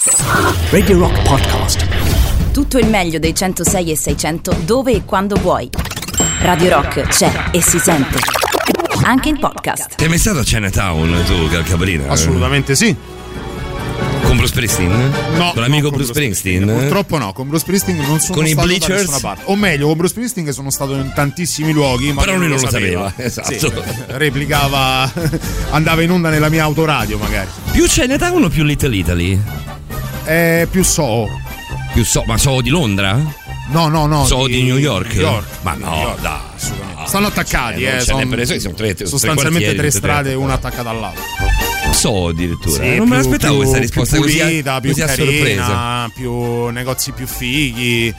Radio Rock Podcast. Tutto il meglio dei 106 e 600 dove e quando vuoi. Radio Rock c'è e si sente anche in podcast. Sei mai stato a Chinatown tu, Caprina? Assolutamente sì. Con Bruce Springsteen? No, con l'amico con Bruce Springsteen? Purtroppo no, con Bruce Springsteen non sono con stato i da Bleachers? nessuna parte. O meglio, con Bruce Springsteen sono stato in tantissimi luoghi, ma però lui non lo sapeva. Esatto. Sì, replicava, andava in onda nella mia autoradio magari. Più Chinatown o più Little Italy? Più Soho. Più ma Soho di Londra? No. Soho di New York? Ma no, New York. dai, assolutamente. Stanno attaccati, sono tre, sostanzialmente tre strade, una attaccata all'altra. So addirittura. Sì, non me l'aspettavo questa risposta più pulita, così più a carina, sorpresa. più negozi più fighi.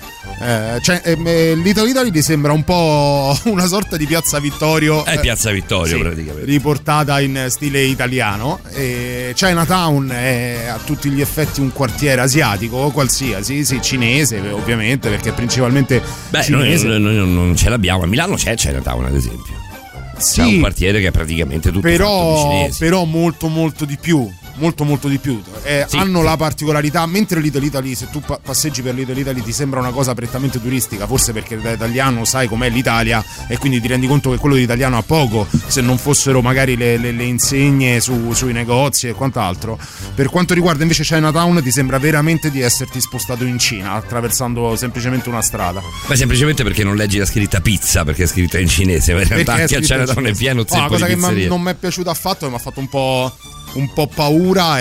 Little Italy mi sembra un po' una sorta di Piazza Vittorio. È Piazza Vittorio, sì, praticamente. Riportata in stile italiano. Chinatown è a tutti gli effetti un quartiere asiatico o qualsiasi, sì, cinese ovviamente, perché è principalmente cinese. Noi non ce l'abbiamo. A Milano c'è Chinatown, ad esempio. Sì, c'è un quartiere che è praticamente tutto fatto di cinesi. Però molto di più. Molto di più. Sì, hanno sì. la particolarità, mentre Little Italy, se tu passeggi per Little Italy ti sembra una cosa prettamente turistica, forse perché da italiano sai com'è l'Italia e quindi ti rendi conto che quello di italiano ha poco, se non fossero magari le insegne sui negozi e quant'altro. Per quanto riguarda invece Chinatown, ti sembra veramente di esserti spostato in Cina attraversando semplicemente una strada. Ma semplicemente perché non leggi la scritta pizza, perché è scritta in cinese, ma in realtà anche a Chinatown è pieno zeppo di pizzerie. Una cosa che non mi è piaciuta affatto e mi ha fatto un po' paura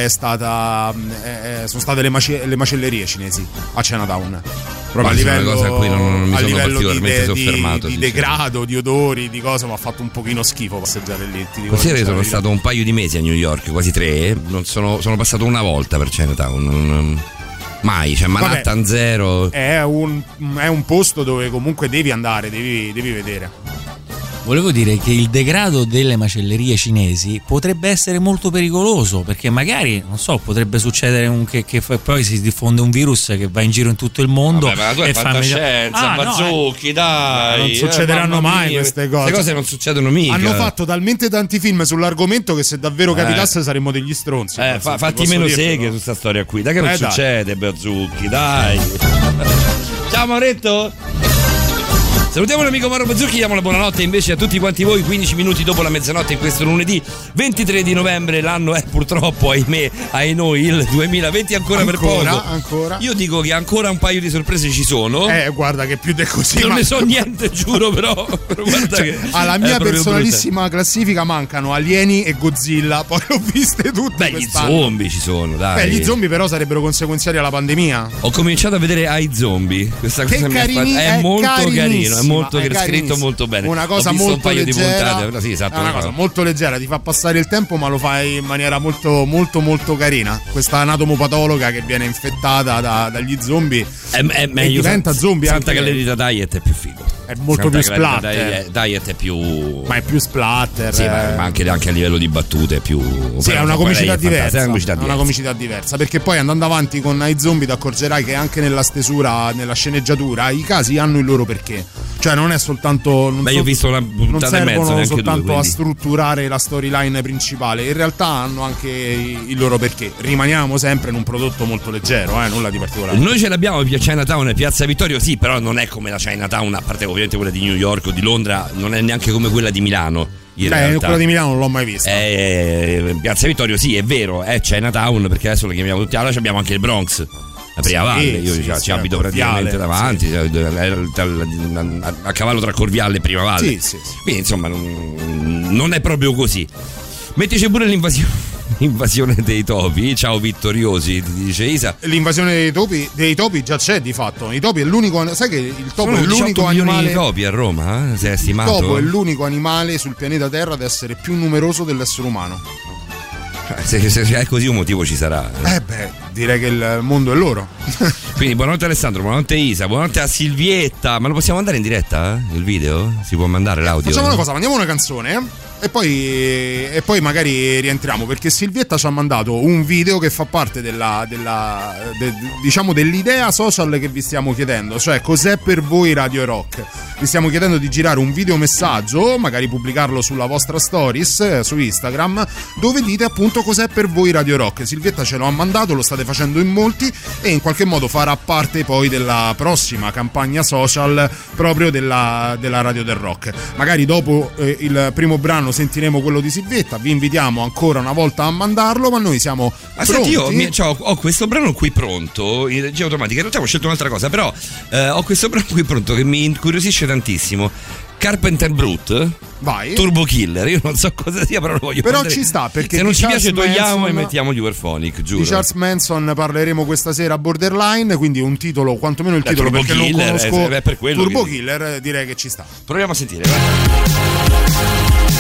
sono state le macellerie cinesi a Chinatown. Proprio a livello, una cosa a cui non mi sono particolarmente soffermato. Di degrado, di odori, di cose, mi ha fatto un pochino schifo passeggiare lì. Considera che sono stato un paio di mesi a New York, quasi 3. Non sono passato una volta per Chinatown. Mai, cioè Manhattan. Vabbè, zero. È un posto dove comunque devi andare, devi vedere. Volevo dire che il degrado delle macellerie cinesi potrebbe essere molto pericoloso, perché magari, non so, potrebbe succedere che poi si diffonde un virus che va in giro in tutto il mondo. Vabbè, ma tu hai fantascienza, Bazzucchi, dai. Non succederanno mai queste cose. Queste cose non succedono mica. Hanno fatto talmente tanti film sull'argomento che se davvero capitasse saremmo degli stronzi. Fatti meno seghe su questa storia qui. Dai che non succede, Bazzucchi, dai. Ciao Mauretto. Salutiamo l'amico Mauro Bazzucchi, diamo la buonanotte invece a tutti quanti voi, 15 minuti dopo la mezzanotte in questo lunedì 23 di novembre, l'anno è purtroppo, ahimè, noi il 2020 ancora per poco. Ancora. Io dico che ancora un paio di sorprese ci sono. Guarda che più di così. Non ne so niente, giuro, però guarda che alla mia personalissima classifica mancano Alieni e Godzilla, poi l'ho viste tutte. Beh, gli zombie ci sono, dai. Gli zombie però sarebbero conseguenziali alla pandemia. Ho cominciato a vedere ai zombie. Questa cosa è molto carino. È scritto molto bene. Una cosa molto leggera. Sì, esatto, una cosa molto leggera, ti fa passare il tempo, ma lo fai in maniera molto carina. Questa anatomopatologa che viene infettata dagli zombie è meglio, e diventa zombie. Santa Gallerita Diet è più figo. È molto più splatter. Diet è più. Ma è più splatter. Sì, ma anche a livello di battute è più. Sì, è una comicità diversa. Una comicità diversa. Perché poi andando avanti con i zombie ti accorgerai che anche nella stesura, nella sceneggiatura, i casi hanno il loro perché. Cioè non è soltanto. Io ho visto una puntata e mezzo, non soltanto a strutturare la storyline principale. In realtà hanno anche il loro perché. Rimaniamo sempre in un prodotto molto leggero, nulla di particolare. Noi ce l'abbiamo a Chinatown e Piazza Vittorio, sì, però non è come la Chinatown, a parte ovviamente quella di New York o di Londra, non è neanche come quella di Milano. Quella di Milano non l'ho mai vista. Piazza Vittorio sì, è vero, è Chinatown, perché adesso la chiamiamo tutti. Allora abbiamo anche il Bronx, la prima valle. Io ci abito praticamente davanti, a cavallo tra Corviale e Prima Valle. Sì. Quindi insomma non è proprio così. Mettici pure l'invasione dei topi. Ciao vittoriosi, ti dice Isa. L'invasione dei topi già c'è di fatto. I topi è l'unico. Sai che il topo è l'unico animale di topi a Roma, si è stimato. Il topo è l'unico animale sul pianeta Terra ad essere più numeroso dell'essere umano. Se è così un motivo ci sarà. Direi che il mondo è loro. Quindi buonanotte Alessandro, buonanotte Isa, buonanotte a Silvietta. Ma lo possiamo mandare in diretta? Il video? Si può mandare l'audio? Facciamo una cosa, mandiamo una canzone E poi magari rientriamo, perché Silvietta ci ha mandato un video che fa parte diciamo dell'idea social che vi stiamo chiedendo, cioè cos'è per voi Radio Rock. Vi stiamo chiedendo di girare un videomessaggio, magari pubblicarlo sulla vostra stories su Instagram, dove dite appunto cos'è per voi Radio Rock. Silvietta ce lo ha mandato, lo state facendo in molti e in qualche modo farà parte poi della prossima campagna social proprio della Radio del Rock. Magari dopo il primo brano sentiremo quello di Silvietta, vi invitiamo ancora una volta a mandarlo, ma noi siamo pronti. Senti, io ho questo brano qui pronto in regia automatica, in realtà ho scelto un'altra cosa, però ho questo brano qui pronto che mi incuriosisce tantissimo. Carpenter Brut, vai. Turbo Killer, io non so cosa sia, però lo voglio però prendere. Ci sta, perché se non ci piace togliamo Manson, e mettiamo gli Uberphonic, giuro. Di Charles Manson parleremo questa sera a Borderline, quindi un titolo, quantomeno il titolo, Turbo perché Killer, non conosco per quello Turbo che... Killer, direi che ci sta. Proviamo a sentire, vai.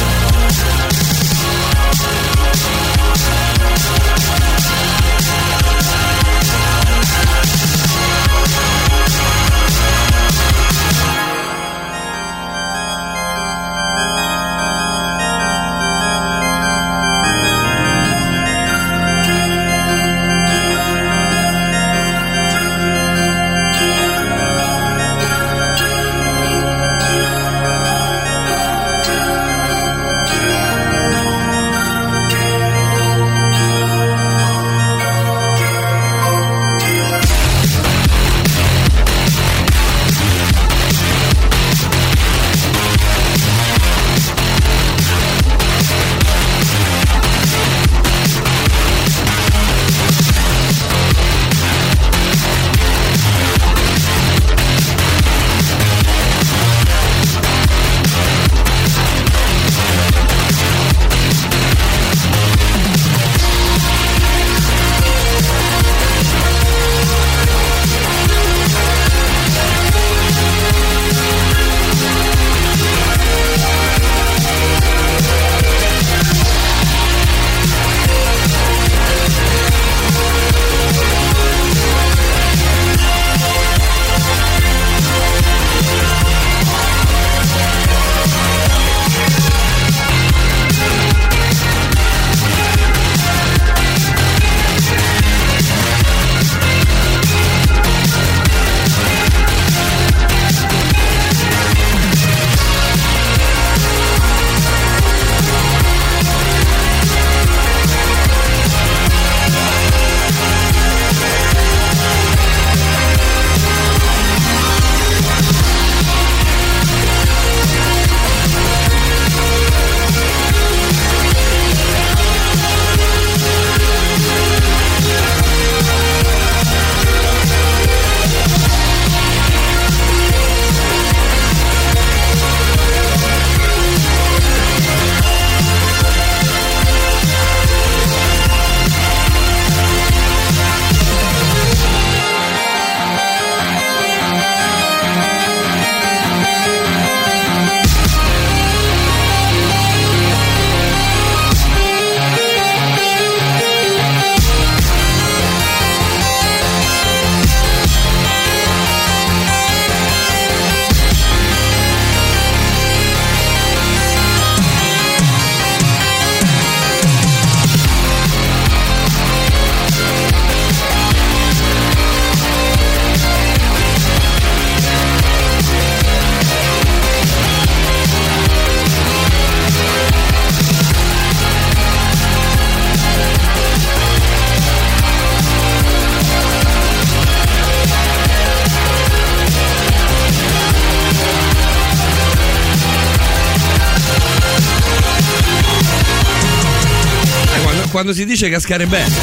quando si dice cascare bene.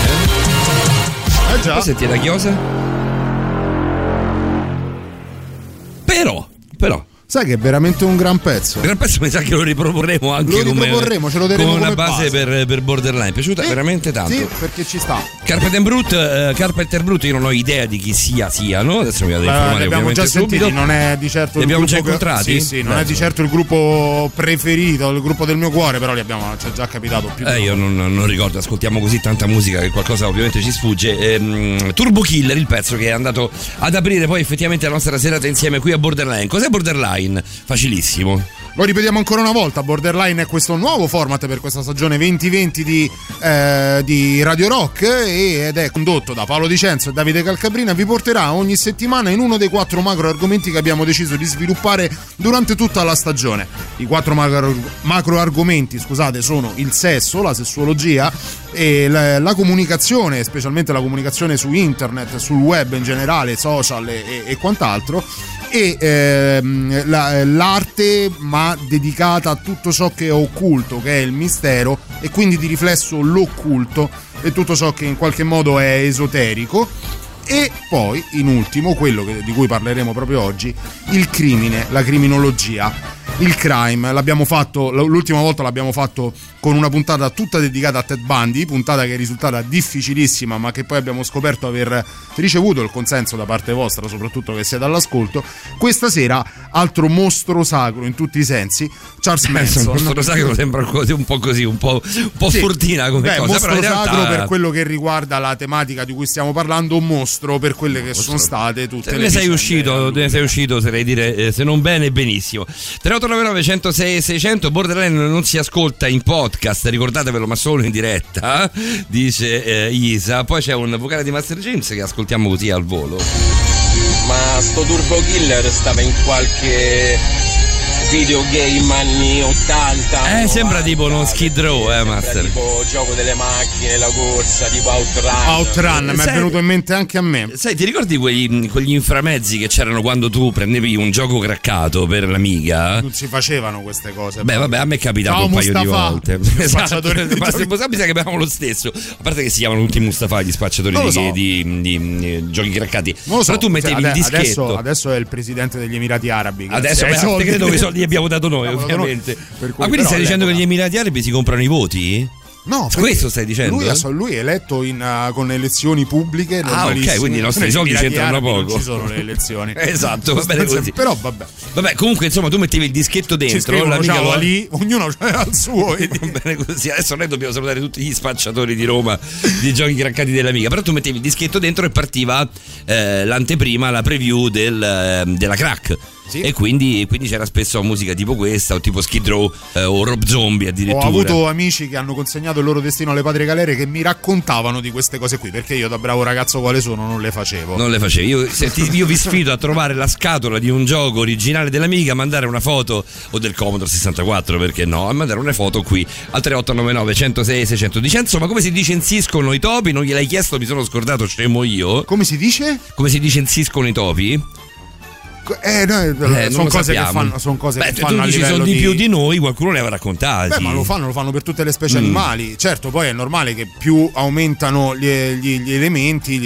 Già. Poi senti la chiosa. Però sai che è veramente un gran pezzo. Gran pezzo, mi sa che lo riproporremo anche ce lo terremo come una base per Borderline. Piaciuta veramente tanto. Sì, perché ci sta. Carpenter Brut, io non ho idea di chi siano. Adesso mi vado a informare. Li abbiamo già sentiti, non è di certo. Li abbiamo già gruppo incontrati? Sì, non è di certo il gruppo preferito, il gruppo del mio cuore, però ci è già capitato più. Io non ricordo, ascoltiamo così tanta musica che qualcosa ovviamente ci sfugge. Turbo Killer, il pezzo che è andato ad aprire poi effettivamente la nostra serata insieme qui a Borderline. Cos'è Borderline? Facilissimo. Lo ripetiamo ancora una volta, Borderline è questo nuovo format per questa stagione 2020 di Radio Rock ed è condotto da Paolo Dicenzo e Davide Calcabrina. Vi porterà ogni settimana in uno dei 4 macro argomenti che abbiamo deciso di sviluppare durante tutta la stagione. I 4 macro argomenti, sono il sesso, la sessuologia e la comunicazione, specialmente la comunicazione su internet, sul web in generale, social e quant'altro, e l'arte, ma dedicata a tutto ciò che è occulto, che è il mistero, e quindi di riflesso l'occulto e tutto ciò che in qualche modo è esoterico. E poi, in ultimo, quello di cui parleremo proprio oggi, il crimine, la criminologia, il crime. L'abbiamo fatto, l'ultima volta l'abbiamo fatto con una puntata tutta dedicata a Ted Bundy, puntata che è risultata difficilissima, ma che poi abbiamo scoperto aver ricevuto il consenso da parte vostra, soprattutto che siete all'ascolto. Questa sera, altro mostro sacro in tutti i sensi, Charles Manson. Il mostro sacro sembra un po' sì, fortina come cosa. Mostro però in sacro realtà... per quello che riguarda la tematica di cui stiamo parlando, un mostro per quelle che sono state tutte le vicende. Ne sei uscito, oserei dire, se non bene, benissimo. 3899 106 600. Borderline non si ascolta in podcast, ricordatevelo, ma solo in diretta, dice Isa. Poi c'è un vocale di Master James che ascoltiamo così al volo. Ma sto Turbo Killer stava in qualche videogame anni 80 sembra 90, tipo uno Skid Row, Master, tipo gioco delle macchine, la corsa, tipo Outrun. Mi è venuto in mente anche a me. Sai, ti ricordi quegli inframezzi che c'erano quando tu prendevi un gioco craccato per l'Amiga? Non si facevano queste cose. Beh, vabbè, a me è capitato un paio di volte. Esatto, mi sa che abbiamo lo stesso. A parte che si chiamano tutti Mustafa gli spacciatori di giochi craccati. Non lo so. Però tu mettevi il dischetto. Adesso è il presidente degli Emirati Arabi. Adesso credo che i soldi li abbiamo dato noi, ovviamente. Ma quindi stai dicendo che gli Emirati Arabi si comprano i voti? No, questo stai dicendo? Lui è eletto con elezioni pubbliche. Ok, quindi i nostri soldi c'entrano poco. Non ci sono le elezioni. Esatto, va bene così. Però vabbè, comunque insomma tu mettevi il dischetto dentro, l'amica lì, ognuno c'era il suo. Va bene così. Adesso noi dobbiamo salutare tutti gli spacciatori di Roma di giochi craccati dell'Amiga. Però tu mettevi il dischetto dentro e partiva l'anteprima, la preview della crack. Sì. E quindi c'era spesso musica tipo questa, o tipo Skid Row, o Rob Zombie addirittura. Ho avuto amici che hanno consegnato il loro destino alle patrie galere che mi raccontavano di queste cose qui, perché io, da bravo ragazzo quale sono, non le facevo. Io vi sfido a trovare la scatola di un gioco originale dell'Amiga, mandare una foto, o del Commodore 64, perché no, a mandare una foto qui al 3899 106 600. Insomma, come si dice insiscono i topi? Non gliel'hai chiesto, mi sono scordato, scemo io. Come si dice? Come si dice insiscono i topi? Sono cose che fanno, sono cose che fanno a livello sono di più di noi, qualcuno ne avrà raccontati. Ma lo fanno per tutte le specie animali. Certo, poi è normale che più aumentano gli elementi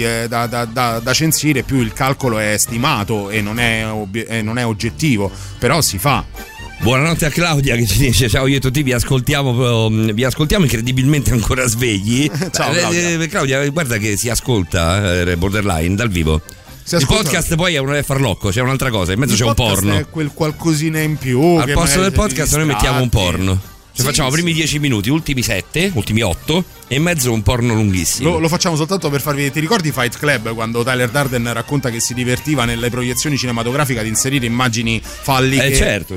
da censire, più il calcolo è stimato e non è oggettivo, però si fa. Buonanotte a Claudia che ci dice: ciao, io e tutti vi ascoltiamo incredibilmente ancora svegli. Ciao Claudia, guarda che si ascolta Borderline dal vivo. Il podcast poi è un farlocco, c'è un'altra cosa, in mezzo c'è un porno. È quel qualcosina in più. Al posto del podcast noi mettiamo un porno. Cioè facciamo i primi 10 minuti, ultimi 7, ultimi 8 e in mezzo un porno lunghissimo. Lo facciamo soltanto per farvi. Ti ricordi Fight Club, quando Tyler Durden racconta che si divertiva nelle proiezioni cinematografiche ad inserire immagini falliche? Certo,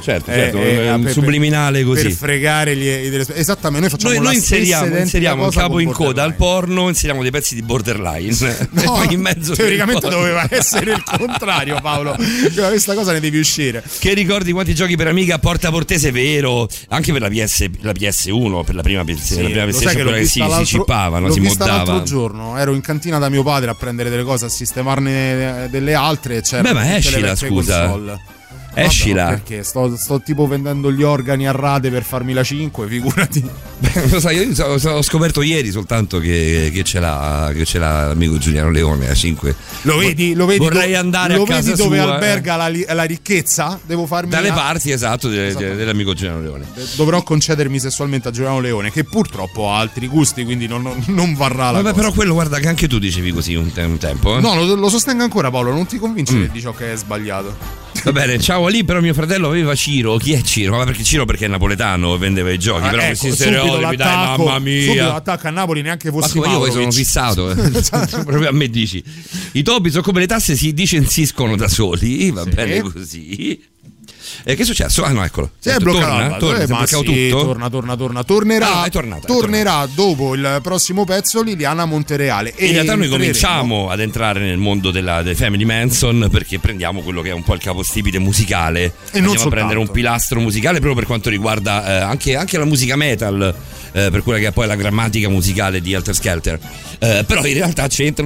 un subliminale così. Per fregare esattamente, noi facciamo noi inseriamo in capo in coda al porno, inseriamo dei pezzi di Borderline. No, in mezzo teoricamente doveva essere il contrario, Paolo. Questa cosa ne devi uscire. Che ricordi quanti giochi per Amiga a Porta Portese, vero? Anche per la PS1, per la prima PlayStation, che si cippavano, si moddava. L'altro giorno ero in cantina da mio padre a prendere delle cose, a sistemarne delle altre, e c'era ma escila, scusa. Console. Escila. Perché sto tipo vendendo gli organi a rate per farmi la 5, figurati. Lo sai, io ho scoperto ieri soltanto che ce l'ha l'amico Giuliano Leone a 5. Lo vedi? Vorrei andare a casa sua. Lo vedi dove sua, alberga la ricchezza? Devo farmi dalle parti, esatto, dell'amico Giuliano Leone. Dovrò concedermi sessualmente a Giuliano Leone, che purtroppo ha altri gusti, quindi non varrà la cosa. Però quello, guarda, che anche tu dicevi così un tempo. No, lo sostengo ancora, Paolo. Non ti convince che di ciò che è sbagliato. Va bene, ciao lì, però mio fratello aveva Ciro. Chi è Ciro? Ma perché Ciro? Perché è napoletano, vendeva i giochi. Però questi stereotipi, dai, mamma mia. Subito l'attacco a Napoli, neanche fossi Io sono fissato. Proprio a me dici. I topi sono come le tasse, si dicensiscono da soli. Va bene così. Che è successo? Ah no, eccolo. Si è bloccato, tutto? Tornerà dopo il prossimo pezzo Liliana Montereale. In realtà noi cominciamo ad entrare nel mondo dei Family Manson, perché prendiamo quello che è un po' il capostipite musicale e andiamo a prendere un pilastro musicale proprio per quanto riguarda anche la musica metal, per quella che è poi la grammatica musicale di Helter Skelter. Però in realtà c'entra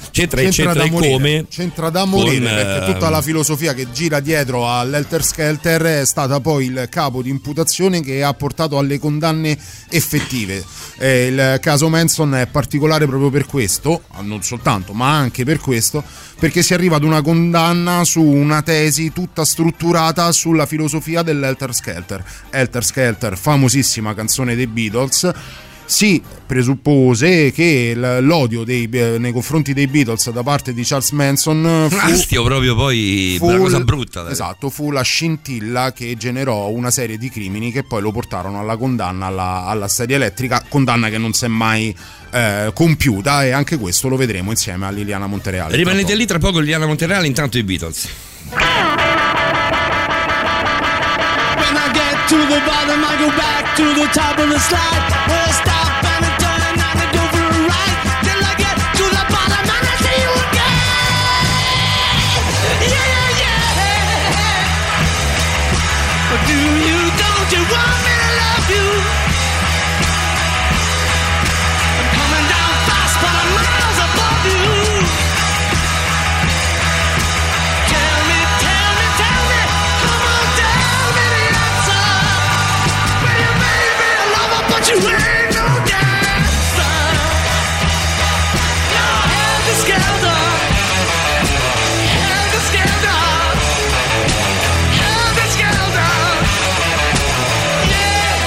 da morire, perché tutta la filosofia che gira dietro all'Helter Skelter è stata poi il capo di imputazione che ha portato alle condanne effettive. Il caso Manson è particolare proprio per questo, non soltanto, ma anche per questo, perché si arriva ad una condanna su una tesi tutta strutturata sulla filosofia dell'Helter Skelter. Helter Skelter, famosissima canzone dei Beatles. Si presuppose che l'odio nei confronti dei Beatles da parte di Charles Manson fu una cosa brutta. Dai. Esatto, fu la scintilla che generò una serie di crimini che poi lo portarono alla condanna alla sedia elettrica, condanna che non si è mai compiuta, e anche questo lo vedremo insieme a Liliana Montereale. Rimanete lì, tra poco Liliana Montereale, intanto i Beatles. To the bottom, I go back to the top of the slide. Where I stop and I turn and I go for a ride. Till I get to the bottom and I see you again. Yeah. But don't you want me to love you? I'm coming down fast, but I'm miles above you. Tell me, come on, tell me the answer. But you ain't no dancer. No, Helter Skelter. Helter Skelter. Helter Skelter. Yeah.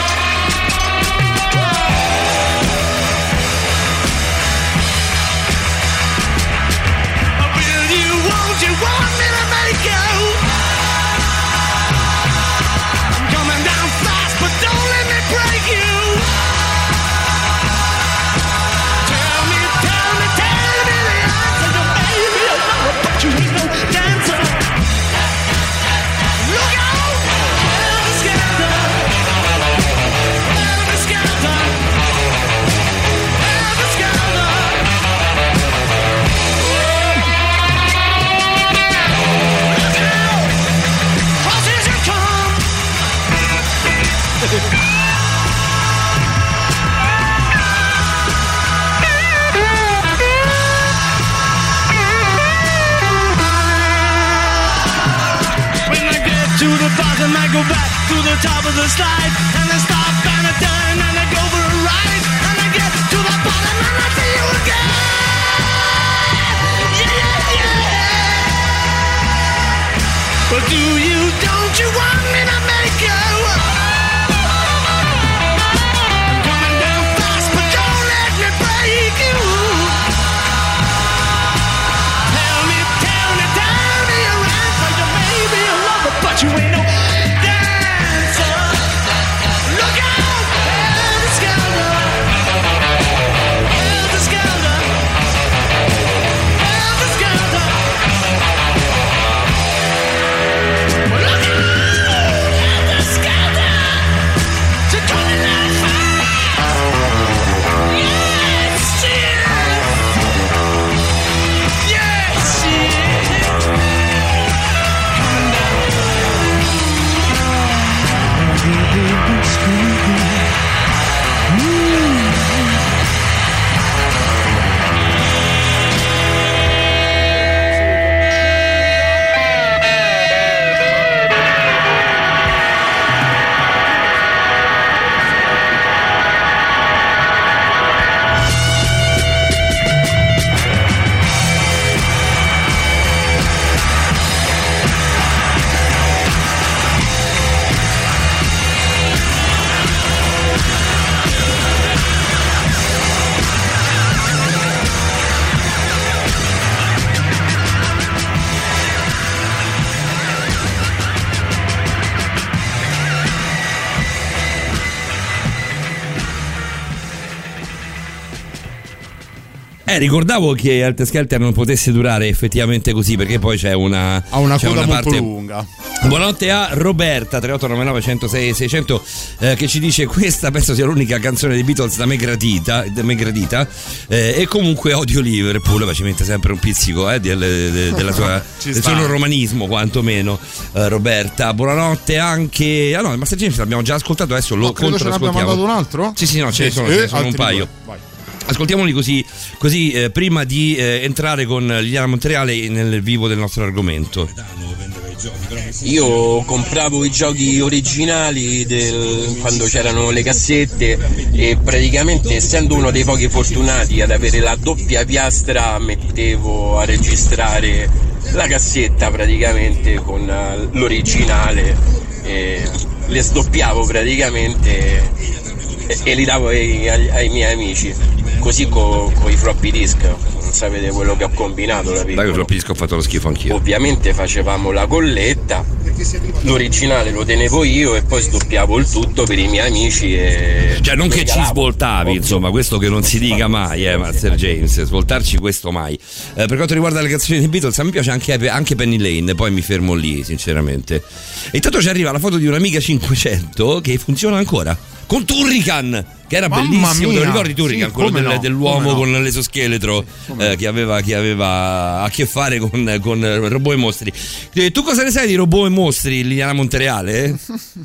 Won't you want me to make you? I'm coming down fast, but don't let me break you. Tell me the answer. Your baby, I know, but you ain't no dancer. Look out! Helter Skelter. Helter Skelter. Helter Skelter. Look out! Crosses you come. When I get to the bottom, I go back to the top of the slide, and I stop and I turn and I go for a ride, and I get to the bottom and I see you again. Yeah. But don't you want me to make you? I'm coming down fast, but don't let me break you. Tell me your answer. You may be a lover, but you ain't no dancer. Look out, Helter Skelter. Helter Skelter. Helter Skelter. Look out. Ricordavo che Helter Skelter non potesse durare effettivamente così, perché poi c'è una coda molto parte lunga. Buonanotte a Roberta 3899 106 600 che ci dice: questa penso sia l'unica canzone dei Beatles da me gradita, e comunque odio Liverpool. Ma ci mette sempre un pizzico della sua, del suo romanismo, quantomeno. Roberta, buonanotte anche. Ah no, Master James l'abbiamo già ascoltato, adesso lo controascoltiamo. Ce n'abbiamo mandato un altro? Sì, no, ce ne sono un paio. Vai. Ascoltiamoli così prima di entrare con Liliana Montereale nel vivo del nostro argomento. Io compravo i giochi originali quando c'erano le cassette, e praticamente, essendo uno dei pochi fortunati ad avere la doppia piastra, mettevo a registrare la cassetta praticamente con l'originale, le sdoppiavo praticamente e li davo ai miei amici, così con i floppy disk. Non sapete quello che ho combinato, capito? Dai, con i floppy disk ho fatto lo schifo anch'io. Ovviamente facevamo la colletta, l'originale lo tenevo io e poi sdoppiavo il tutto per i miei amici cioè non che ci svoltavi, insomma, questo che non si dica mai, Master James, svoltarci questo mai. Per quanto riguarda le canzoni dei Beatles, a me piace anche Penny Lane, poi mi fermo lì sinceramente. E intanto ci arriva la foto di un'Amiga 500 che funziona ancora con Turrican, che era bellissimo. Te lo ricordi Turrican? Sì, quello dell'uomo con l'esoscheletro, che aveva a che fare con robot e mostri. Tu cosa ne sai di robot e mostri, Liliana Montereale?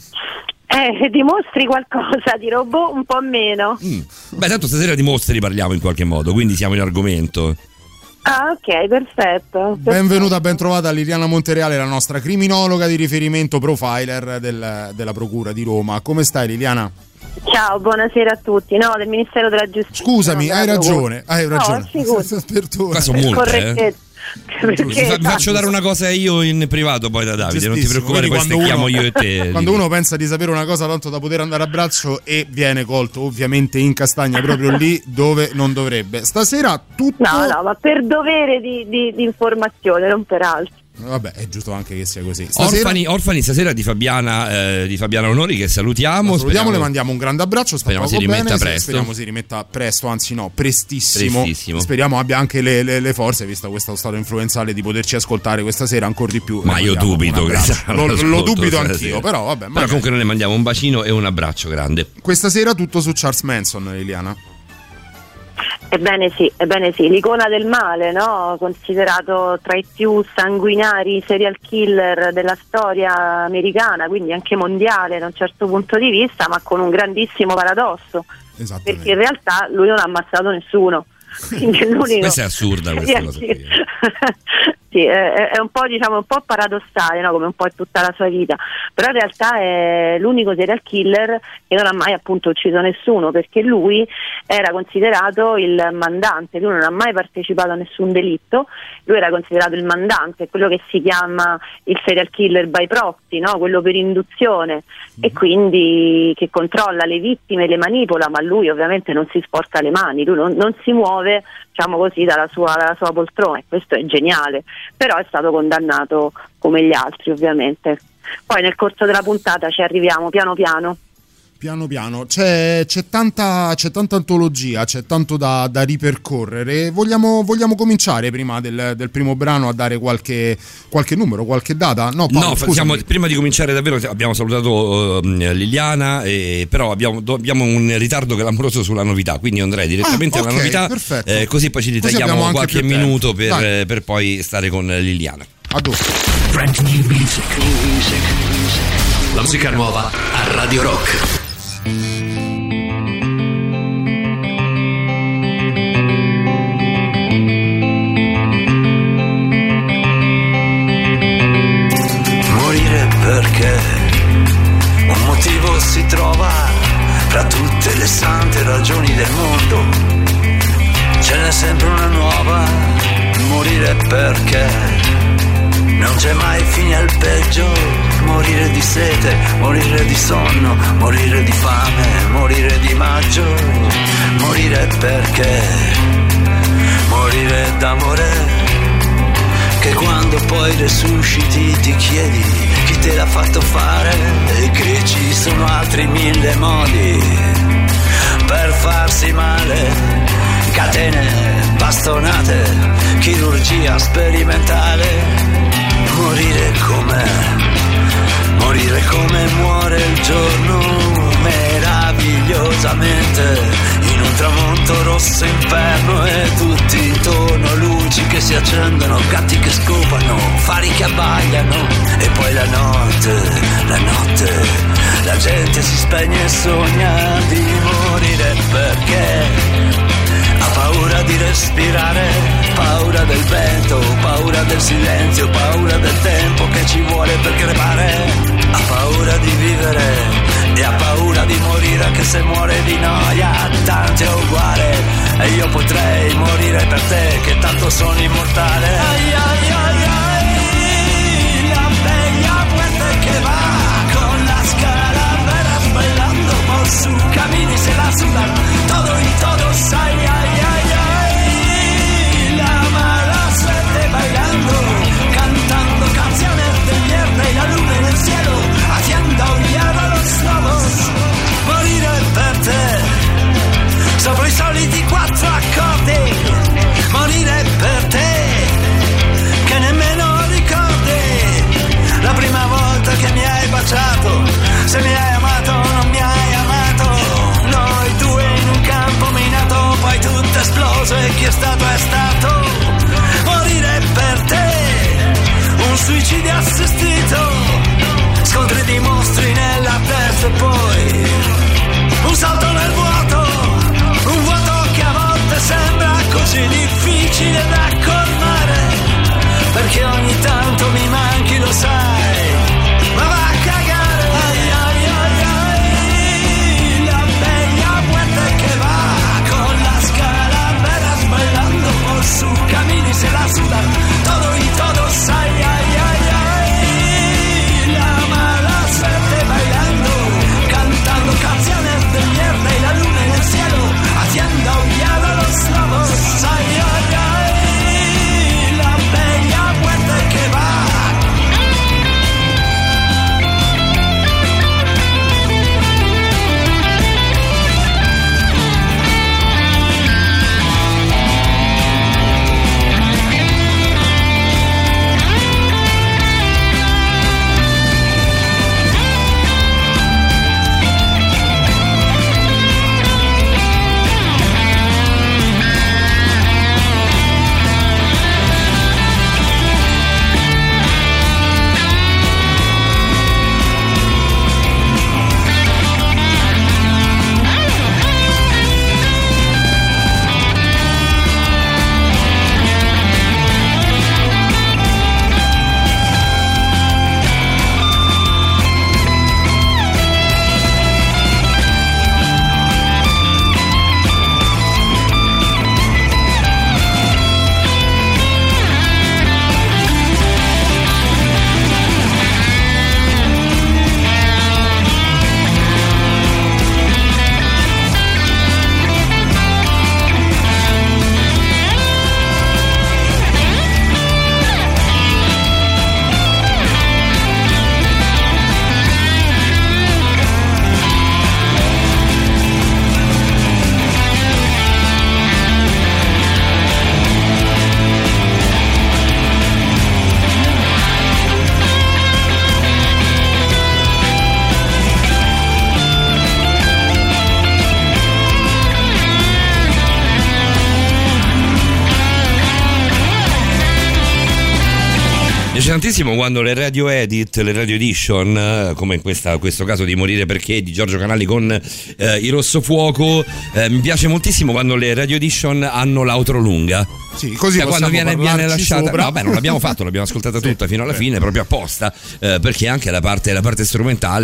Di mostri qualcosa, di robot un po' meno. Beh, tanto stasera di mostri parliamo in qualche modo, quindi siamo in argomento. Ah, ok, perfetto. Benvenuta, ben trovata Liliana Montereale, la nostra criminologa di riferimento, profiler della Procura di Roma. Come stai, Liliana? Ciao, buonasera a tutti. No, del Ministero della Giustizia. Scusami, hai ragione. No, qua sono multe, Ti faccio dare una cosa io in privato poi da Davide, non ti preoccupare, poi stecchiamo io e te. Quando uno pensa di sapere una cosa tanto da poter andare a braccio e viene colto ovviamente in castagna proprio lì dove non dovrebbe. Stasera tutto... No, ma per dovere di informazione, non per altro. Vabbè, è giusto anche che sia così. Orfani stasera di Fabiana Onori, che salutiamo. Le mandiamo un grande abbraccio. Speriamo si rimetta presto. Speriamo si rimetta presto, anzi no, prestissimo. Speriamo abbia anche le forze, visto questo stato influenzale, di poterci ascoltare questa sera ancora di più. Ma io dubito che lo dubito anch'io, però vabbè. Però comunque noi le mandiamo un bacino e un abbraccio grande. Questa sera tutto su Charles Manson, Liliana. Ebbene sì, l'icona del male, no? Considerato tra i più sanguinari serial killer della storia americana, quindi anche mondiale da un certo punto di vista, ma con un grandissimo paradosso, perché in realtà lui non ha ammazzato nessuno. Questa è assurda questa cosa. Sì, è un po', diciamo, un po' paradossale, no? Come un po' è tutta la sua vita, però in realtà è l'unico serial killer che non ha mai appunto ucciso nessuno, perché lui era considerato il mandante, lui non ha mai partecipato a nessun delitto, lui era considerato il mandante, quello che si chiama il serial killer by proxy, no? Quello per induzione, e quindi che controlla le vittime, le manipola, ma lui ovviamente non si sporca le mani, lui non si muove, diciamo così, dalla sua poltrona, e questo è geniale. Però è stato condannato come gli altri, ovviamente. Poi nel corso della puntata ci arriviamo piano piano. C'è tanta antologia, c'è tanto da ripercorrere. Vogliamo cominciare prima del primo brano a dare qualche numero, qualche data? No, prima di cominciare davvero abbiamo salutato Liliana, però abbiamo un ritardo clamoroso sulla novità, quindi andrei direttamente alla novità, così poi ci ritagliamo qualche minuto per poi stare con Liliana. Brand new music. La musica nuova a Radio Rock. Morire perché un motivo si trova fra tutte le sante ragioni del mondo, ce n'è sempre una nuova. Morire perché non c'è mai fine al peggio. Morire di sete, morire di sonno, morire di fame, morire di maggio. Morire perché? Morire d'amore, che quando poi resusciti ti chiedi chi te l'ha fatto fare, e che ci sono altri 1000 modi per farsi male. catene, bastonate, chirurgia sperimentale. Morire come muore il giorno, meravigliosamente, in un tramonto rosso inferno e tutti intorno luci che si accendono, gatti che scopano, fari che abbagliano e poi la notte, la gente si spegne e sogna di morire perché ha paura di respirare, paura del vento, paura del silenzio, paura del tempo che ci vuole per crepare. Ha paura di vivere e ha paura di morire, che se muore di noia tanto è uguale. E io potrei morire per te, che tanto sono immortale. Ai ai ai ai, la bella puerta che va con la scalavera bailando por su camino y se la sudan todo y todos. Ay ay ay ay, la mala suerte bailando, cantando canciones de mierda y la luna en el cielo haciendo aullar a los lobos. Morire per te sopra i soliti 4 accordi, morire per te che nemmeno ricordi la prima volta che mi hai baciato, se mi hai amato o non mi hai amato, noi due in un campo minato, poi tutto esploso e chi è stato è stato. Morire per te, un suicidio assistito, scontri di mostri nella testa e poi un salto nel vuoto, un vuoto che a volte sembra così difficile da colmare, perché ogni tanto mi manchi, lo sai, ma va a cagare. Ai ai ai ai, la bella puerta che va con la scalavera bailando por su camino y se la sudan todo y todos. Ay ay ay ay, la mala suerte bailando, cantando canciones de mierda y la luna en el cielo haciendo aullar a los lobos. Ay ay ay, la bella puerta que va. piace tantissimo quando le radio edit, le radio edition, come in questo caso di Morire perché di Giorgio Canali con i Rossofuoco, mi piace moltissimo quando le radio edition hanno l'outro lunga. Sì, così cioè, quando viene lasciata sopra. No, beh, non l'abbiamo fatto, l'abbiamo ascoltata tutta fino alla fine proprio apposta, perché anche la parte strumentale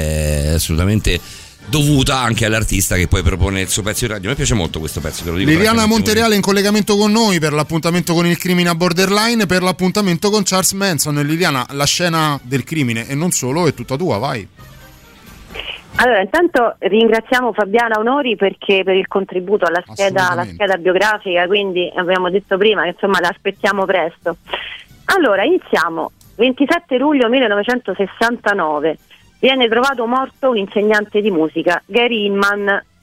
è assolutamente dovuta anche all'artista che poi propone il suo pezzo di radio. Mi piace molto questo pezzo, te lo dico. Liliana Montereale in collegamento con noi per l'appuntamento con il crimine a Borderline, per l'appuntamento con Charles Manson. Liliana, la scena del crimine e non solo è tutta tua, vai. Allora, intanto ringraziamo Fabiana Onori perché per il contributo alla scheda biografica, quindi abbiamo detto prima che insomma la aspettiamo presto. Allora, iniziamo. 27 luglio 1969 viene trovato morto un insegnante di musica, Gary Inman,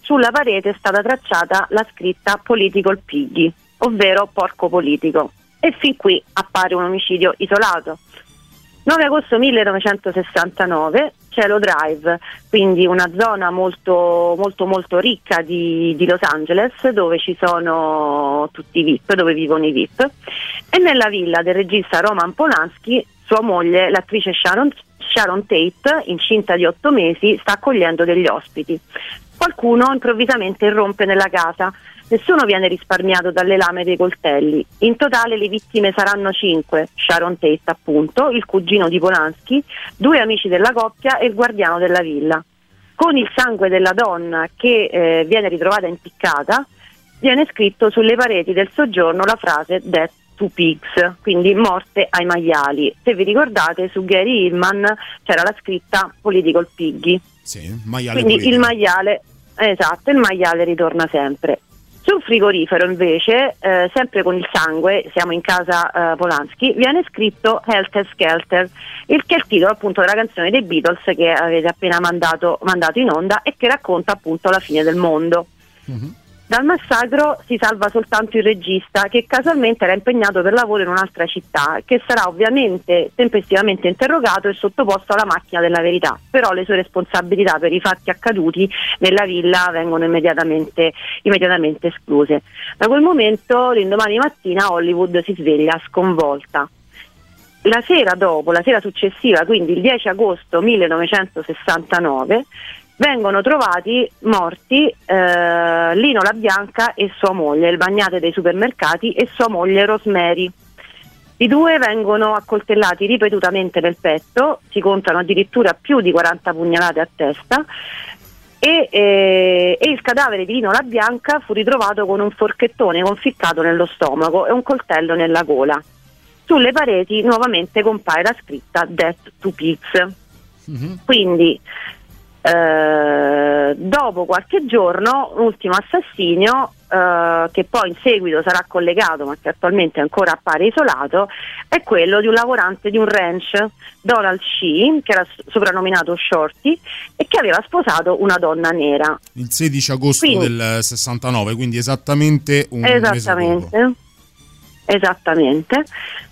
sulla parete è stata tracciata la scritta Political Piggy, ovvero porco politico, e fin qui appare un omicidio isolato. 9 agosto 1969, Cielo Drive, quindi una zona molto ricca di Los Angeles, dove ci sono tutti i VIP, dove vivono i VIP, e nella villa del regista Roman Polanski sua moglie, l'attrice Sharon Tate, incinta di 8 mesi, sta accogliendo degli ospiti. Qualcuno improvvisamente irrompe nella casa. Nessuno viene risparmiato dalle lame dei coltelli. In totale le vittime saranno 5: Sharon Tate, appunto, il cugino di Polanski, 2 amici della coppia e il guardiano della villa. Con il sangue della donna che viene ritrovata impiccata, viene scritto sulle pareti del soggiorno la frase "Death to Pigs", quindi morte ai maiali. Se vi ricordate, su Gary Hillman c'era la scritta Political Piggy. Sì, maiale quindi politico. il maiale ritorna sempre. Sul frigorifero invece, sempre con il sangue, siamo in casa Polanski, viene scritto Helter Skelter, che è il titolo appunto della canzone dei Beatles che avete appena mandato in onda e che racconta appunto la fine del mondo. Mm-hmm. Dal massacro si salva soltanto il regista, che casualmente era impegnato per lavoro in un'altra città, che sarà ovviamente tempestivamente interrogato e sottoposto alla macchina della verità, però le sue responsabilità per i fatti accaduti nella villa vengono immediatamente escluse. Da quel momento, l'indomani mattina, Hollywood si sveglia sconvolta. La sera successiva, quindi il 10 agosto 1969, vengono trovati morti Lino LaBianca e sua moglie, il magnate dei supermercati, e sua moglie Rosemary. I due vengono accoltellati ripetutamente nel petto, si contano addirittura più di 40 pugnalate a testa, e il cadavere di Lino LaBianca fu ritrovato con un forchettone conficcato nello stomaco e un coltello nella gola. Sulle pareti nuovamente compare la scritta Death to Pigs. Mm-hmm. Quindi dopo qualche giorno, l'ultimo assassinio, che poi in seguito sarà collegato ma che attualmente ancora appare isolato, è quello di un lavorante di un ranch, Donald Shee, che era soprannominato Shorty e che aveva sposato una donna nera. Il 16 agosto del 69, quindi esattamente un mese dopo. Esattamente.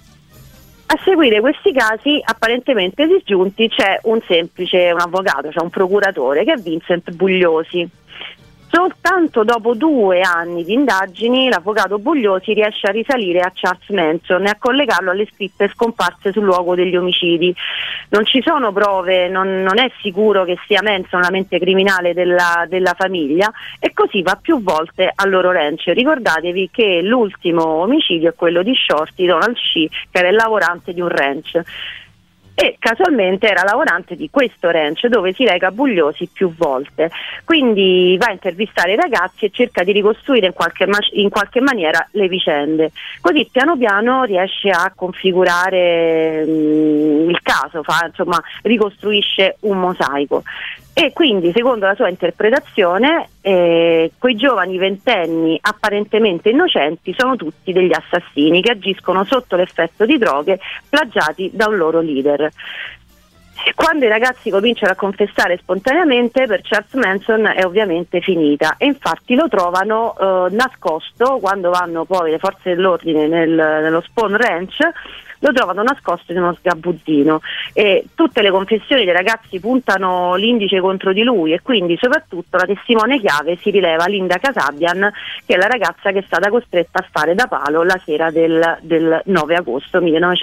A seguire questi casi apparentemente disgiunti c'è un avvocato, cioè un procuratore, che è Vincent Bugliosi. Soltanto dopo 2 anni di indagini l'avvocato Bugliosi riesce a risalire a Charles Manson e a collegarlo alle scritte scomparse sul luogo degli omicidi. Non ci sono prove, non è sicuro che sia Manson la mente criminale della famiglia, e così va più volte al loro ranch. Ricordatevi che l'ultimo omicidio è quello di Shorty, Donald Shee, che era il lavorante di un ranch. E casualmente era lavorante di questo ranch dove si reca Bugliosi più volte. Quindi va a intervistare i ragazzi e cerca di ricostruire in qualche maniera le vicende. Così piano piano riesce a configurare il caso, ricostruisce un mosaico. E quindi, secondo la sua interpretazione, quei giovani ventenni apparentemente innocenti sono tutti degli assassini che agiscono sotto l'effetto di droghe plagiati da un loro leader. Quando i ragazzi cominciano a confessare spontaneamente, per Charles Manson è ovviamente finita, e infatti lo trovano nascosto quando vanno poi le forze dell'ordine nello Spawn Ranch. Lo trovano nascosto in uno sgabuzzino, e tutte le confessioni dei ragazzi puntano l'indice contro di lui, e quindi soprattutto la testimone chiave si rileva Linda Kasabian, che è la ragazza che è stata costretta a fare da palo la sera del 9 agosto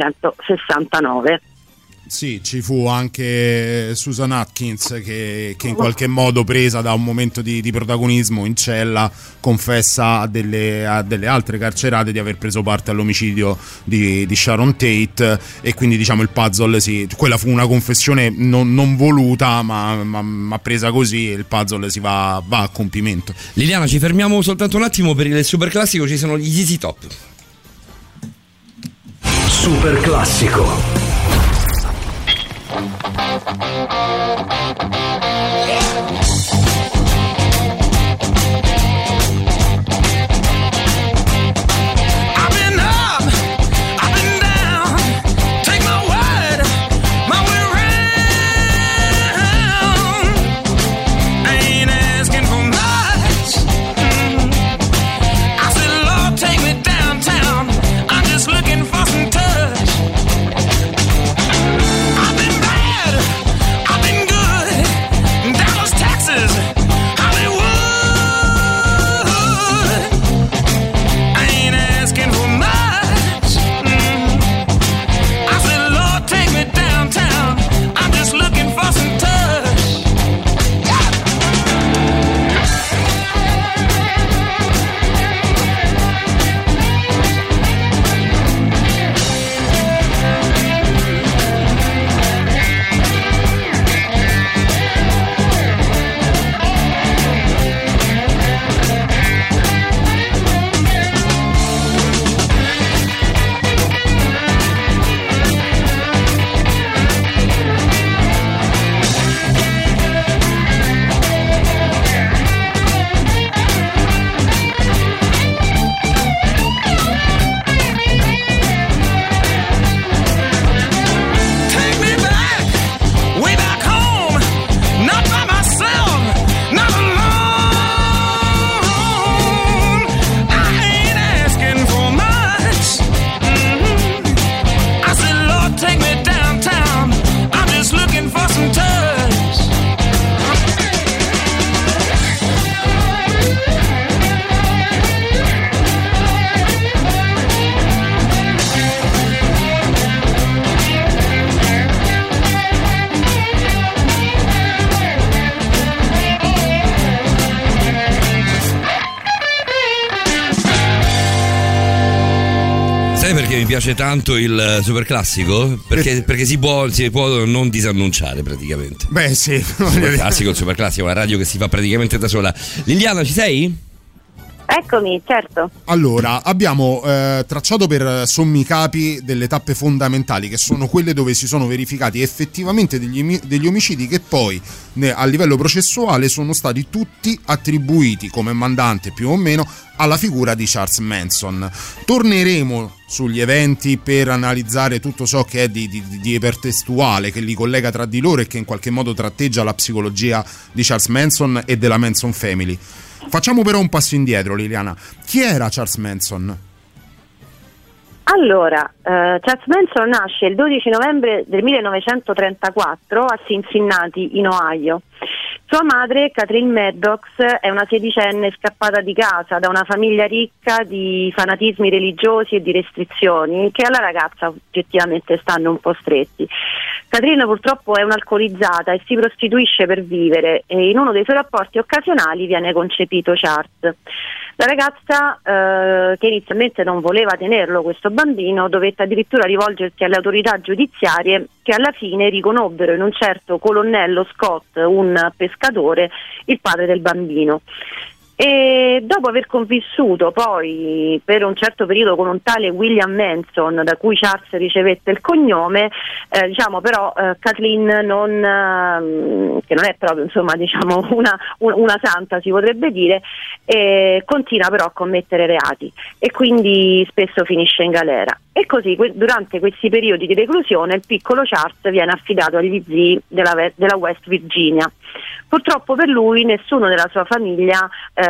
1969. Sì, ci fu anche Susan Atkins che in qualche modo, presa da un momento di protagonismo in cella, confessa a delle altre carcerate di aver preso parte all'omicidio di Sharon Tate, e quindi il puzzle, quella fu una confessione non voluta ma presa così, e il puzzle si va a compimento. Liliana, ci fermiamo soltanto un attimo per il super classico, ci sono gli ZZ Top. Super classico. Ain't asking for much. mi piace tanto il super classico perché si può non disannunciare praticamente. Beh, sì. Super classico, il super classico, una radio che si fa praticamente da sola. Liliana, ci sei? Eccomi, certo. Allora, abbiamo tracciato per sommi capi delle tappe fondamentali, che sono quelle dove si sono verificati effettivamente degli omicidi che poi a livello processuale sono stati tutti attribuiti come mandante più o meno alla figura di Charles Manson. Torneremo sugli eventi per analizzare tutto ciò che è di ipertestuale, che li collega tra di loro e che in qualche modo tratteggia la psicologia di Charles Manson e della Manson Family. Facciamo però un passo indietro, Liliana. Chi era Charles Manson? Allora, Charles Manson nasce il 12 novembre del 1934 a Cincinnati, in Ohio. Sua madre, Kathleen Maddox, è una sedicenne scappata di casa da una famiglia ricca di fanatismi religiosi e di restrizioni che alla ragazza oggettivamente stanno un po' stretti. Kathleen purtroppo è un'alcolizzata e si prostituisce per vivere, e in uno dei suoi rapporti occasionali viene concepito Charles. La ragazza, che inizialmente non voleva tenerlo questo bambino, dovette addirittura rivolgersi alle autorità giudiziarie, che alla fine riconobbero in un certo colonnello Scott, un pescatore, il padre del bambino. E dopo aver convissuto poi per un certo periodo con un tale William Manson, da cui Charles ricevette il cognome, però Kathleen che non è proprio una santa, si potrebbe dire, continua però a commettere reati e quindi spesso finisce in galera. E così durante questi periodi di reclusione il piccolo Charles viene affidato agli zii della West Virginia. Purtroppo per lui nessuno della sua famiglia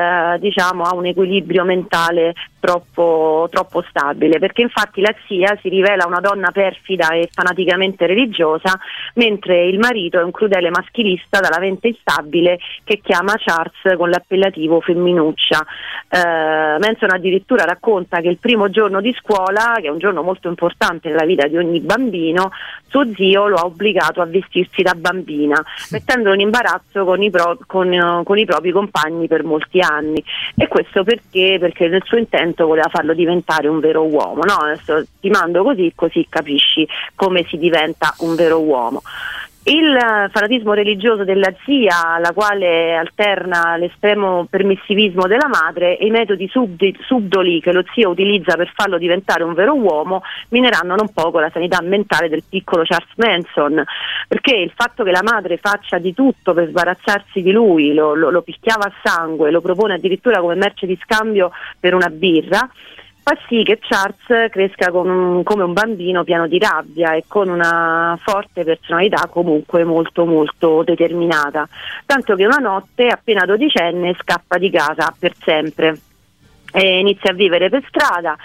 ha un equilibrio mentale troppo stabile, perché infatti la zia si rivela una donna perfida e fanaticamente religiosa, mentre il marito è un crudele maschilista dalla mente instabile che chiama Charles con l'appellativo femminuccia. Manson addirittura racconta che il primo giorno di scuola, che è un giorno molto importante nella vita di ogni bambino, suo zio lo ha obbligato a vestirsi da bambina, mettendolo in imbarazzo con i propri compagni per molti anni. E questo perché nel suo intento voleva farlo diventare un vero uomo, no? Adesso ti mando così capisci come si diventa un vero uomo. Il fanatismo religioso della zia, alla quale alterna l'estremo permissivismo della madre, e i metodi subdoli che lo zio utilizza per farlo diventare un vero uomo, mineranno non poco la sanità mentale del piccolo Charles Manson, perché il fatto che la madre faccia di tutto per sbarazzarsi di lui, lo picchiava a sangue, lo propone addirittura come merce di scambio per una birra, fa sì che Charles cresca come un bambino pieno di rabbia e con una forte personalità comunque molto molto determinata, tanto che una notte, appena dodicenne, scappa di casa per sempre. E inizia a vivere per strada,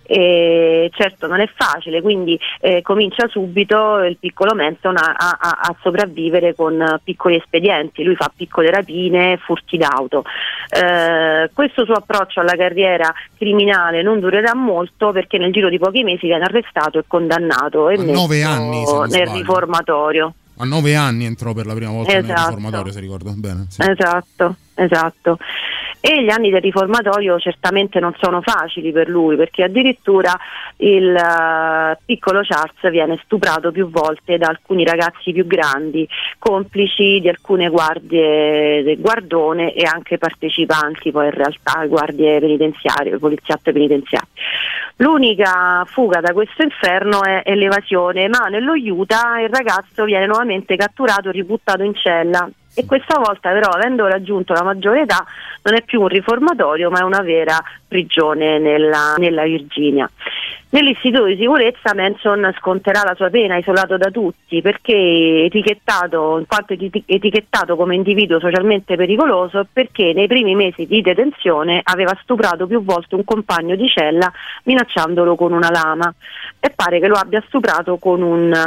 e certo non è facile, quindi comincia subito il piccolo Manson a sopravvivere con piccoli espedienti. Lui fa piccole rapine, furti d'auto. Questo suo approccio alla carriera criminale non durerà molto, perché nel giro di pochi mesi viene arrestato e condannato e 9 anni nel riformatorio. A 9 anni entrò per la prima volta nel riformatorio, se ricordo bene. Sì. Esatto. E gli anni del riformatorio certamente non sono facili per lui, perché addirittura il piccolo Charles viene stuprato più volte da alcuni ragazzi più grandi, complici di alcune guardie del guardone e anche partecipanti poi in realtà guardie penitenziarie, poliziatte penitenziarie. L'unica fuga da questo inferno è l'evasione, ma nello Utah il ragazzo viene nuovamente catturato e ributtato in cella. E questa volta però, avendo raggiunto la maggiore età, non è più un riformatorio ma è una vera prigione nella Virginia. Nell'istituto di sicurezza Manson sconterà la sua pena isolato da tutti, perché in quanto etichettato come individuo socialmente pericoloso, perché nei primi mesi di detenzione aveva stuprato più volte un compagno di cella minacciandolo con una lama, e pare che lo abbia stuprato con una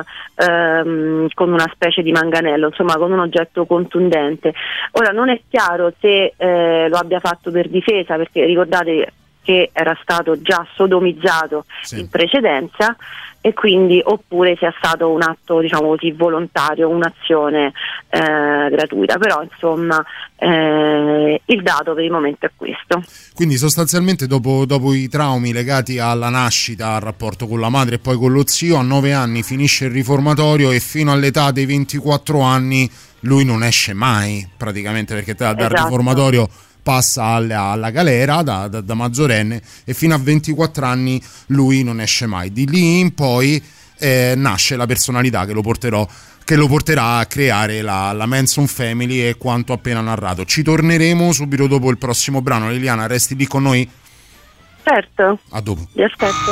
specie di manganello, insomma con un oggetto contundente. Ora non è chiaro se lo abbia fatto per difesa, perché ricordate perché era stato già sodomizzato in precedenza, e quindi oppure sia stato un atto, diciamo così, volontario, un'azione gratuita. Però insomma il dato per il momento è questo. Quindi sostanzialmente dopo i traumi legati alla nascita, al rapporto con la madre e poi con lo zio, a 9 anni finisce il riformatorio e fino all'età dei 24 anni lui non esce mai praticamente, perché dal riformatorio passa alla galera da maggiorenne, e fino a 24 anni lui non esce mai. Di lì in poi nasce la personalità che lo porterà a creare la Manson Family e quanto appena narrato. Ci torneremo subito dopo il prossimo brano. Liliana, resti lì con noi? Certo. A dopo. Vi aspetto.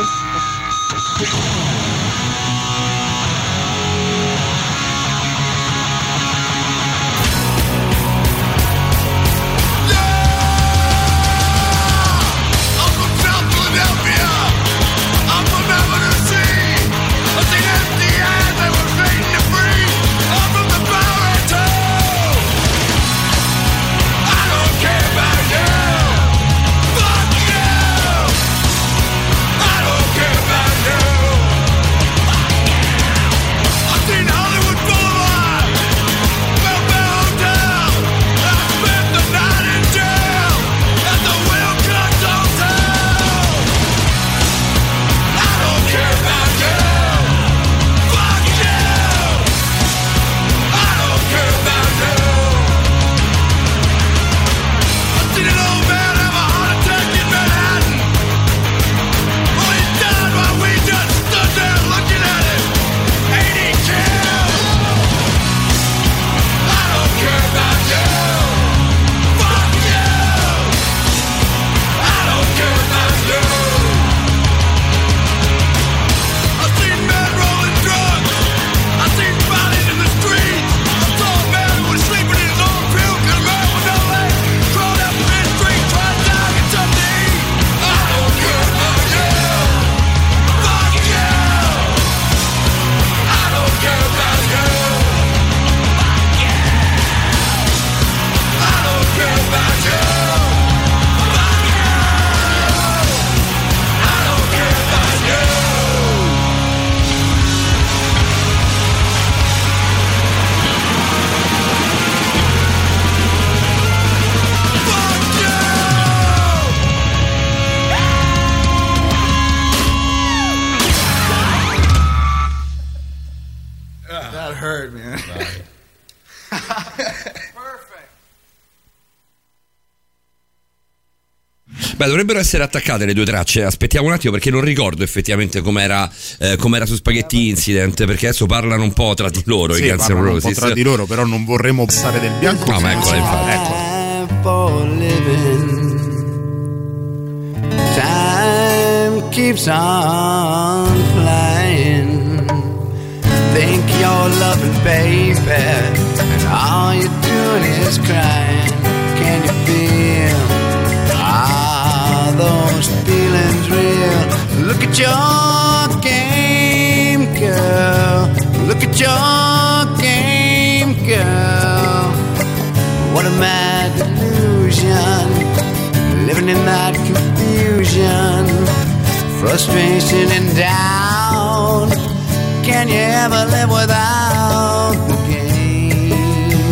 Beh, dovrebbero essere attaccate le due tracce. Aspettiamo un attimo, perché non ricordo effettivamente com'era su Spaghetti Incident, perché adesso parlano un po' tra di loro, i Guns N' Roses. Un po' tra di loro, però non vorremmo passare del bianco. No, ma eccola, infatti. Time keeps on flying. Think you're loving, baby, and all you're doing is crying. Can you feel those feelings real? Look at your game, girl. Look at your game, girl. What a mad delusion, living in that confusion, frustration and doubt. Can you ever live without the game?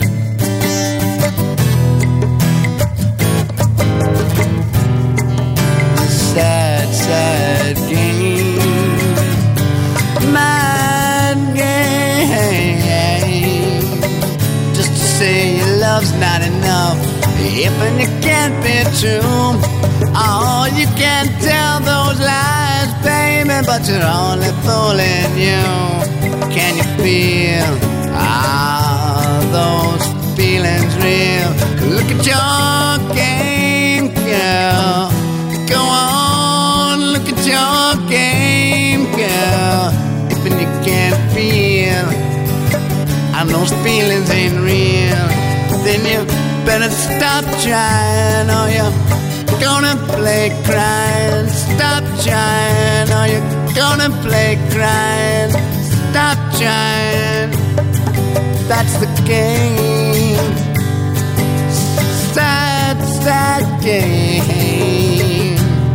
Sad, sad game, mad game. Just to say your love's not enough, if and it can't be true. Oh, you can't tell those lies, baby, but you're only fooling you. Can you feel those feelings real? Look at your game, girl. Go on, look at your game, girl. If and you can't feel, and those feelings ain't real, then you better stop trying, or you're gonna play crying. Stop trying, or you're gonna play crying. Stop trying, that's the game. Sad, sad game.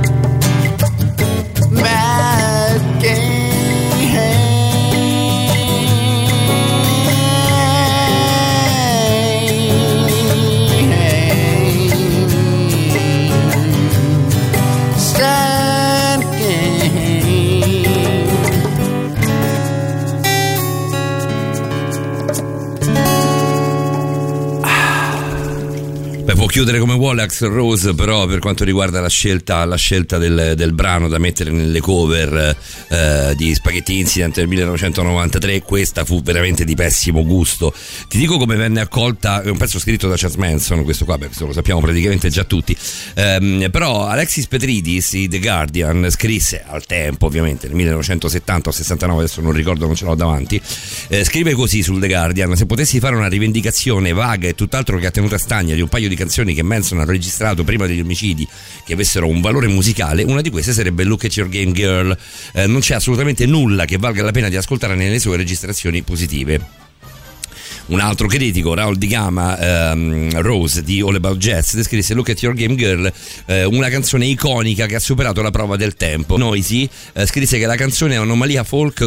può chiudere come vuole Axl Rose, però per quanto riguarda la scelta del brano da mettere nelle cover di Spaghetti Incident del 1993, questa fu veramente di pessimo gusto. Ti dico come venne accolta, è un pezzo scritto da Charles Manson, questo qua, questo lo sappiamo praticamente già tutti, però Alexis Petridis di The Guardian scrisse al tempo, ovviamente nel 1970 o 69, adesso non ricordo, non ce l'ho davanti, scrive così sul The Guardian: se potessi fare una rivendicazione vaga e tutt'altro che a tenuta stagna di un paio di canzoni che Manson ha registrato prima degli omicidi che avessero un valore musicale, una di queste sarebbe Look at Your Game Girl. Non c'è assolutamente nulla che valga la pena di ascoltare nelle sue registrazioni positive. Un altro critico, Raul Di Gama, Rose di All About Jazz, descrisse Look at Your Game Girl, una canzone iconica che ha superato la prova del tempo. Noisy scrisse che la canzone è un'anomalia folk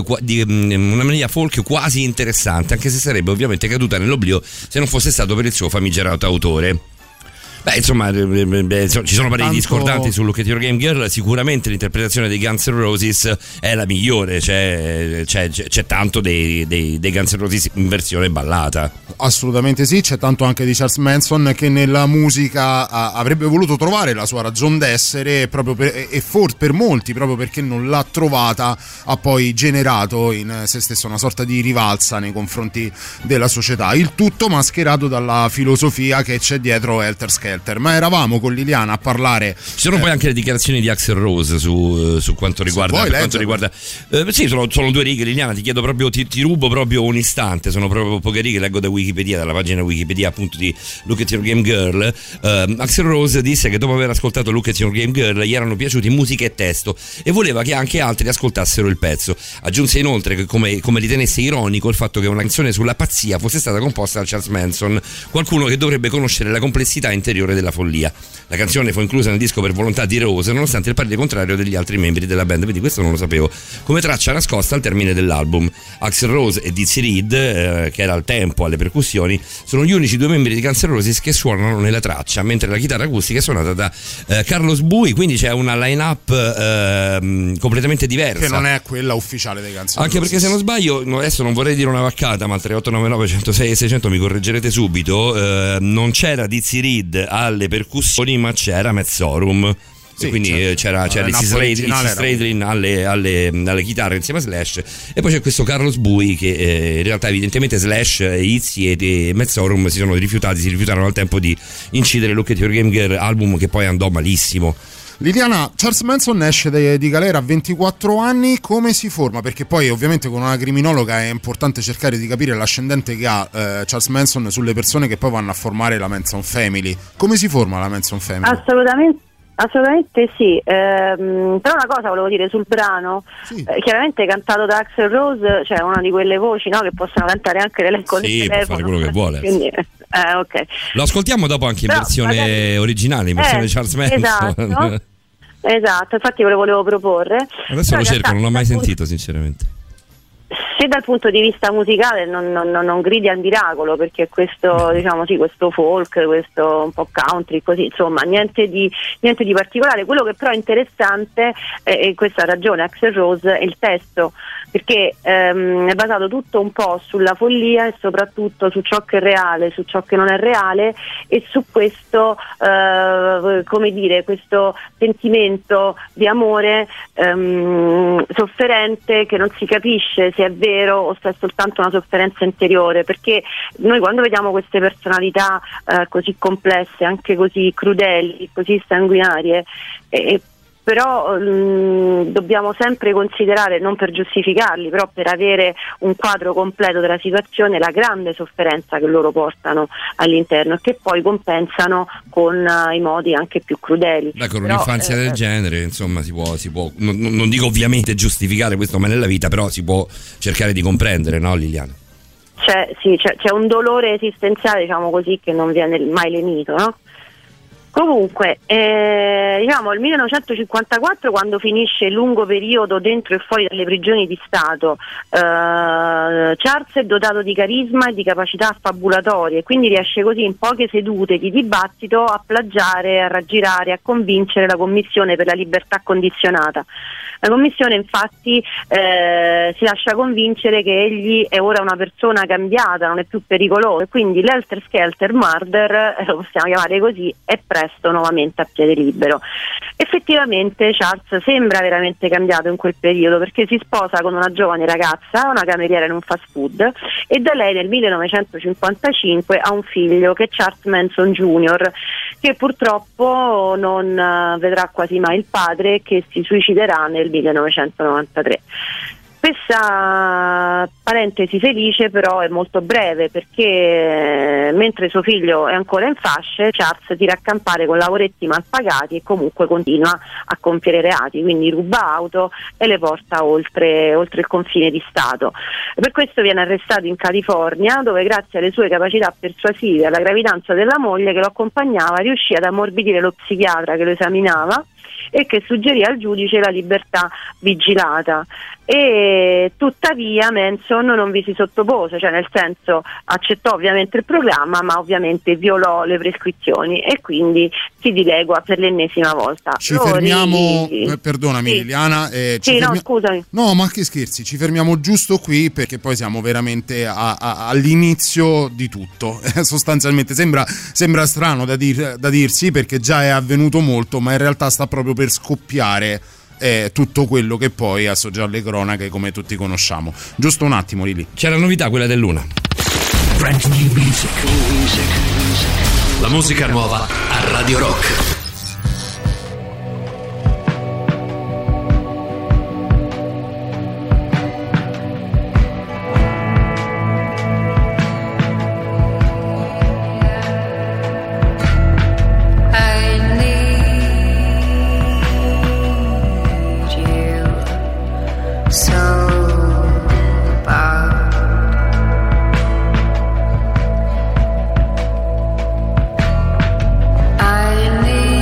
quasi interessante, anche se sarebbe ovviamente caduta nell'oblio se non fosse stato per il suo famigerato autore. Beh, insomma, ci sono pareri discordanti su Look at Your Game Girl. Sicuramente l'interpretazione dei Guns N' Roses è la migliore, c'è tanto dei Guns N' Roses in versione ballata. Assolutamente sì, c'è tanto anche di Charles Manson, che nella musica avrebbe voluto trovare la sua ragion d'essere, proprio per molti, proprio perché non l'ha trovata, ha poi generato in se stesso una sorta di rivalsa nei confronti della società, il tutto mascherato dalla filosofia che c'è dietro Helter Skelter. Ma eravamo con Liliana a parlare. Ci sono poi anche le dichiarazioni di Axl Rose su quanto riguarda. Sì, sono due righe. Liliana, ti chiedo proprio, ti rubo proprio un istante. Sono proprio poche righe, leggo da Wikipedia, dalla pagina Wikipedia appunto di Look at Your Game Girl. Axl Rose disse che dopo aver ascoltato Look at Your Game Girl gli erano piaciuti musica e testo e voleva che anche altri ascoltassero il pezzo. Aggiunse inoltre che come ritenesse ironico il fatto che una canzone sulla pazzia fosse stata composta da Charles Manson, qualcuno che dovrebbe conoscere la complessità interiore della follia. La canzone fu inclusa nel disco per volontà di Rose, nonostante il parere contrario degli altri membri della band. Vedi, questo non lo sapevo. Come traccia nascosta al termine dell'album, Axl Rose e Dizzy Reed, che era al tempo alle percussioni, sono gli unici due membri di Guns N' Roses che suonano nella traccia, mentre la chitarra acustica è suonata da Carlos Bui, quindi c'è una line-up completamente diversa. Che non è quella ufficiale dei Guns N' Roses. Anche perché, se non sbaglio, adesso non vorrei dire una vaccata, ma al 3899 106 e 600 mi correggerete subito, non c'era Dizzy Reed alle percussioni, ma c'era Metzorum. Sì, quindi c'era Izzy Stradlin alle chitarre insieme a Slash, e poi c'è questo Carlos Bui che in realtà evidentemente Slash, Izzy e Metzorum si rifiutarono al tempo di incidere Look at Your Game Girl, album che poi andò malissimo. Liliana, Charles Manson esce di galera a 24 anni, come si forma? Perché poi ovviamente con una criminologa è importante cercare di capire l'ascendente che ha Charles Manson sulle persone che poi vanno a formare la Manson Family. Come si forma la Manson Family? Assolutamente sì, però una cosa volevo dire sul brano, sì. Chiaramente cantato da Axl Rose, cioè una di quelle voci, no, che possono cantare anche l'elenco del telefono. Sì, può fare quello che vuole. Quindi, okay. Lo ascoltiamo dopo anche in versione originale, in versione Charles Manson. Esatto, infatti ve lo volevo proporre. Adesso lo cerco, non l'ho mai sentito sinceramente. Se dal punto di vista musicale non gridi al miracolo, perché questo, diciamo sì, questo folk, questo un po' country, così, insomma, niente di particolare. Quello che però è interessante, e questa ha ragione Axl Rose, è il testo, perché è basato tutto un po' sulla follia e soprattutto su ciò che è reale, su ciò che non è reale, e su questo come dire, questo sentimento di amore sofferente, che non si capisce se è vero o se è soltanto una sofferenza interiore, perché noi quando vediamo queste personalità così complesse, anche così crudeli, così sanguinarie, però dobbiamo sempre considerare, non per giustificarli, però per avere un quadro completo della situazione, la grande sofferenza che loro portano all'interno e che poi compensano con i modi anche più crudeli. Con un'infanzia del genere, insomma, si può non dico ovviamente giustificare questo, ma nella vita però si può cercare di comprendere, no, Liliana? C'è un dolore esistenziale, diciamo così, che non viene mai lenito, no? Comunque, diciamo il 1954, quando finisce il lungo periodo dentro e fuori dalle prigioni di Stato, Charles è dotato di carisma e di capacità affabulatorie, quindi riesce così in poche sedute di dibattito a plagiare, a raggirare, a convincere la Commissione per la libertà condizionata. La commissione infatti si lascia convincere che egli è ora una persona cambiata, non è più pericoloso, e quindi l'Helter Skelter Murder, lo possiamo chiamare così, è presto nuovamente a piede libero. Effettivamente Charles sembra veramente cambiato in quel periodo, perché si sposa con una giovane ragazza, una cameriera in un fast food, e da lei nel 1955 ha un figlio che è Charles Manson Jr., che purtroppo non vedrà quasi mai il padre, che si suiciderà nel 1993. Questa parentesi felice però è molto breve, perché mentre suo figlio è ancora in fasce, Charles tira a campare con lavoretti mal pagati e comunque continua a compiere reati, quindi ruba auto e le porta oltre il confine di Stato. Per questo viene arrestato in California, dove grazie alle sue capacità persuasive e alla gravidanza della moglie che lo accompagnava riuscì ad ammorbidire lo psichiatra che lo esaminava e che suggerì al giudice la libertà vigilata. E tuttavia Manson non vi si sottopose, cioè nel senso accettò ovviamente il programma, ma ovviamente violò le prescrizioni e quindi si dilegua per l'ennesima volta. Ci fermiamo, perdonami sì. Liliana, no, scusami. No, ma che scherzi, ci fermiamo giusto qui perché poi siamo veramente all'inizio di tutto. Sostanzialmente sembra strano da dirsi, perché già è avvenuto molto, ma in realtà sta proprio per scoppiare tutto quello che poi assoggia alle cronache, come tutti conosciamo. Giusto un attimo, Lili. C'è la novità, quella dell'una. Brand new music. La musica nuova a Radio Rock. I need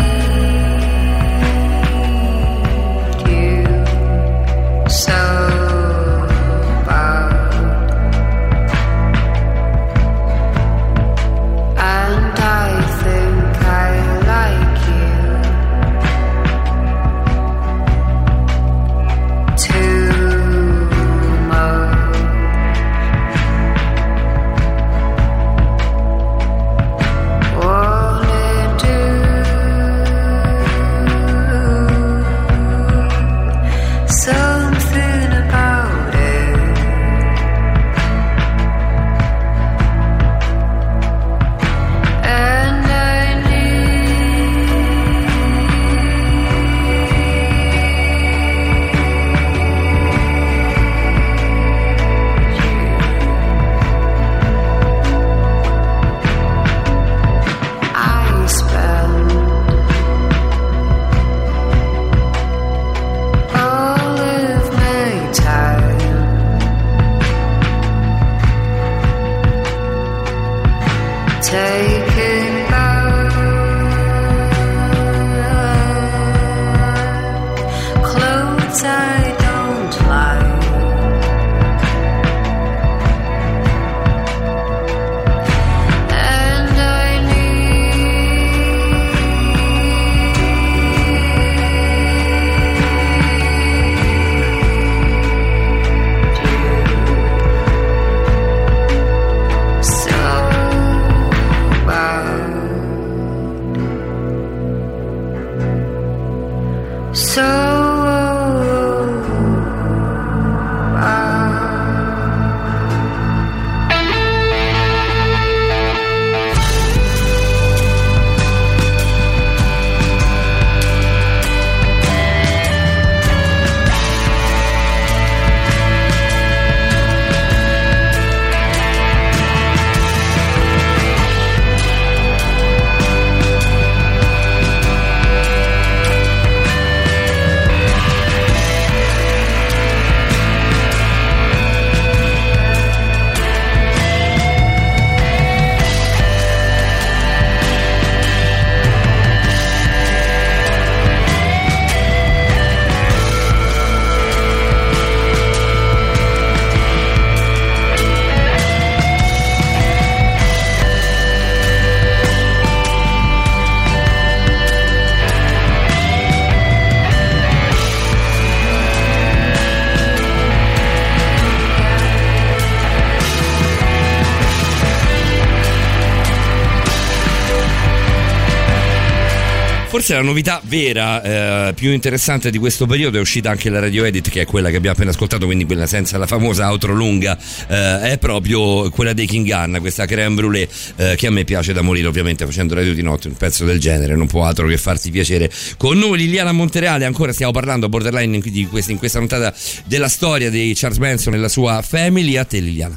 Forse la novità vera, più interessante di questo periodo, è uscita anche la radio edit, che è quella che abbiamo appena ascoltato, quindi quella senza la famosa outro lunga, è proprio quella dei King Gunn, questa crème brûlée, che a me piace da morire. Ovviamente facendo radio di notte un pezzo del genere non può altro che farti piacere. Con noi Liliana Montereale, ancora stiamo parlando a Borderline in questa puntata della storia di Charles Manson e la sua family. A te Liliana.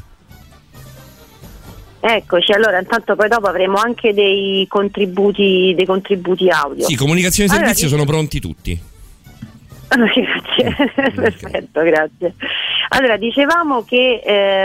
Eccoci, allora intanto poi dopo avremo anche dei contributi audio. Sì, comunicazione e servizio sono pronti tutti. Grazie, perfetto, grazie. Allora, dicevamo che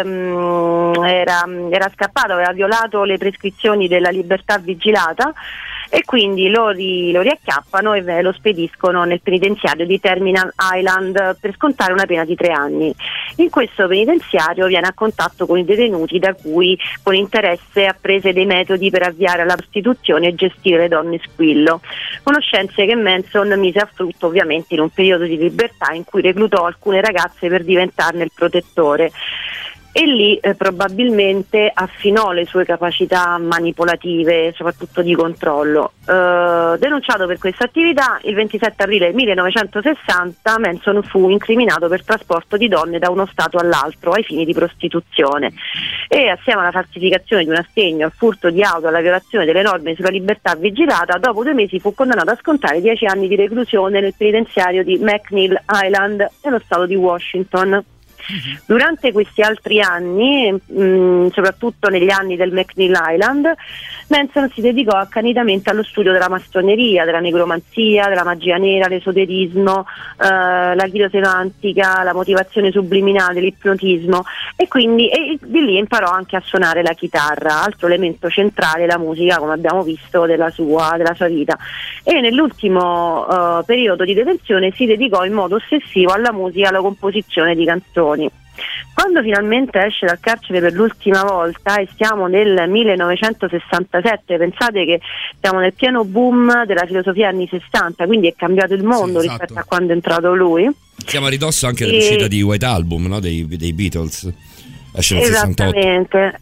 era scappato, aveva violato le prescrizioni della libertà vigilata e quindi lo riacchiappano e lo spediscono nel penitenziario di Terminal Island per scontare una pena di 3 anni. In questo penitenziario viene a contatto con i detenuti da cui con interesse apprese dei metodi per avviare alla prostituzione e gestire le donne squillo, conoscenze che Manson mise a frutto ovviamente in un periodo di libertà in cui reclutò alcune ragazze per diventarne il protettore. E lì probabilmente affinò le sue capacità manipolative, soprattutto di controllo. Denunciato per questa attività, il 27 aprile 1960 Manson fu incriminato per trasporto di donne da uno stato all'altro ai fini di prostituzione e assieme alla falsificazione di un assegno, al furto di auto, alla violazione delle norme sulla libertà vigilata, dopo 2 mesi fu condannato a scontare 10 anni di reclusione nel penitenziario di McNeil Island nello stato di Washington. Durante questi altri anni, soprattutto negli anni del McNeil Island, Manson si dedicò accanitamente allo studio della massoneria, della negromanzia, della magia nera, l'esoterismo, la chirosemantica, la motivazione subliminale, l'ipnotismo e quindi di lì imparò anche a suonare la chitarra, altro elemento centrale, la musica, come abbiamo visto, della sua vita. E nell'ultimo periodo di detenzione si dedicò in modo ossessivo alla musica e alla composizione di canzoni. Quando finalmente esce dal carcere per l'ultima volta, e siamo nel 1967, pensate che siamo nel pieno boom della filosofia anni 60, quindi è cambiato il mondo, sì, esatto, rispetto a quando è entrato lui. Siamo a ridosso anche dell'uscita di White Album, no? dei Beatles, esce nel 68. Esattamente.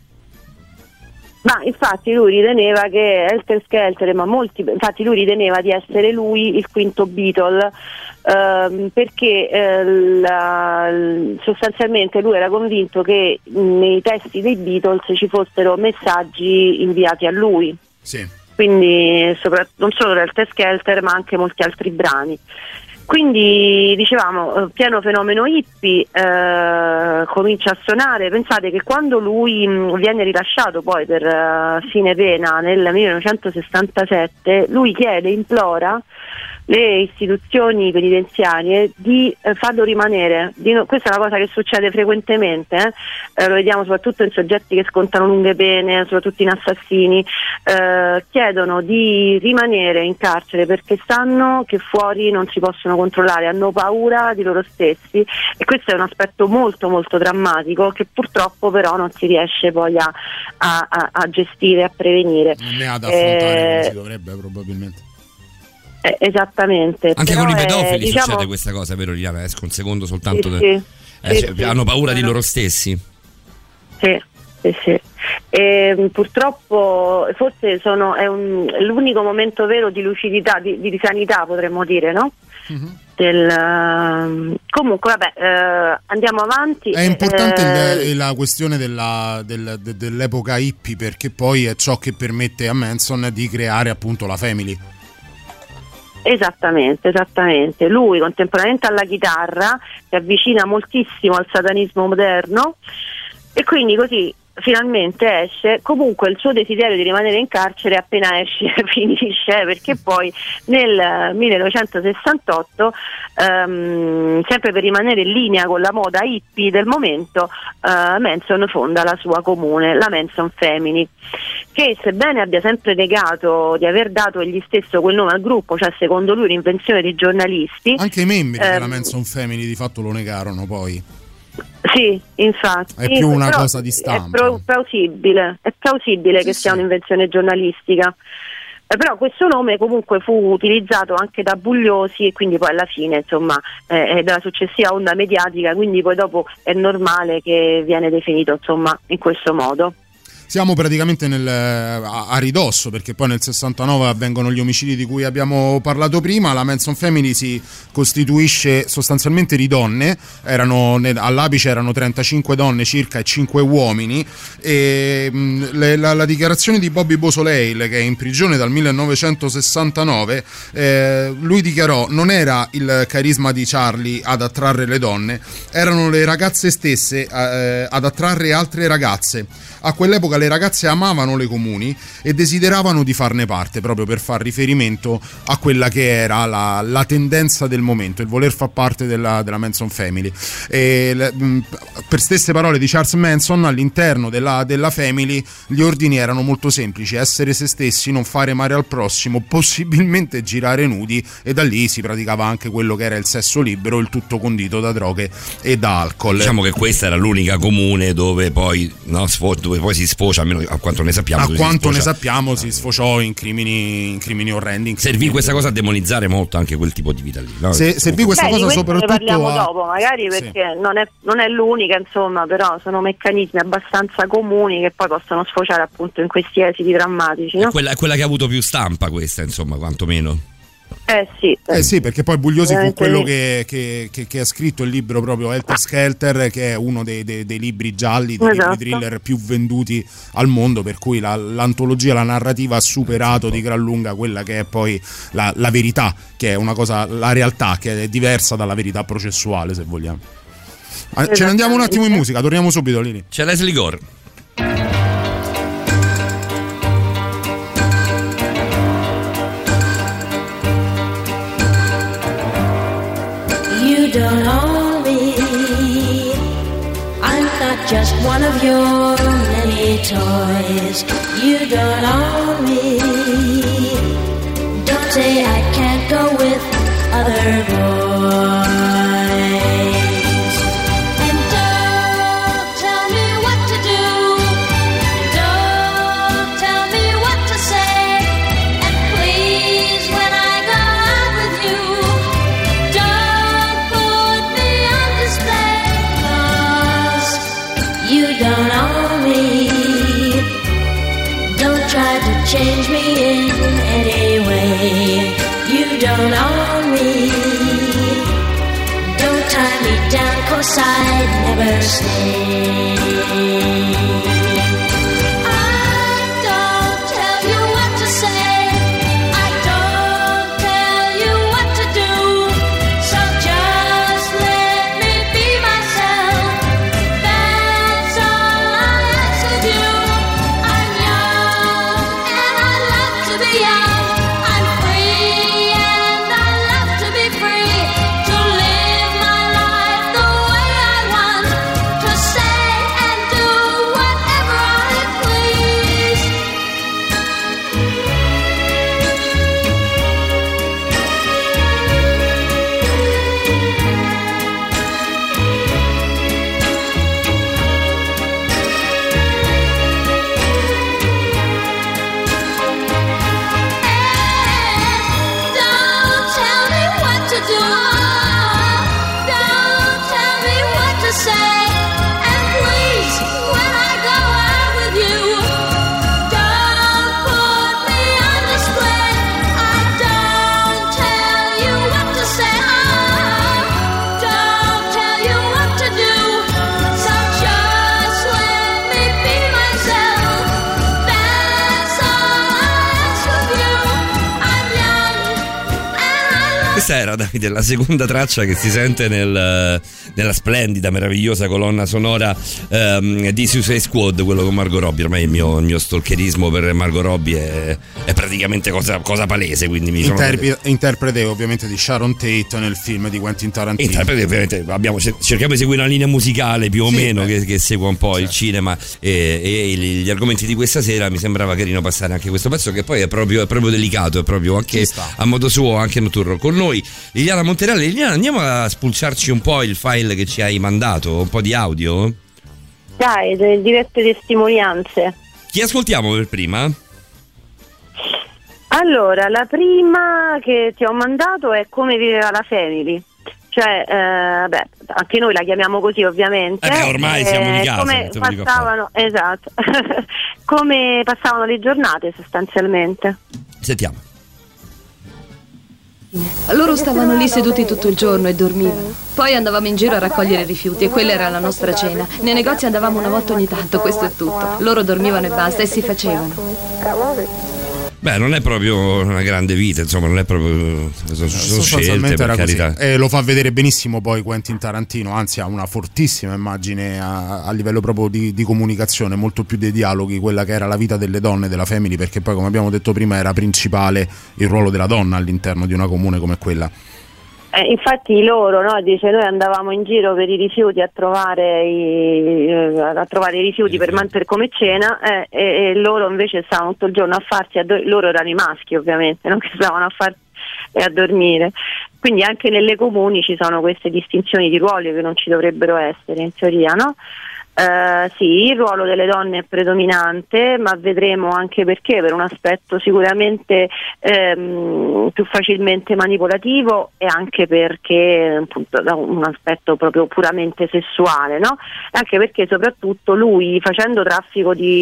Ma infatti lui riteneva che Helter Skelter, infatti lui riteneva di essere lui il quinto Beatle, perché sostanzialmente lui era convinto che nei testi dei Beatles ci fossero messaggi inviati a lui. Sì. Quindi non solo Helter Skelter ma anche molti altri brani. Quindi dicevamo, pieno fenomeno hippie, comincia a suonare. Pensate che quando lui viene rilasciato poi per fine pena nel 1967, lui implora le istituzioni penitenziarie di farlo rimanere. Questa è una cosa che succede frequentemente, lo vediamo soprattutto in soggetti che scontano lunghe pene, soprattutto in assassini, chiedono di rimanere in carcere perché sanno che fuori non si possono controllare, hanno paura di loro stessi, e questo è un aspetto molto molto drammatico che purtroppo però non si riesce poi a gestire, a prevenire. Non ne ha da affrontare come si dovrebbe probabilmente. Esattamente. Anche però con i pedofili succede questa cosa, vero Liliana? Esco un secondo soltanto. Sì. Hanno paura di loro stessi. Sì. E purtroppo forse è l'unico momento vero di lucidità, di sanità, potremmo dire, no? Mm-hmm. Comunque vabbè, andiamo avanti. È importante la questione dell'epoca hippie, perché poi è ciò che permette a Manson di creare appunto la family. Esattamente. Lui, contemporaneamente alla chitarra, si avvicina moltissimo al satanismo moderno e quindi così finalmente esce. Comunque il suo desiderio di rimanere in carcere appena esce finisce, perché poi nel 1968 sempre per rimanere in linea con la moda hippie del momento, Manson fonda la sua comune, la Manson Family, che sebbene abbia sempre negato di aver dato egli stesso quel nome al gruppo, cioè secondo lui un'invenzione di giornalisti, anche i membri della Manson Family di fatto lo negarono poi. Sì, infatti. È più una cosa di stampa. È plausibile che sia un'invenzione giornalistica. Però questo nome comunque fu utilizzato anche da Bugliosi e quindi poi alla fine, insomma, dalla successiva onda mediatica, quindi poi dopo è normale che viene definito, insomma, in questo modo. siamo praticamente a ridosso, perché poi nel 69 avvengono gli omicidi di cui abbiamo parlato prima. La Manson Family si costituisce sostanzialmente di donne, all'apice erano 35 donne circa e 5 uomini, e la dichiarazione di Bobby Beausoleil, che è in prigione dal 1969, lui dichiarò: non era il carisma di Charlie ad attrarre le donne, erano le ragazze stesse ad attrarre altre ragazze. A quell'epoca le ragazze amavano le comuni e desideravano di farne parte, proprio per far riferimento a quella che era la tendenza del momento, il voler far parte della Manson Family. Per stesse parole di Charles Manson, all'interno della Family gli ordini erano molto semplici: essere se stessi, non fare male al prossimo, possibilmente girare nudi, e da lì si praticava anche quello che era il sesso libero, il tutto condito da droghe e da alcol. Diciamo che questa era l'unica comune dove poi si sfocia, almeno a quanto ne sappiamo, si sfociò in crimini orrendi. Servì questa cosa a demonizzare molto anche quel tipo di vita lì, no? Servì questa cosa soprattutto. Ne parliamo dopo, magari, perché non è l'unica, insomma, però sono meccanismi abbastanza comuni che poi possono sfociare appunto in questi esiti drammatici, no? È quella che ha avuto più stampa, questa, insomma, quantomeno. Sì, perché poi Bugliosi fu quello che ha scritto il libro proprio Helter Skelter, che è uno dei libri gialli, dei libri thriller più venduti al mondo, per cui l'antologia, la narrativa ha superato di gran lunga quella che è poi la verità, che è una cosa, la realtà che è diversa dalla verità processuale, se vogliamo. Ce ne andiamo un attimo in musica, torniamo subito, Lili. C'è Leslie Gore. You don't own me. I'm not just one of your many toys. You don't own me. Don't say I can't go with other boys. And don't tell me what to do. Don't tell me what to say. And please, when I go out with you, you don't own me. Don't try to change me in any way. You don't own me. Don't tie me down, 'cause I'd never stay. I don't tell you what to say. I don't tell you what to do. So just let me be myself. That's all I ask of you. I'm young and I love to be young. I'm free and I love to be free. To live my life the way I want. To say and do whatever I please. Don't tell me what to do. Don't tell me what to say. And please, when I go out with you, don't put me on display. I don't tell you what to say. Don't tell you what to do. So just let me be myself. That's all I ask of you. I'm young and I love. Questa era, Davide, la seconda traccia che si sente nella splendida, meravigliosa colonna sonora di Suicide Squad, quello con Margot Robbie. Ormai il mio stalkerismo per Margot Robbie è praticamente cosa palese, quindi mi sono... Interprete ovviamente di Sharon Tate nel film di Quentin Tarantino. Interprete, ovviamente cerchiamo di seguire una linea musicale più o meno che segua un po' il cinema e gli argomenti di questa sera. Mi sembrava carino passare anche questo pezzo, che poi è proprio delicato, è proprio anche a modo suo, anche notturno. Con noi Liliana Monterale. Liliana, andiamo a spulciarci un po' il file che ci hai mandato, un po' di audio? Dai, delle diverse testimonianze. Chi ascoltiamo per prima? Allora, la prima che ti ho mandato è Come viveva la Family. Cioè, anche noi la chiamiamo così, ovviamente. Ormai siamo di casa. Come passavano, esatto. come passavano le giornate sostanzialmente. Sentiamo. Loro stavano lì seduti tutto il giorno e dormivano. Poi andavamo in giro a raccogliere rifiuti e quella era la nostra cena. Nei negozi andavamo una volta ogni tanto, questo è tutto. Loro dormivano e basta, e si facevano. Beh, non è proprio una grande vita, insomma, non è proprio. Sono scelte, per carità. E lo fa vedere benissimo poi Quentin Tarantino, anzi ha una fortissima immagine a livello proprio di comunicazione, molto più dei dialoghi, quella che era la vita delle donne, della family, perché poi, come abbiamo detto prima, era principale il ruolo della donna all'interno di una comune come quella. Infatti loro, no, dice, noi andavamo in giro per i rifiuti a trovare i rifiuti per come cena, e loro invece stavano tutto il giorno a farsi loro erano i maschi, ovviamente, no, che stavano a farsi e a dormire. Quindi anche nelle comuni ci sono queste distinzioni di ruoli che non ci dovrebbero essere in teoria, no? Sì, il ruolo delle donne è predominante, ma vedremo anche perché, per un aspetto sicuramente più facilmente manipolativo, e anche perché appunto da un aspetto proprio puramente sessuale, no? Anche perché soprattutto lui, facendo traffico di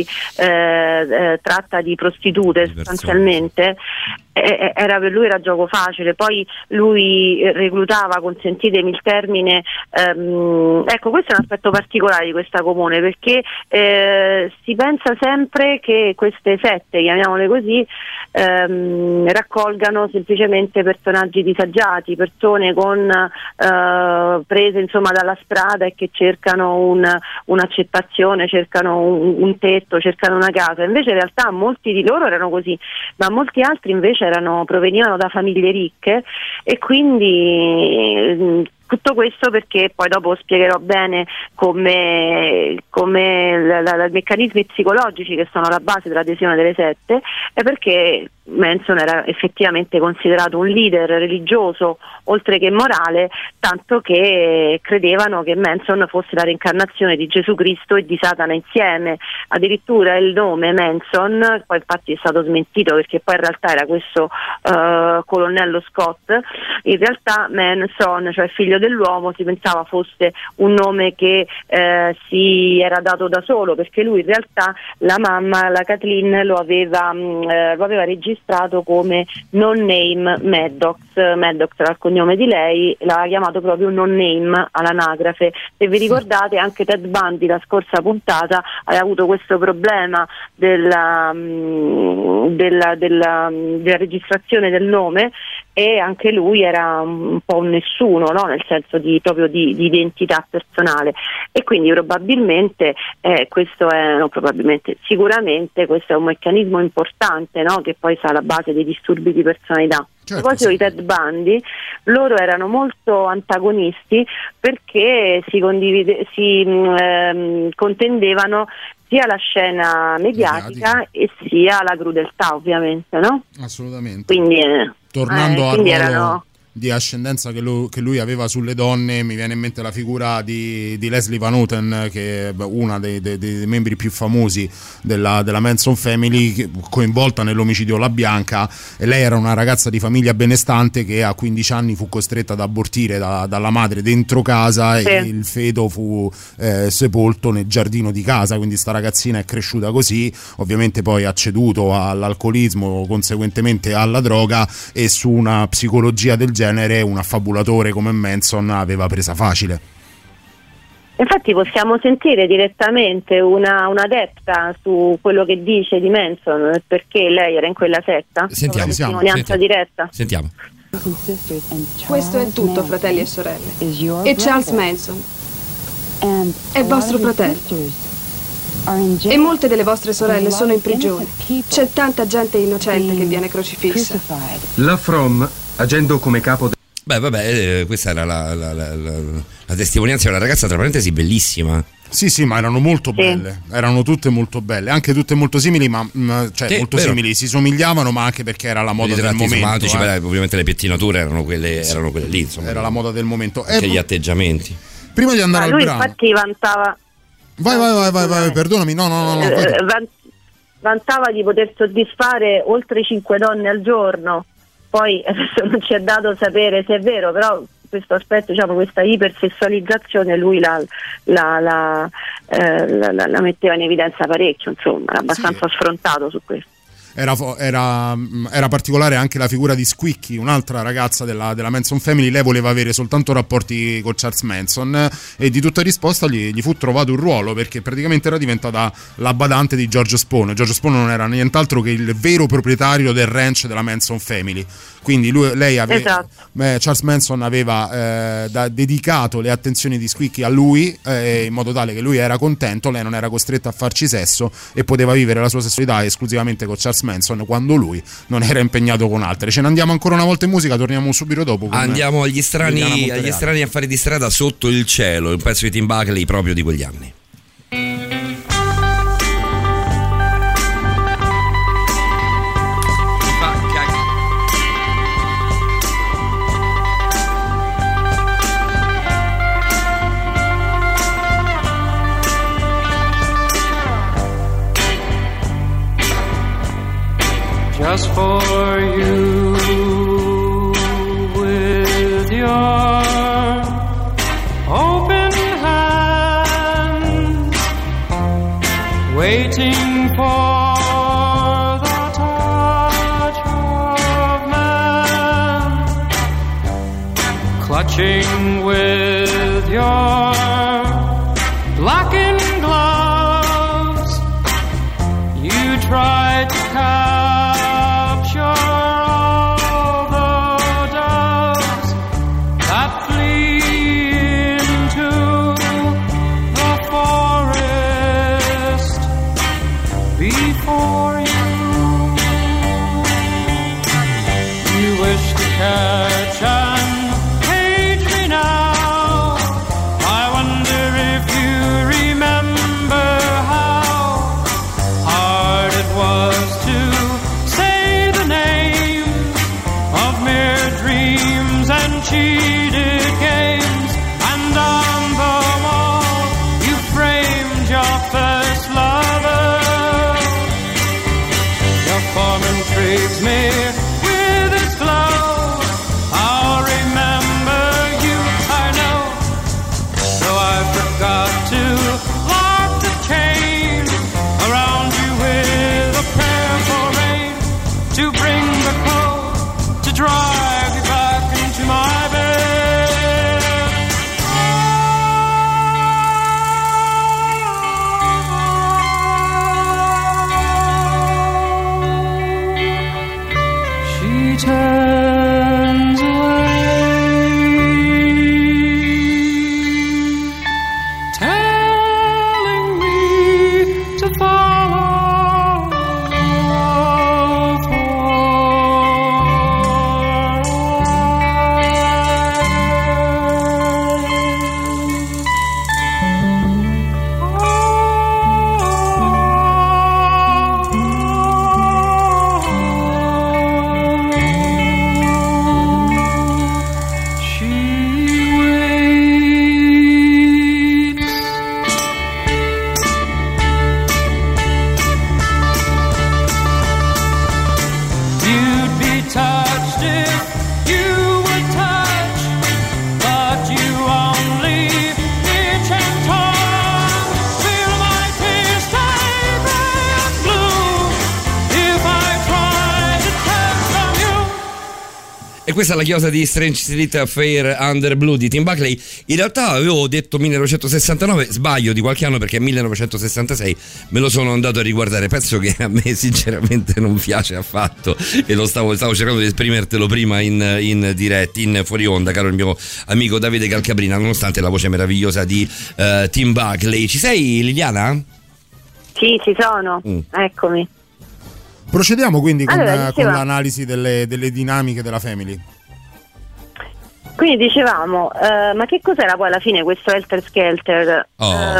tratta di prostitute sostanzialmente, era per lui era gioco facile. Poi lui reclutava, consentitemi il termine, ecco, questo è un aspetto particolare di questa comune, perché si pensa sempre che queste sette, chiamiamole così, raccolgano semplicemente personaggi disagiati, persone con prese insomma dalla strada e che cercano un'accettazione, cercano un tetto, cercano una casa. Invece in realtà molti di loro erano così, ma molti altri invece provenivano da famiglie ricche, e quindi tutto questo perché poi dopo spiegherò bene come i meccanismi psicologici che sono la base dell'adesione delle sette, è perché Manson era effettivamente considerato un leader religioso oltre che morale, tanto che credevano che Manson fosse la reincarnazione di Gesù Cristo e di Satana insieme. Addirittura il nome Manson, poi infatti è stato smentito perché poi in realtà era questo colonnello Scott, in realtà Manson, cioè figlio dell'uomo, si pensava fosse un nome che si era dato da solo, perché lui in realtà la mamma, la Kathleen, lo aveva registrato come non name Maddox era il cognome di lei, l'aveva chiamato proprio non name all'anagrafe. Se vi ricordate, anche Ted Bundy la scorsa puntata aveva avuto questo problema della registrazione del nome, e anche lui era un po' un nessuno, no? Nel senso proprio di identità personale, e quindi probabilmente sicuramente questo è un meccanismo importante, no? Che poi sta alla base dei disturbi di personalità. A proposito di Ted Bundy, loro erano molto antagonisti perché si contendevano sia la scena mediatica e sia la crudeltà, ovviamente, no? Assolutamente. Quindi tornando al ruolo di ascendenza che lui aveva sulle donne, mi viene in mente la figura di Leslie Van Houten, che è una dei membri più famosi della Manson Family, coinvolta nell'omicidio La Bianca, e lei era una ragazza di famiglia benestante che a 15 anni fu costretta ad abortire dalla madre dentro casa, e il feto fu sepolto nel giardino di casa. Quindi sta ragazzina è cresciuta così, ovviamente poi ha ceduto all'alcolismo, conseguentemente alla droga, e su una psicologia del genere un affabulatore come Manson aveva presa facile. Infatti possiamo sentire direttamente un'adepta su quello che dice di Manson, perché lei era in quella setta. Sentiamo. Diretta. Sentiamo. Questo è tutto, fratelli e sorelle. E Charles Manson è vostro fratello. E molte delle vostre sorelle sono in prigione. C'è tanta gente innocente che viene crocifissa. La From, agendo come capo questa era la testimonianza di una ragazza, tra parentesi, bellissima. Sì, ma erano molto belle, erano tutte molto belle, anche tutte molto simili, molto simili, si somigliavano, ma anche perché era la moda del momento. Ovviamente le pettinature erano quelle lì, insomma. Era la moda del momento. Anche gli atteggiamenti. Prima di andare al lui brano. Infatti vantava. Vai, perdonami, no. Vantava di poter soddisfare oltre 5 donne al giorno. Poi adesso non ci è dato sapere se è vero, però questo aspetto, diciamo, questa ipersessualizzazione lui la metteva in evidenza parecchio, insomma, era abbastanza sfrontato su questo. Era particolare anche la figura di Squeaky, un'altra ragazza della Manson Family. Lei voleva avere soltanto rapporti con Charles Manson e di tutta risposta gli fu trovato un ruolo, perché praticamente era diventata la badante di George Spone. George Spone non era nient'altro che il vero proprietario del ranch della Manson Family, quindi Charles Manson aveva dedicato le attenzioni di Squeaky a lui, in modo tale che lui era contento, lei non era costretta a farci sesso e poteva vivere la sua sessualità esclusivamente con Charles Manson, quando lui non era impegnato con altre. Ce ne andiamo ancora una volta in musica, torniamo subito dopo. Andiamo agli strani affari di strada, Sotto il cielo, un pezzo di Tim Buckley proprio di quegli anni. Just for you, with your open hands, waiting for the touch of man, clutching with your blackened gloves, you tried to capture all the doves that flee into the forest before you. You wish to catch and cage me now. I wonder if you remember how hard it was to say the names of mere dreams and cheated games, and on the wall you framed your first lover. Your form intrigues me with its glow. I'll remember you, I know, though I forgot to lock the chain around you with a prayer for rain, to bring the cold, to drive you back into my bed. She turns away, telling me to follow for you'd be touched if you would touch, but you only itch and torn. Feel my tears stay red blue if I try to take from you. E questa è la chiosa di Strange Street Affair Under Blue di Tim Buckley. In realtà avevo detto 1969, sbaglio di qualche anno, perché 1966 me lo sono andato a riguardare, pezzo che a me sinceramente non piace affatto, e lo stavo cercando di esprimertelo prima in diretta, in fuori onda, caro il mio amico Davide Calcabrina, nonostante la voce meravigliosa di Tim Buckley. Ci sei, Liliana? Sì, ci sono, eccomi. Procediamo quindi con, Allora, con l'analisi delle dinamiche della Family. Quindi dicevamo, ma che cos'era poi alla fine questo Helter Skelter?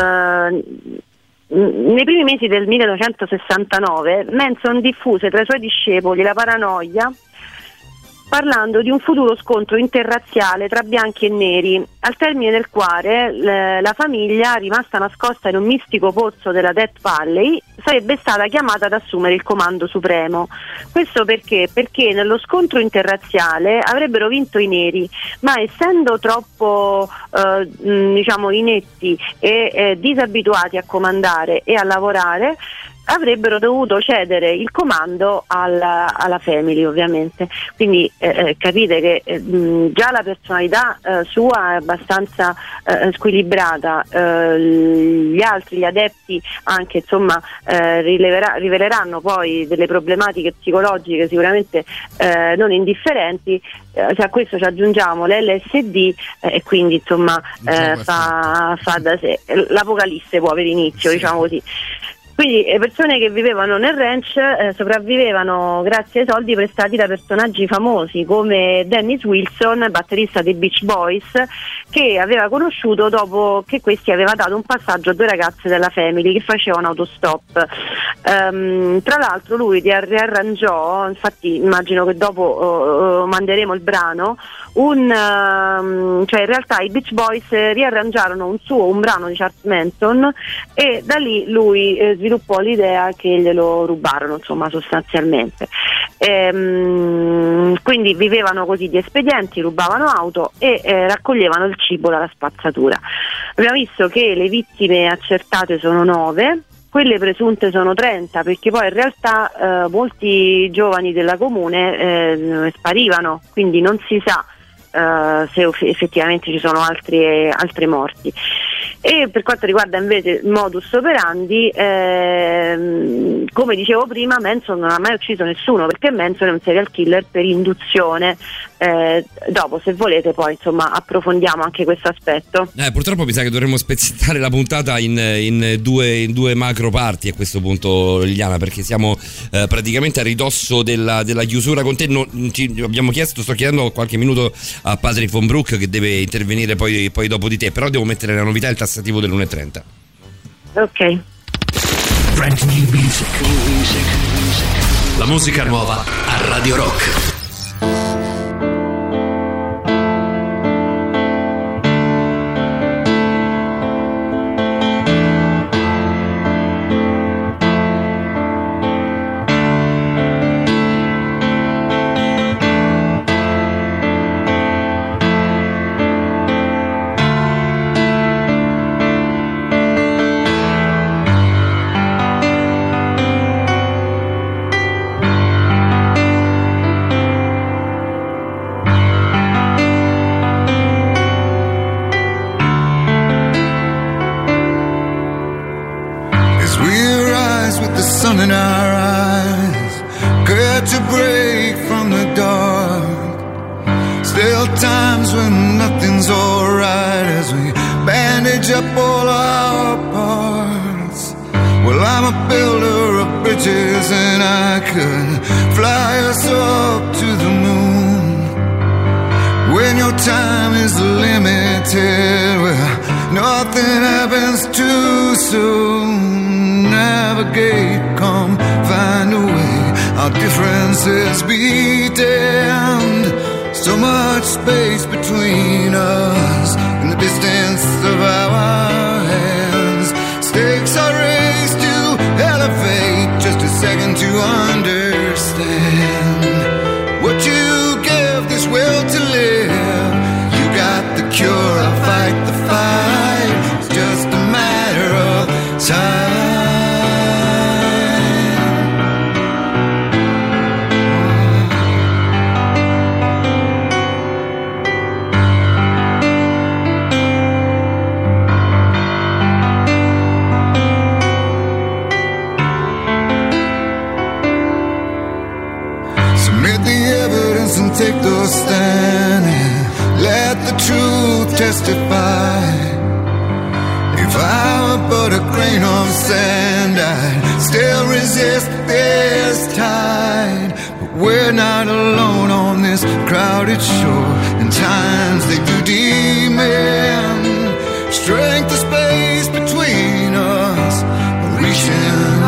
Nei primi mesi del 1969 Manson diffuse tra i suoi discepoli la paranoia parlando di un futuro scontro interrazziale tra bianchi e neri, al termine del quale la famiglia, rimasta nascosta in un mistico pozzo della Death Valley, sarebbe stata chiamata ad assumere il comando supremo. Questo perché? Perché nello scontro interrazziale avrebbero vinto i neri, ma essendo troppo diciamo inetti e disabituati a comandare e a lavorare, avrebbero dovuto cedere il comando alla family, ovviamente. Quindi capite che già la personalità sua è abbastanza squilibrata, gli altri, gli adepti anche, insomma, riveleranno poi delle problematiche psicologiche sicuramente non indifferenti. Se a questo ci aggiungiamo l'LSD e quindi insomma fa da sé l'apocalisse poi per inizio, diciamo così. Quindi le persone che vivevano nel ranch sopravvivevano grazie ai soldi prestati da personaggi famosi come Dennis Wilson, batterista dei Beach Boys, che aveva conosciuto dopo che questi aveva dato un passaggio a due ragazze della family che facevano autostop. Tra l'altro lui riarrangiò, infatti immagino che dopo manderemo il brano, cioè in realtà i Beach Boys riarrangiarono un brano di Charles Manson e da lì lui sviluppò l'idea che glielo rubarono, insomma, sostanzialmente. Quindi vivevano così di espedienti, rubavano auto e raccoglievano il cibo dalla spazzatura. Abbiamo visto che le vittime accertate sono 9, quelle presunte sono 30, perché poi in realtà molti giovani della comune sparivano, quindi non si sa se effettivamente ci sono altre morti. E per quanto riguarda invece il modus operandi, come dicevo prima, Manson non ha mai ucciso nessuno, perché Manson è un serial killer per induzione. Dopo, se volete, poi insomma approfondiamo anche questo aspetto. Purtroppo mi sa che dovremmo spezzettare la puntata in due macro parti a questo punto, Liliana, perché siamo praticamente a ridosso della chiusura con te. Sto chiedendo qualche minuto a Patrick Von Broek, che deve intervenire poi dopo di te, però devo mettere la novità e il tassativo dell'1.30. Ok. Brand new music. La musica nuova a Radio Rock.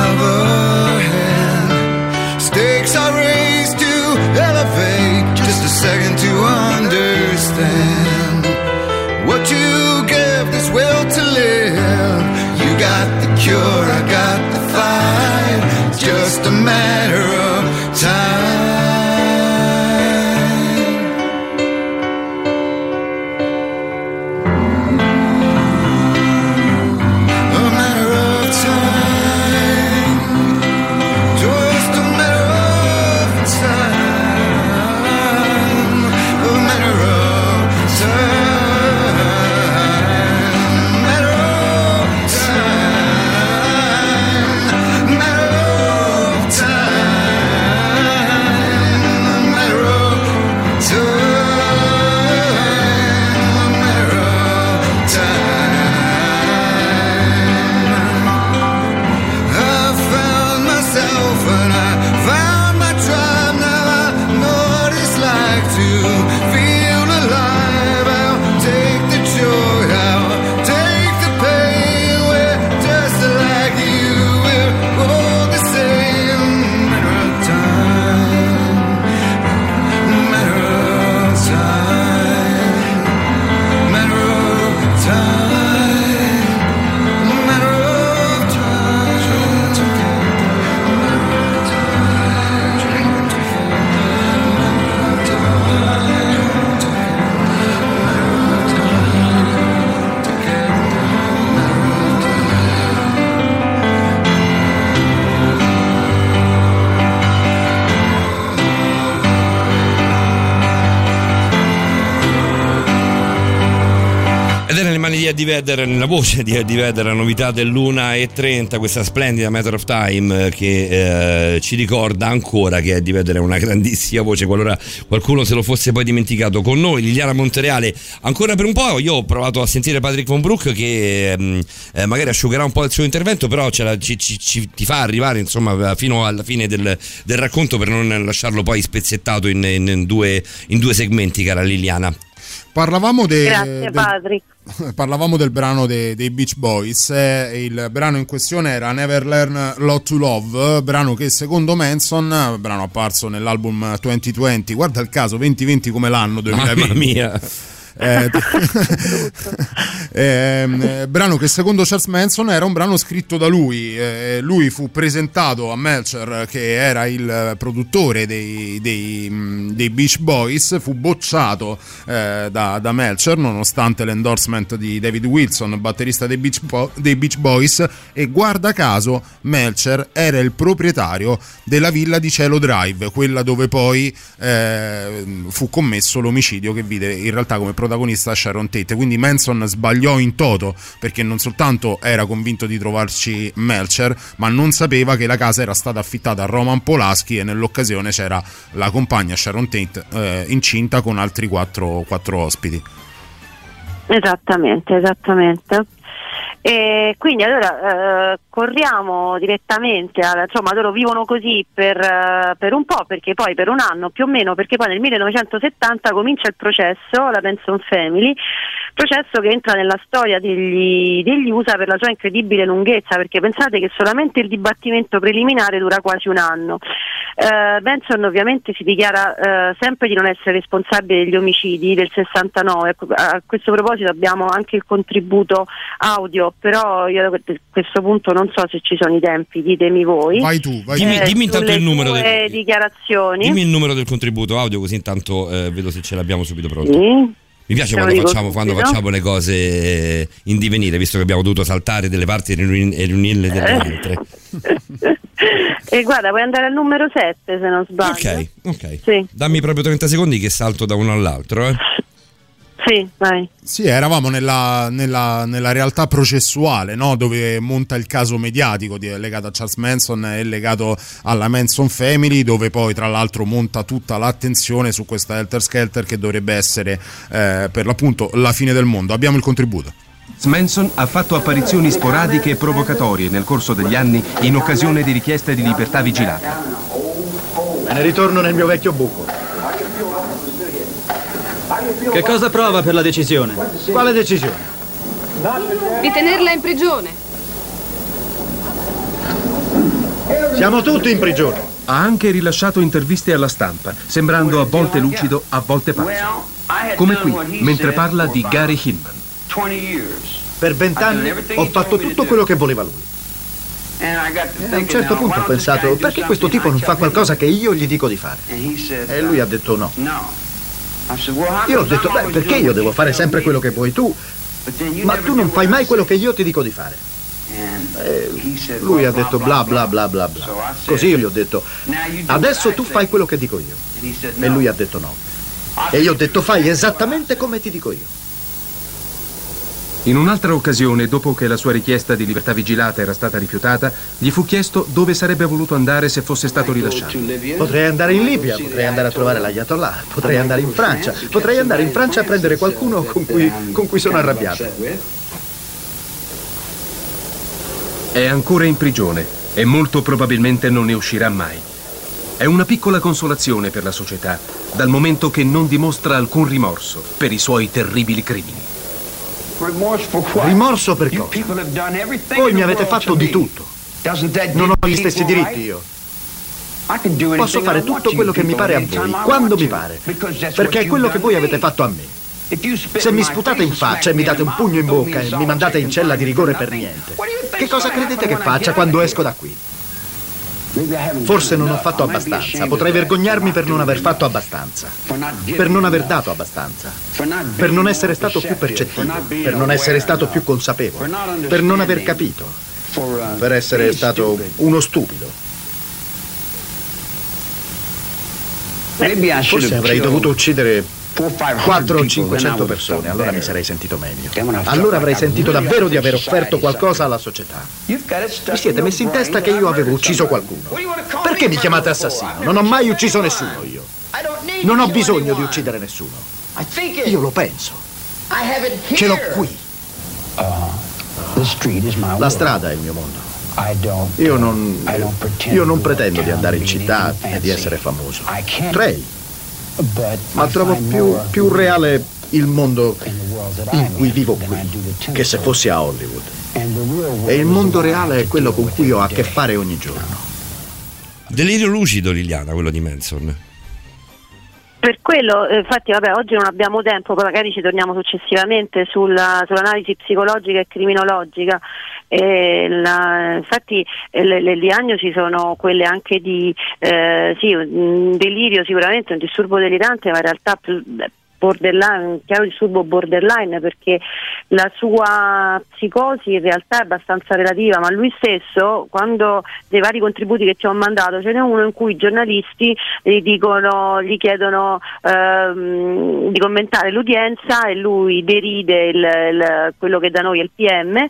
Stakes are raised to elevate just a cure, I got the fight. It's just a matter of time. di Eddie Vedder, nella voce di Eddie Vedder, la novità dell'1:30, questa splendida Matter of Time che ci ricorda ancora che Eddie Vedder è una grandissima voce, qualora qualcuno se lo fosse poi dimenticato. Con noi Liliana Montereale ancora per un po'. Io ho provato a sentire Patrick Von Broek che magari asciugherà un po' il suo intervento, però ti fa arrivare insomma fino alla fine del racconto, per non lasciarlo poi spezzettato in due segmenti, cara Liliana. Grazie Patrick. Parlavamo del brano dei Beach Boys. Il brano in questione era Never Learn Lot to Love, brano che secondo Manson, brano apparso nell'album 2020, guarda il caso 2020 come l'anno 2020. Mamma mia. Brano che secondo Charles Manson era un brano scritto da lui. Lui fu presentato a Melcher, che era il produttore dei Beach Boys, fu bocciato da Melcher nonostante l'endorsement di David Wilson, batterista dei Beach Boys, e guarda caso Melcher era il proprietario della villa di Cielo Drive, quella dove poi fu commesso l'omicidio che vide in realtà come protagonista Sharon Tate. Quindi Manson sbagliò in toto, perché non soltanto era convinto di trovarci Melcher, ma non sapeva che la casa era stata affittata a Roman Polanski e nell'occasione c'era la compagna Sharon Tate incinta con altri quattro ospiti. Esattamente. E quindi allora corriamo direttamente insomma loro vivono così per un po', perché poi per un anno più o meno, perché poi nel 1970 comincia il processo, la Manson Family, processo che entra nella storia degli USA per la sua incredibile lunghezza, perché pensate che solamente il dibattimento preliminare dura quasi un anno. Manson ovviamente si dichiara sempre di non essere responsabile degli omicidi del 69. A questo proposito abbiamo anche il contributo audio, però io a questo punto non so se ci sono i tempi, ditemi voi. Vai tu. Dimmi intanto il numero delle dichiarazioni. Dimmi il numero del contributo audio, così intanto vedo se ce l'abbiamo subito pronto. Sì. Mi piace quando facciamo le cose in divenire, visto che abbiamo dovuto saltare delle parti e riunirle delle altre. E guarda, puoi andare al numero 7 se non sbaglio. Ok. Sì. Dammi proprio 30 secondi che salto da uno all'altro. Sì, vai. Sì, eravamo nella realtà processuale, no? Dove monta il caso mediatico legato a Charles Manson e legato alla Manson Family, dove poi tra l'altro monta tutta l'attenzione su questa Helter Skelter che dovrebbe essere per l'appunto la fine del mondo. Abbiamo il contributo. Manson ha fatto apparizioni sporadiche e provocatorie nel corso degli anni in occasione di richieste di libertà vigilata. Me ne ritorno nel mio vecchio buco. Che cosa prova per la decisione? Quale decisione? Di tenerla in prigione. Siamo tutti in prigione. Ha anche rilasciato interviste alla stampa, sembrando a volte lucido, a volte pazzo. Come qui, mentre parla di Gary Hillman. Per 20 anni ho fatto tutto quello che voleva lui. A un certo punto ho pensato, perché questo tipo non fa qualcosa che io gli dico di fare? E lui ha detto no. Io ho detto, beh, perché io devo fare sempre quello che vuoi tu? Ma tu non fai mai quello che io ti dico di fare. E lui ha detto bla bla bla bla bla. Così io gli ho detto, adesso tu fai quello che dico io. E lui ha detto no. E io ho detto, fai esattamente come ti dico io. In un'altra occasione, dopo che la sua richiesta di libertà vigilata era stata rifiutata, gli fu chiesto dove sarebbe voluto andare se fosse stato rilasciato. Potrei andare in Libia, potrei andare a trovare l'Ayatollah, potrei andare in Francia, potrei andare in Francia a prendere qualcuno con cui sono arrabbiato. È ancora in prigione e molto probabilmente non ne uscirà mai. È una piccola consolazione per la società, dal momento che non dimostra alcun rimorso per i suoi terribili crimini. Rimorso per cosa? Voi mi avete fatto di tutto. Non ho gli stessi diritti io. Posso fare tutto quello che mi pare a voi, quando mi pare, perché è quello che voi avete fatto a me. Se mi sputate in faccia e mi date un pugno in bocca e mi mandate in cella di rigore per niente, che cosa credete che faccia quando esco da qui? Forse non ho fatto abbastanza, potrei vergognarmi per non aver fatto abbastanza, per non aver dato abbastanza, per non essere stato più percettivo, per non essere stato più consapevole, per non aver capito, per essere stato uno stupido. Forse avrei dovuto uccidere 400 o 500 persone, allora mi sarei sentito meglio. Allora avrei sentito davvero di aver offerto qualcosa alla società. Vi siete messi in testa che io avevo ucciso qualcuno. Perché mi chiamate assassino? Non ho mai ucciso nessuno io. Non ho bisogno di uccidere nessuno. Io lo penso. Ce l'ho qui. La strada è il mio mondo. Io non pretendo di andare in città e di essere famoso. Potrei. Ma trovo più reale il mondo in cui vivo qui che se fossi a Hollywood. E il mondo reale è quello con cui ho a che fare ogni giorno. Delirio lucido, Liliana, quello di Manson. Per quello, infatti, vabbè, oggi non abbiamo tempo, poi magari ci torniamo successivamente sull'analisi psicologica e criminologica. Infatti le diagnosi sono quelle anche di un delirio, sicuramente un disturbo delirante, ma in realtà più borderline, un chiaro disturbo borderline, perché la sua psicosi in realtà è abbastanza relativa, ma lui stesso, quando dei vari contributi che ci ho mandato, ce n'è uno in cui i giornalisti gli chiedono di commentare l'udienza e lui deride quello che da noi è il PM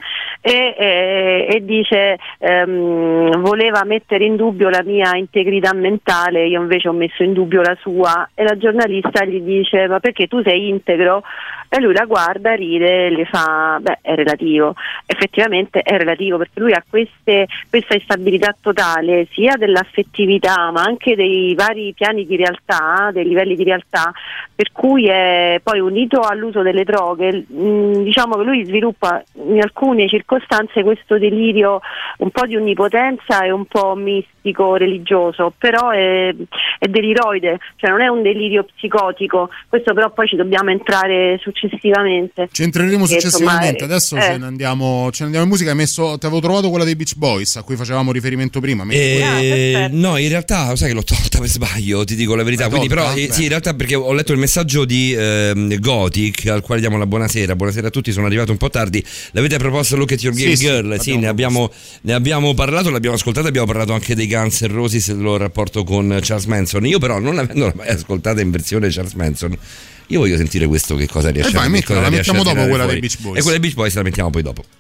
e dice voleva mettere in dubbio la mia integrità mentale, io invece ho messo in dubbio la sua, e la giornalista gli dice ma perché tu sei integro? E lui la guarda, ride e le fa beh, è relativo. Effettivamente è relativo, perché lui ha questa instabilità totale sia dell'affettività ma anche dei vari piani di realtà, dei livelli di realtà, per cui è poi unito all'uso delle droghe, diciamo che lui sviluppa in alcune circostanze questo delirio un po' di onnipotenza e un po' mistico religioso, però è deliroide, cioè non è un delirio psicotico. Questo però poi ci dobbiamo entrare successivamente. Ci entreremo successivamente. Adesso ce ne andiamo in musica. Ti avevo trovato quella dei Beach Boys a cui facevamo riferimento prima. No, in realtà sai che l'ho tolta per sbaglio, ti dico la verità. Quindi però sì, in realtà perché ho letto il messaggio di Gothic al quale diamo la buonasera a tutti, sono arrivato un po' tardi. L'avete proposto Look at Your Game Girl? Sì, ne abbiamo parlato, l'abbiamo ascoltata, abbiamo parlato anche dei Guns N' Roses e del loro rapporto con Charles Manson. Io però, non avendola mai ascoltata in versione Charles Manson, io voglio sentire questo, che cosa riesce a fare. La mettiamo dopo quella dei Beach Boys. E quella dei Beach Boys la mettiamo poi dopo.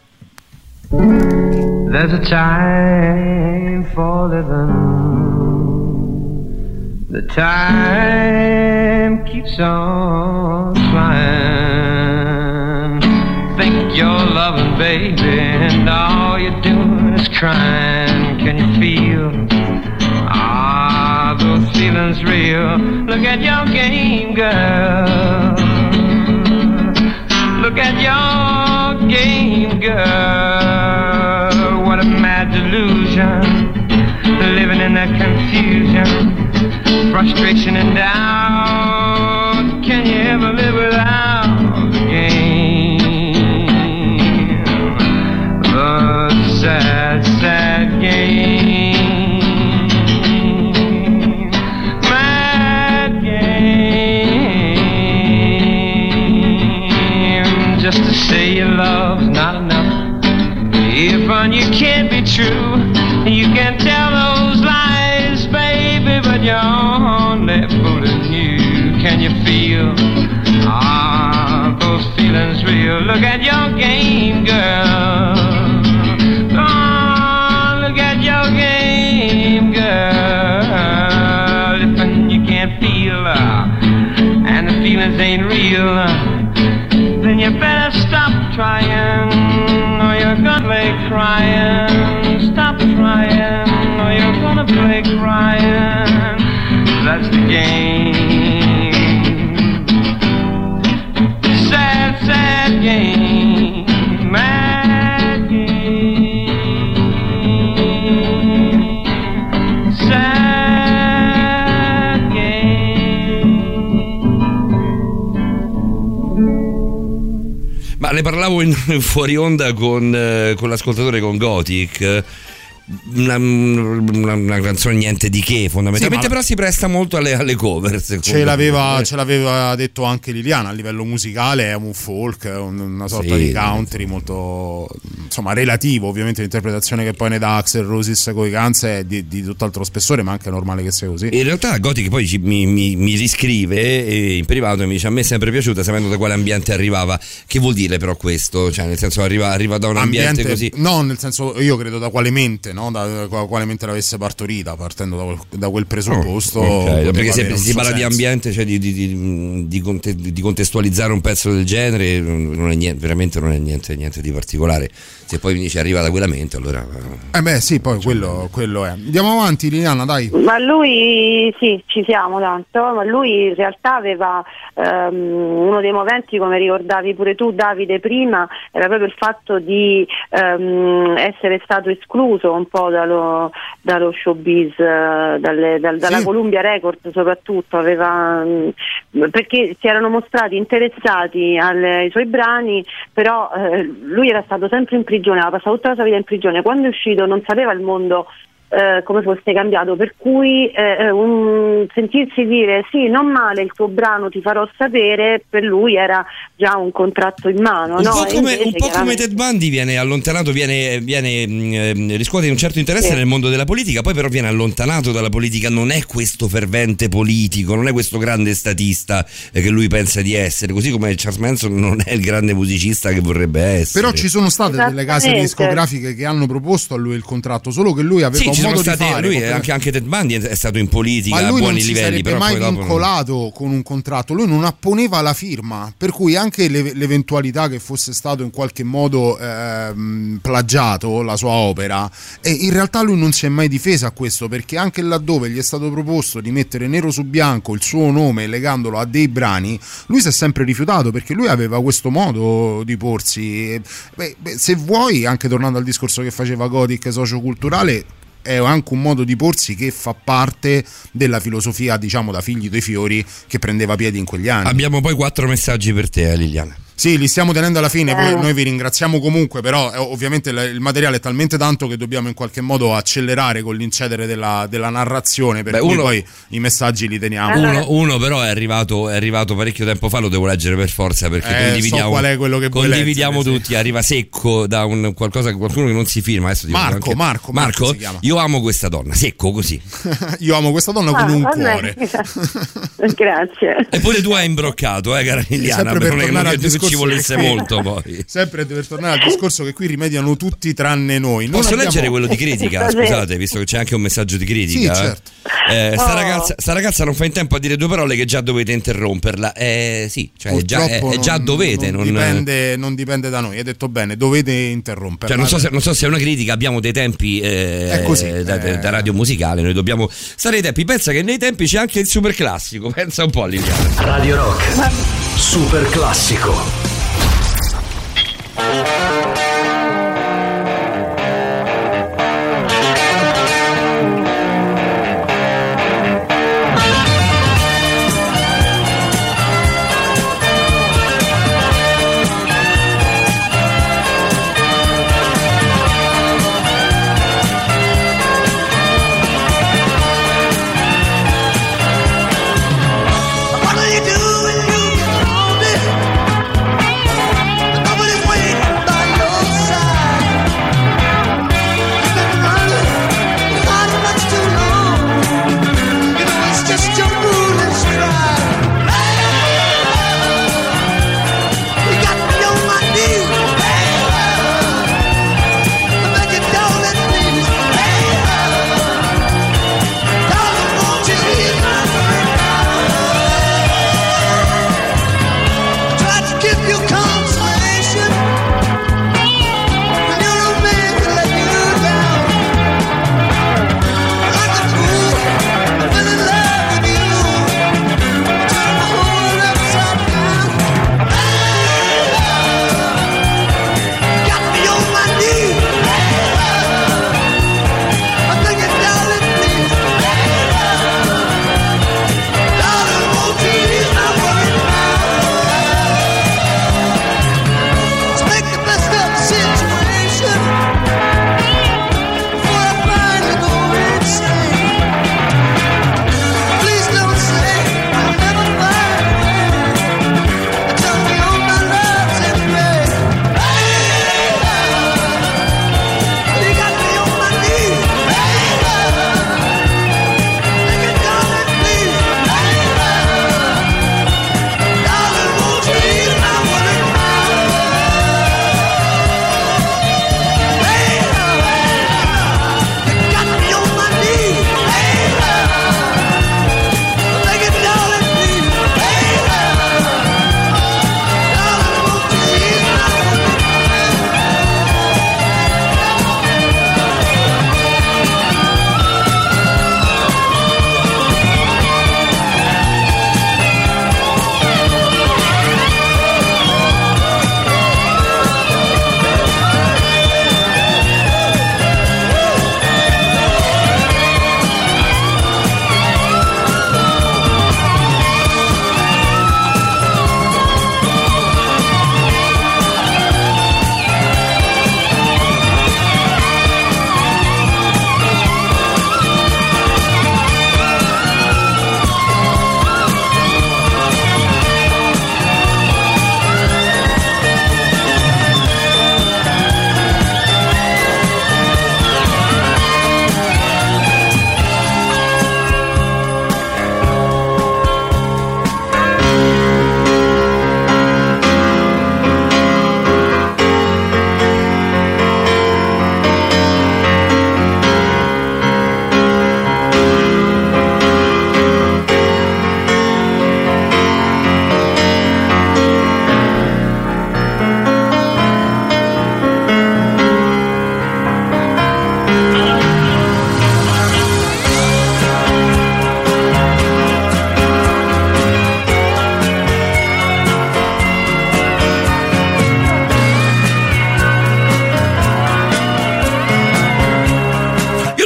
There's a time for living. The time keeps on flying. Think you're loving, baby, and all you're doing is crying. Can you feel? Are those feelings real? Look at your game, girl. Look at your game, girl. What a mad delusion, living in that confusion, frustration and doubt. Can you ever live without the game? The sad, sad game. can you feel those feelings real? Look at your game, girl. Oh, look at your game, girl. If you can't feel and the feelings ain't real, then you better stop trying, or you're gonna play crying. Stop trying, or you're gonna play crying. That's the game. Sad, sad game. Mad game. Sad game. Ma ne parlavo in fuori onda con l'ascoltatore, con Gothic. Una canzone niente di che fondamentalmente, però si presta molto alle cover. Ce l'aveva detto anche Liliana, a livello musicale è un folk, una sorta di country molto, insomma, relativo. Ovviamente l'interpretazione che poi ne dà Axl Rose con i Guns è di tutt'altro spessore, ma anche è normale che sia così. In realtà Gothic poi mi riscrive in privato e mi dice: a me è sempre piaciuta, sapendo da quale ambiente arrivava. Che vuol dire però questo? Cioè, nel senso, arriva da un ambiente così? No, nel senso, io credo da quale mente, no? Da quale mente l'avesse partorita, partendo da quel presupposto. Okay. Perché se si parla di ambiente, cioè di contestualizzare un pezzo del genere, non è niente, veramente non è niente di particolare. Se poi mi dice arriva da quella mente, allora sì, poi quello è. Andiamo avanti, Liliana, dai. Ma lui, sì, ci siamo tanto, ma lui in realtà aveva uno dei moventi, come ricordavi pure tu, Davide, prima, era proprio il fatto di essere stato escluso un po' dallo showbiz, dalla Columbia Records soprattutto, perché si erano mostrati interessati ai suoi brani, però lui era stato sempre in prigione, aveva passato tutta la sua vita in prigione. Quando è uscito non sapeva il mondo come fosse cambiato, per cui sentirsi dire sì, non male, il tuo brano ti farò sapere, per lui era già un contratto in mano. Un po' come Ted Bundy viene allontanato, riscuote un certo interesse nel mondo della politica, poi però viene allontanato dalla politica. Non è questo fervente politico, non è questo grande statista che lui pensa di essere, così come Charles Manson non è il grande musicista che vorrebbe essere. Però ci sono state delle case discografiche che hanno proposto a lui il contratto, solo che lui aveva modo di fare. Lui anche Ted Bundy è stato in politica a buoni livelli, però mai poi dopo vincolato con un contratto. Lui non apponeva la firma, per cui anche l'eventualità che fosse stato in qualche modo plagiato la sua opera, e in realtà lui non si è mai difeso a questo, perché anche laddove gli è stato proposto di mettere nero su bianco il suo nome legandolo a dei brani, lui si è sempre rifiutato, perché lui aveva questo modo di porsi. Se vuoi, anche tornando al discorso che faceva Gothic socioculturale, è anche un modo di porsi che fa parte della filosofia, diciamo, da Figli dei Fiori, che prendeva piedi in quegli anni. Abbiamo poi 4 messaggi per te, Liliana. Sì, li stiamo tenendo alla fine, poi noi vi ringraziamo comunque, però ovviamente il materiale è talmente tanto che dobbiamo in qualche modo accelerare con l'incedere della narrazione, per cui poi i messaggi li teniamo. Uno però è arrivato parecchio tempo fa, lo devo leggere per forza, perché condividiamo, so qual è quello che condividiamo leggere, tutti, sì. Arriva secco da qualcuno che non si firma. Adesso Marco? si chiama. Io amo questa donna, secco così. Io amo questa donna con un cuore. Grazie. Eppure tu hai imbroccato, cara Liliana, sempre per tornare al discorso, ci volesse molto poi. Sempre per tornare al discorso che qui rimediano tutti tranne noi. Posso leggere quello di critica? Scusate, visto che c'è anche un messaggio di critica. Sì, certo. Sta ragazza non fa in tempo a dire 2 parole che già dovete interromperla. Sì, cioè già dovete. Non dipende da noi, hai detto bene, dovete interromperla. Cioè, non so se è una critica, abbiamo dei tempi da radio musicale, noi dobbiamo stare ai tempi. Pensa che nei tempi c'è anche il super classico, pensa un po', Liliana. Radio Rock super classico. What do you do when you get on it? Nobody's waiting.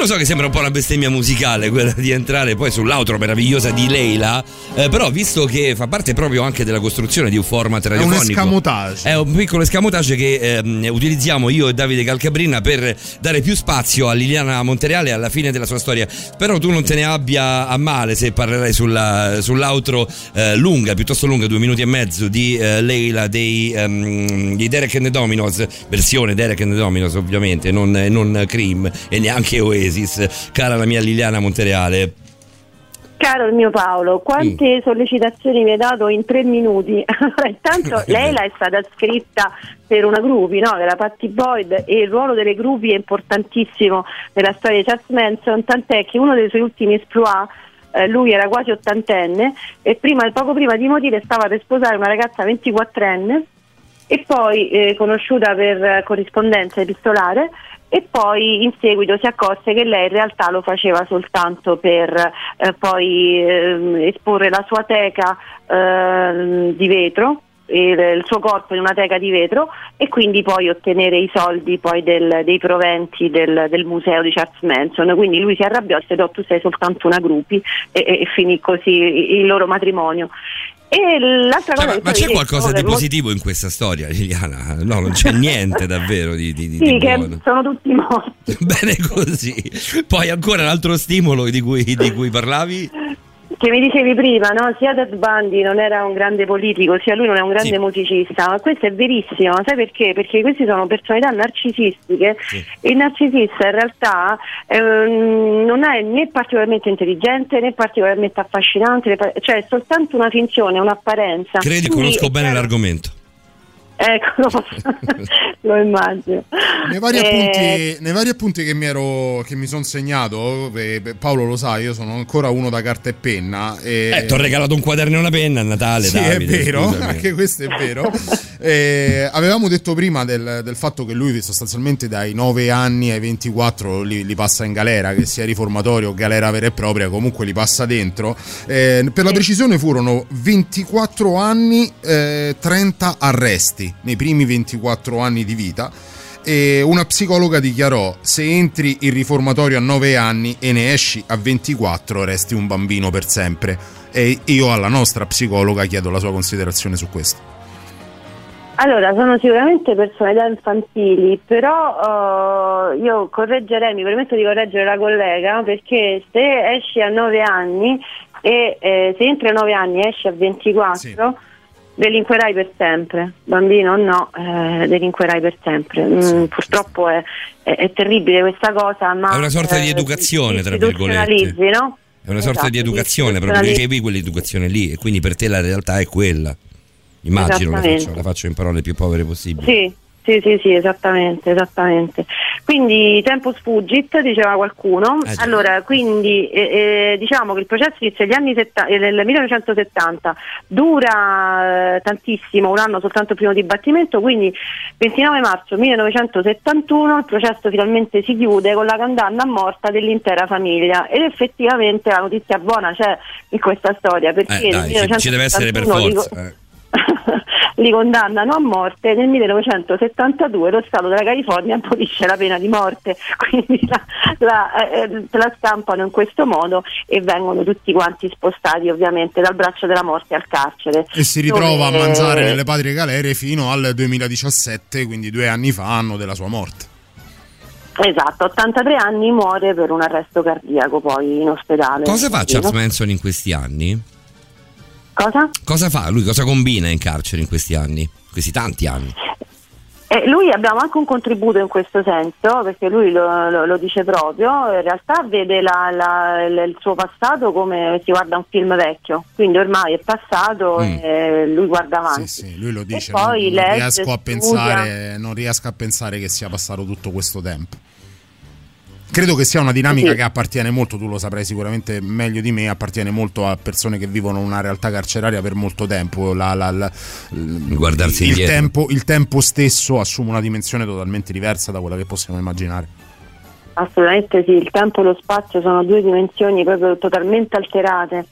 lo so che sembra un po' una bestemmia musicale quella di entrare poi sull'outro meravigliosa di Leila, però visto che fa parte proprio anche della costruzione di un format radiofonico, un escamotage. È un piccolo escamotage che utilizziamo io e Davide Calcabrina per dare più spazio a Liliana Montereale alla fine della sua storia. Però tu non te ne abbia a male se parlerai sull'outro lunga, piuttosto lunga, 2 minuti e mezzo di Leila di Derek and the Dominos, versione Derek and the Dominos ovviamente, non Cream e neanche Oasis, cara la mia Liliana Montereale. Caro il mio Paolo, quante sollecitazioni mi hai dato in 3 minuti? Allora, intanto Leila è stata scritta per una groupie, no? Che era Patti Boyd, e il ruolo delle groupie è importantissimo nella storia di Charles Manson, tant'è che uno dei suoi ultimi exploit, lui era quasi 80enne e poco prima di morire stava per sposare una ragazza 24enne e poi conosciuta per corrispondenza epistolare, e poi in seguito si accorse che lei in realtà lo faceva soltanto per poi esporre la sua teca di vetro, il suo corpo in una teca di vetro, e quindi poi ottenere i soldi poi dei proventi del museo di Charles Manson. Quindi lui si arrabbiò e disse: tu sei soltanto una groupie, e finì così il loro matrimonio. E l'altra cosa ma c'è qualcosa di positivo in questa storia, Liliana? No, non c'è niente davvero di sì, che buono. Sono tutti morti. Bene così. Poi ancora un altro stimolo di cui parlavi? Che mi dicevi prima, no? Sia Ted Bundy non era un grande politico, sia lui non è un grande musicista, ma questo è verissimo, sai perché? Perché questi sono personalità narcisistiche, e il narcisista in realtà non è né particolarmente intelligente né particolarmente affascinante, cioè è soltanto una finzione, un'apparenza. Credi, conosco bene l'argomento. Ecco, lo immagino. Nei vari appunti che mi sono segnato, Paolo lo sa, io sono ancora uno da carta e penna. Ti ho regalato un quaderno e una penna a Natale. Sì, Davide, è vero, scusami. anche questo è vero. Avevamo detto prima del fatto che lui sostanzialmente dai 9 anni ai 24 li passa in galera, che sia riformatorio o galera vera e propria, comunque li passa dentro. Per la precisione furono 24 anni, 30 arresti nei primi 24 anni di vita, e una psicologa dichiarò: se entri in riformatorio a 9 anni e ne esci a 24 resti un bambino per sempre. E io alla nostra psicologa chiedo la sua considerazione su questo. Allora, sono sicuramente personalità infantili, però io mi permetto di correggere la collega, perché se esci a 9 anni e se entri a 9 anni e esci a 24, delinquerai per sempre. Bambino no, delinquerai per sempre. Purtroppo è terribile questa cosa, ma è una sorta di educazione, tra virgolette, no? È una sorta di educazione, proprio ricevi quell'educazione lì, e quindi per te la realtà è quella. Immagino, la faccio in parole più povere possibili. Sì, esattamente. Quindi tempus fugit, diceva qualcuno. Allora, quindi diciamo che il processo inizia nel 1970, dura tantissimo, un anno soltanto il primo dibattimento, quindi 29 marzo 1971 il processo finalmente si chiude con la condanna a morte dell'intera famiglia, ed effettivamente la notizia buona c'è in questa storia, perché ci deve essere per forza. Li condannano a morte. Nel 1972 lo Stato della California abolisce la pena di morte, quindi la stampano in questo modo e vengono tutti quanti spostati ovviamente dal braccio della morte al carcere, e si ritrova a mangiare nelle patrie galere fino al 2017, quindi 2 anni fa, anno della sua morte. Esatto, 83 anni, muore per un arresto cardiaco poi in ospedale. Cosa fa Charles Manson in questi anni? Cosa fa lui? Cosa combina in carcere in questi anni? Questi tanti anni? Lui abbiamo anche un contributo in questo senso, perché lui lo dice proprio, in realtà vede il suo passato come si guarda un film vecchio, quindi ormai è passato e lui guarda avanti. Sì, lui lo dice, e poi non riesco a pensare che sia passato tutto questo tempo. Credo che sia una dinamica che appartiene molto, tu lo saprai sicuramente meglio di me, appartiene molto a persone che vivono una realtà carceraria per molto tempo. Guardarsi indietro. Il tempo stesso assume una dimensione totalmente diversa da quella che possiamo immaginare. Assolutamente sì, il tempo e lo spazio sono 2 dimensioni proprio totalmente alterate.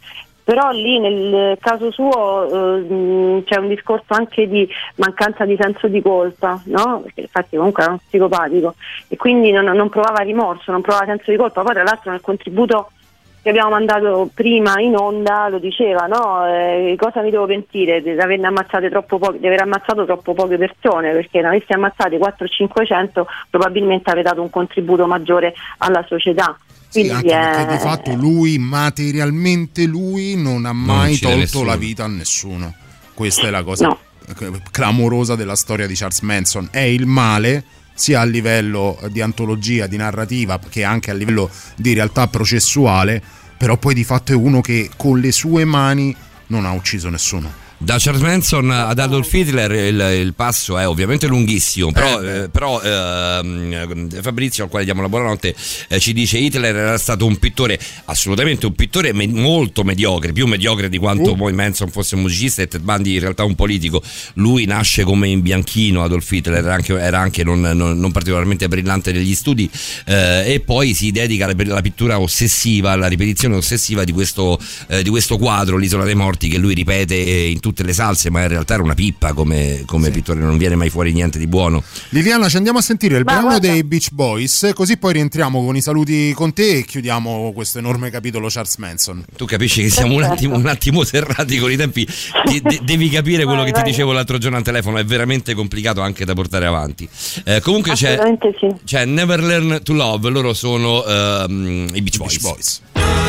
però lì nel caso suo c'è un discorso anche di mancanza di senso di colpa, no? Perché infatti comunque era uno psicopatico e quindi non provava rimorso, non provava senso di colpa. Poi tra l'altro nel contributo che abbiamo mandato prima in onda lo diceva, no? Cosa mi devo pentire di aver ammazzato troppo poche persone, perché ne avessi ammazzate 400-500 probabilmente avrei dato un contributo maggiore alla società. Sì, anche perché di fatto lui materialmente non ha mai tolto la vita a nessuno. Questa è la cosa clamorosa della storia di Charles Manson. È il male sia a livello di antologia, di narrativa, che anche a livello di realtà processuale, però poi di fatto è uno che con le sue mani non ha ucciso nessuno. Da Charles Manson ad Adolf Hitler il passo è ovviamente lunghissimo, però Fabrizio, al quale diamo la buonanotte, ci dice: Hitler era stato un pittore, assolutamente un pittore molto mediocre, più mediocre di quanto poi Manson fosse un musicista e Ted Bundy in realtà un politico. Lui nasce come in bianchino, Adolf Hitler era anche non particolarmente brillante negli studi, e poi si dedica alla pittura ossessiva, alla ripetizione ossessiva di questo quadro, l'Isola dei Morti, che lui ripete in tutte le salse, ma in realtà era una pippa come pittore, non viene mai fuori niente di buono. Liliana, ci andiamo a sentire il brano dei Beach Boys, così poi rientriamo con i saluti con te e chiudiamo questo enorme capitolo Charles Manson. Tu capisci che siamo un attimo serrati con i tempi, devi capire quello che ti dicevo l'altro giorno al telefono, è veramente complicato anche da portare avanti. Comunque c'è Never Learn to Love, loro sono i Beach Boys.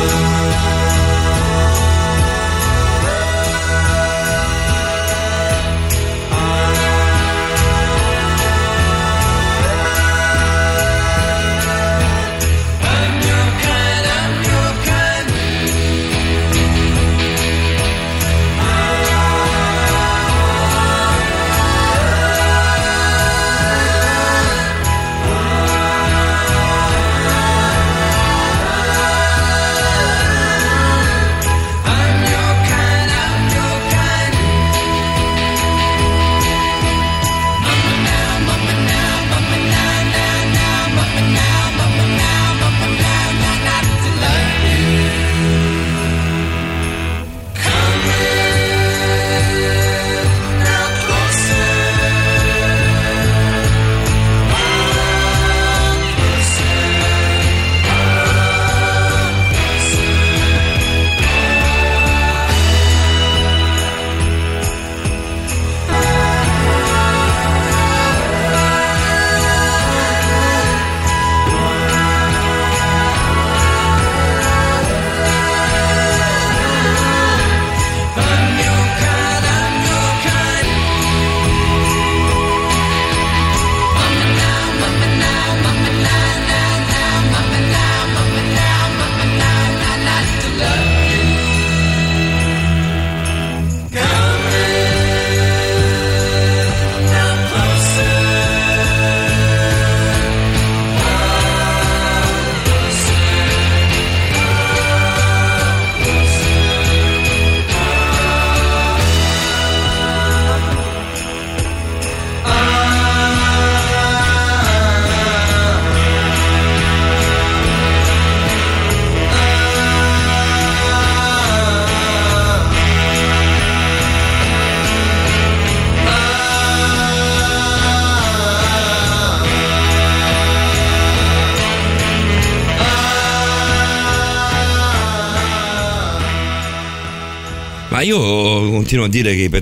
Io continuo a dire che i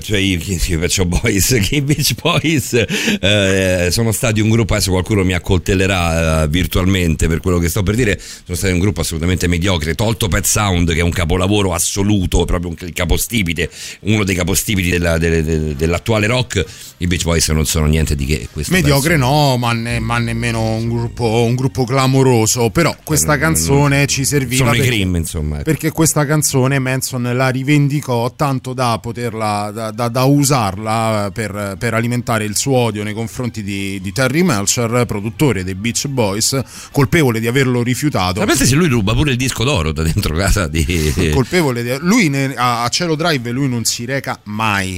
Beach Boys sono stati un gruppo, adesso qualcuno mi accoltellerà virtualmente per quello che sto per dire, sono stati un gruppo assolutamente mediocre, tolto Pet Sound, che è un capolavoro assoluto, proprio il capostipite, uno dei capostipiti dell'attuale rock. I Beach Boys non sono niente di che. Mediocre no, ma nemmeno un gruppo clamoroso, però questa canzone ci serviva. Sono i Cream, insomma. Perché questa canzone Manson la rivendicò tanto da poterla da usarla per alimentare il suo odio nei confronti di Terry Melcher, produttore dei Beach Boys, colpevole di averlo rifiutato. Sapete se lui ruba pure il disco d'oro da dentro casa di... colpevole lui a Cielo Drive lui non si reca mai.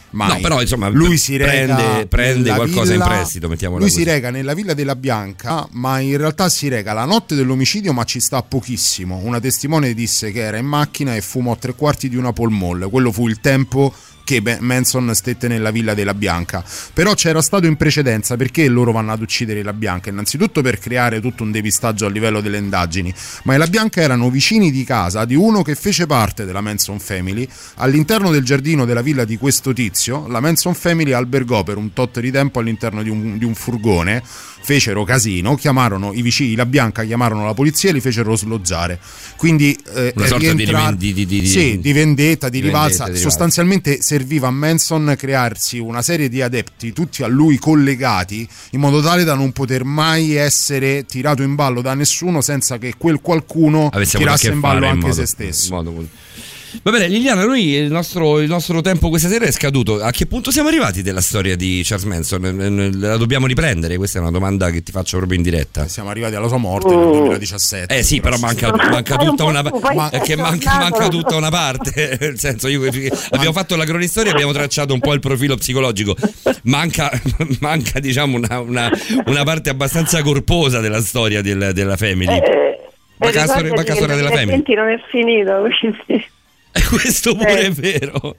mai. No, però insomma lui si prende qualcosa in prestito, mettiamola lui così. si reca nella villa della Bianca, ma in realtà si reca la notte dell'omicidio, ma ci sta pochissimo. Una testimone disse che era in macchina e fumò 3/4 di una Pall Mall. Quello fu il tempo che Manson stette nella villa della Bianca. Però c'era stato in precedenza. Perché loro vanno ad uccidere la Bianca? Innanzitutto per creare tutto un depistaggio a livello delle indagini, ma la Bianca erano vicini di casa di uno che fece parte della Manson Family. All'interno del giardino della villa di questo tizio la Manson Family albergò per un tot di tempo all'interno di un furgone. Fecero casino, chiamarono i vicini, la Bianca chiamarono la polizia e li fecero sloggiare. Quindi una sorta di vendetta, di rivalsa. Sostanzialmente serviva a Manson crearsi una serie di adepti, tutti a lui collegati, in modo tale da non poter mai essere tirato in ballo da nessuno senza che quel qualcuno tirasse in ballo anche se stesso. Va bene, Liliana, noi il nostro tempo questa sera è scaduto. A che punto siamo arrivati della storia di Charles Manson? La dobbiamo riprendere? Questa è una domanda che ti faccio proprio in diretta. Siamo arrivati alla sua morte nel 2017. Sì, però manca tutta una manca tutta una parte. Nel senso, abbiamo fatto la cronistoria, abbiamo tracciato un po' il profilo psicologico. Manca diciamo una parte abbastanza corposa della storia della Family. Manca la storia della Family. Non è finito, quindi. Questo pure è vero.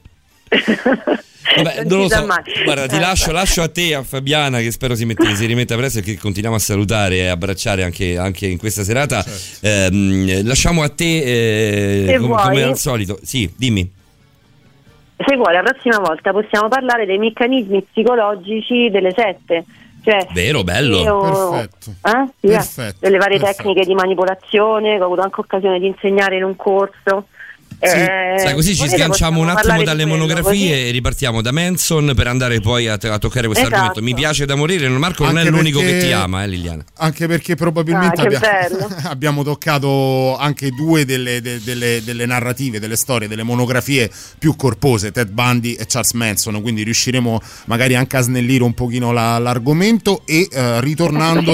Vabbè, non lo so. Guarda, ti lascio a te, a Fabiana, che spero si rimetta presto e che continuiamo a salutare e abbracciare anche in questa serata. Certo. Lasciamo a te come al solito. Sì, dimmi. Se vuoi, la prossima volta possiamo parlare dei meccanismi psicologici delle sette. Cioè, vero, bello. Perfetto. Delle varie tecniche di manipolazione che ho avuto anche occasione di insegnare in un corso. Sai, così ci sganciamo un attimo dalle monografie e ripartiamo da Manson per andare poi a toccare questo argomento. Mi piace da morire. Marco non è l'unico che ti ama, Liliana. Anche perché probabilmente abbiamo toccato anche due delle narrative, delle storie, delle monografie più corpose, Ted Bundy e Charles Manson, quindi riusciremo magari anche a snellire un pochino l'argomento e ritornando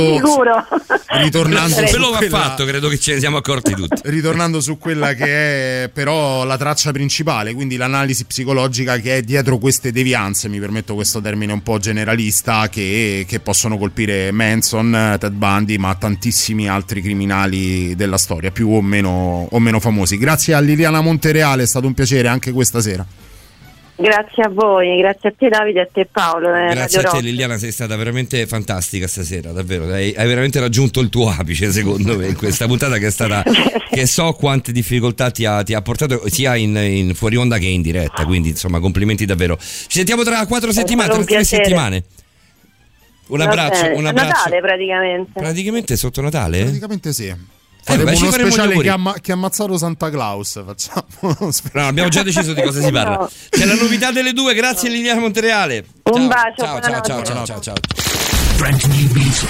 ve lo va fatto, credo che ce ne siamo accorti tutti. Ritornando su quella che è però la traccia principale, quindi l'analisi psicologica che è dietro queste devianze, mi permetto questo termine un po' generalista, che possono colpire Manson, Ted Bundy, ma tantissimi altri criminali della storia, più o meno famosi. Grazie a Liliana Montereale, è stato un piacere anche questa sera. Grazie a voi, grazie a te Davide e a te Paolo. Grazie a te Liliana, sei stata veramente fantastica stasera, davvero, hai veramente raggiunto il tuo apice secondo me in questa puntata che è stata, che so quante difficoltà ti ha portato sia in fuori onda che in diretta, quindi insomma complimenti davvero. Ci sentiamo tra 4 settimane, tra 3 settimane. Un abbraccio. Natale praticamente. Praticamente sotto Natale? Praticamente sì. Faremo uno speciale che ha ammazzato Santa Claus. Facciamo no, abbiamo già deciso di cosa si parla. No. C'è la novità delle 2, grazie Liliana Montereale. Un bacio. Ciao. Brand new music.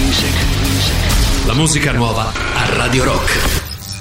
La musica nuova a Radio Rock.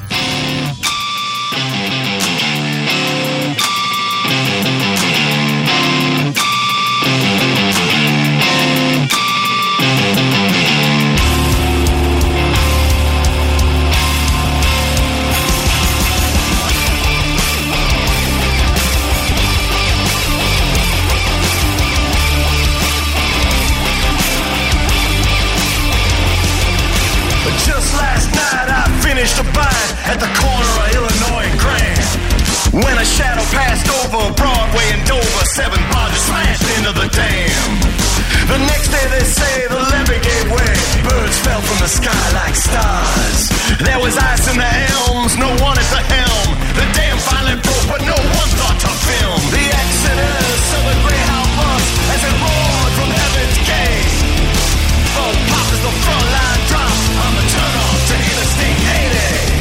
At the corner of Illinois and Grand, when a shadow passed over Broadway and Dover, 7 barges smashed into the dam. The next day they say the levee gave way, birds fell from the sky like stars. There was ice in the elms, no one at the helm. The dam finally broke, but no one thought to film the exodus of the Greyhound bus as it roared from Heaven's Gate. Oh, pop as the front line dropped on the turnoff to Interstate 80.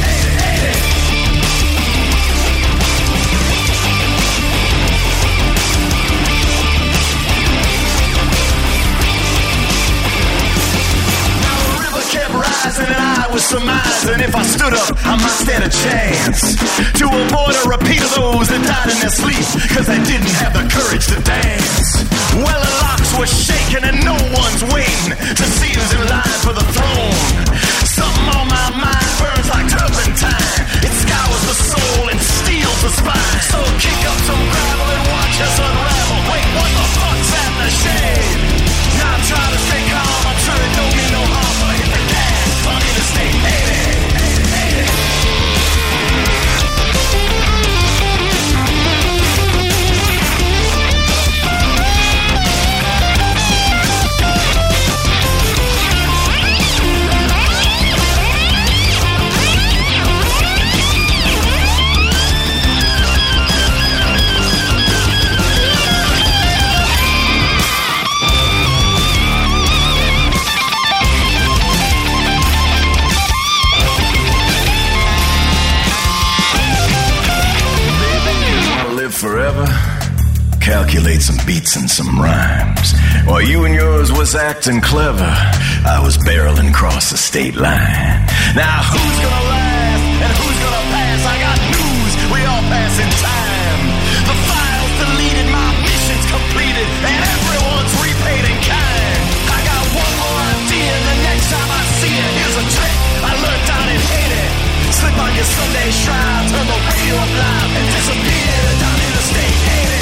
Kept rising and I was surmising if I stood up I might stand a chance to avoid a repeat of those that died in their sleep cause they didn't have the courage to dance. Well, the locks were shaking and no one's waiting to see who's in line for the throne. Something on my mind burns like turpentine. It scours the soul and steals the spine. So kick up some gravel and watch us unravel. Wait, calculate some beats and some rhymes. While you and yours was acting clever, I was barreling across the state line. Now who's gonna last and who's gonna pass? I got news, we all pass in time. The file's deleted, my mission's completed, and everyone's repaid in kind. I got one more idea, the next time I see it, here's a trick I learned down in Haiti. Slip on your Sunday shroud, turn the radio up loud, and disappear down in the state.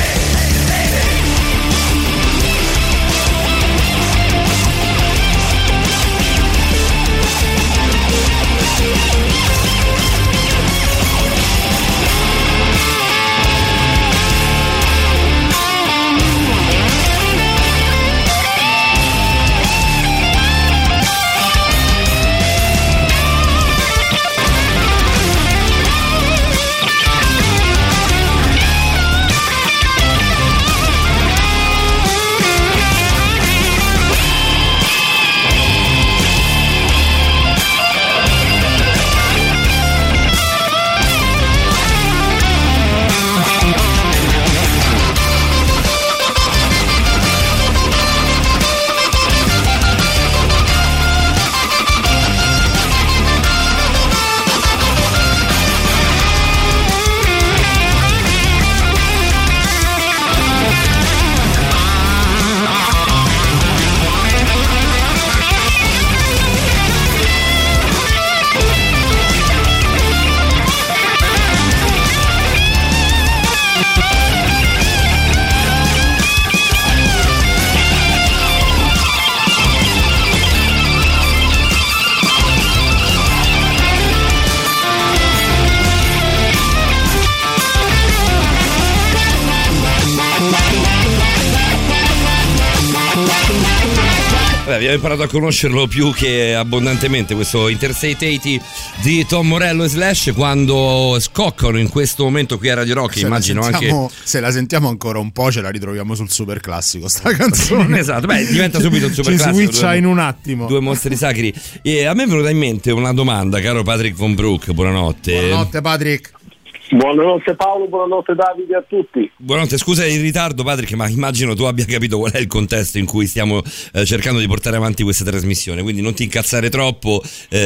Abbiamo imparato a conoscerlo più che abbondantemente, questo Interstate 80 di Tom Morello e Slash, quando scoccano in questo momento qui a Radio Rock. Immagino anche se la sentiamo ancora un po' ce la ritroviamo sul super classico sta canzone. Esatto, beh, diventa subito un super classico. Ci switcha in un attimo. Due mostri sacri. E a me è venuta in mente una domanda, caro Patrick Von Broek. Buonanotte. Buonanotte Patrick. Buonanotte Paolo, buonanotte Davide, a tutti. Buonanotte, scusa il ritardo Patrick, ma immagino tu abbia capito qual è il contesto in cui stiamo cercando di portare avanti questa trasmissione, quindi non ti incazzare troppo,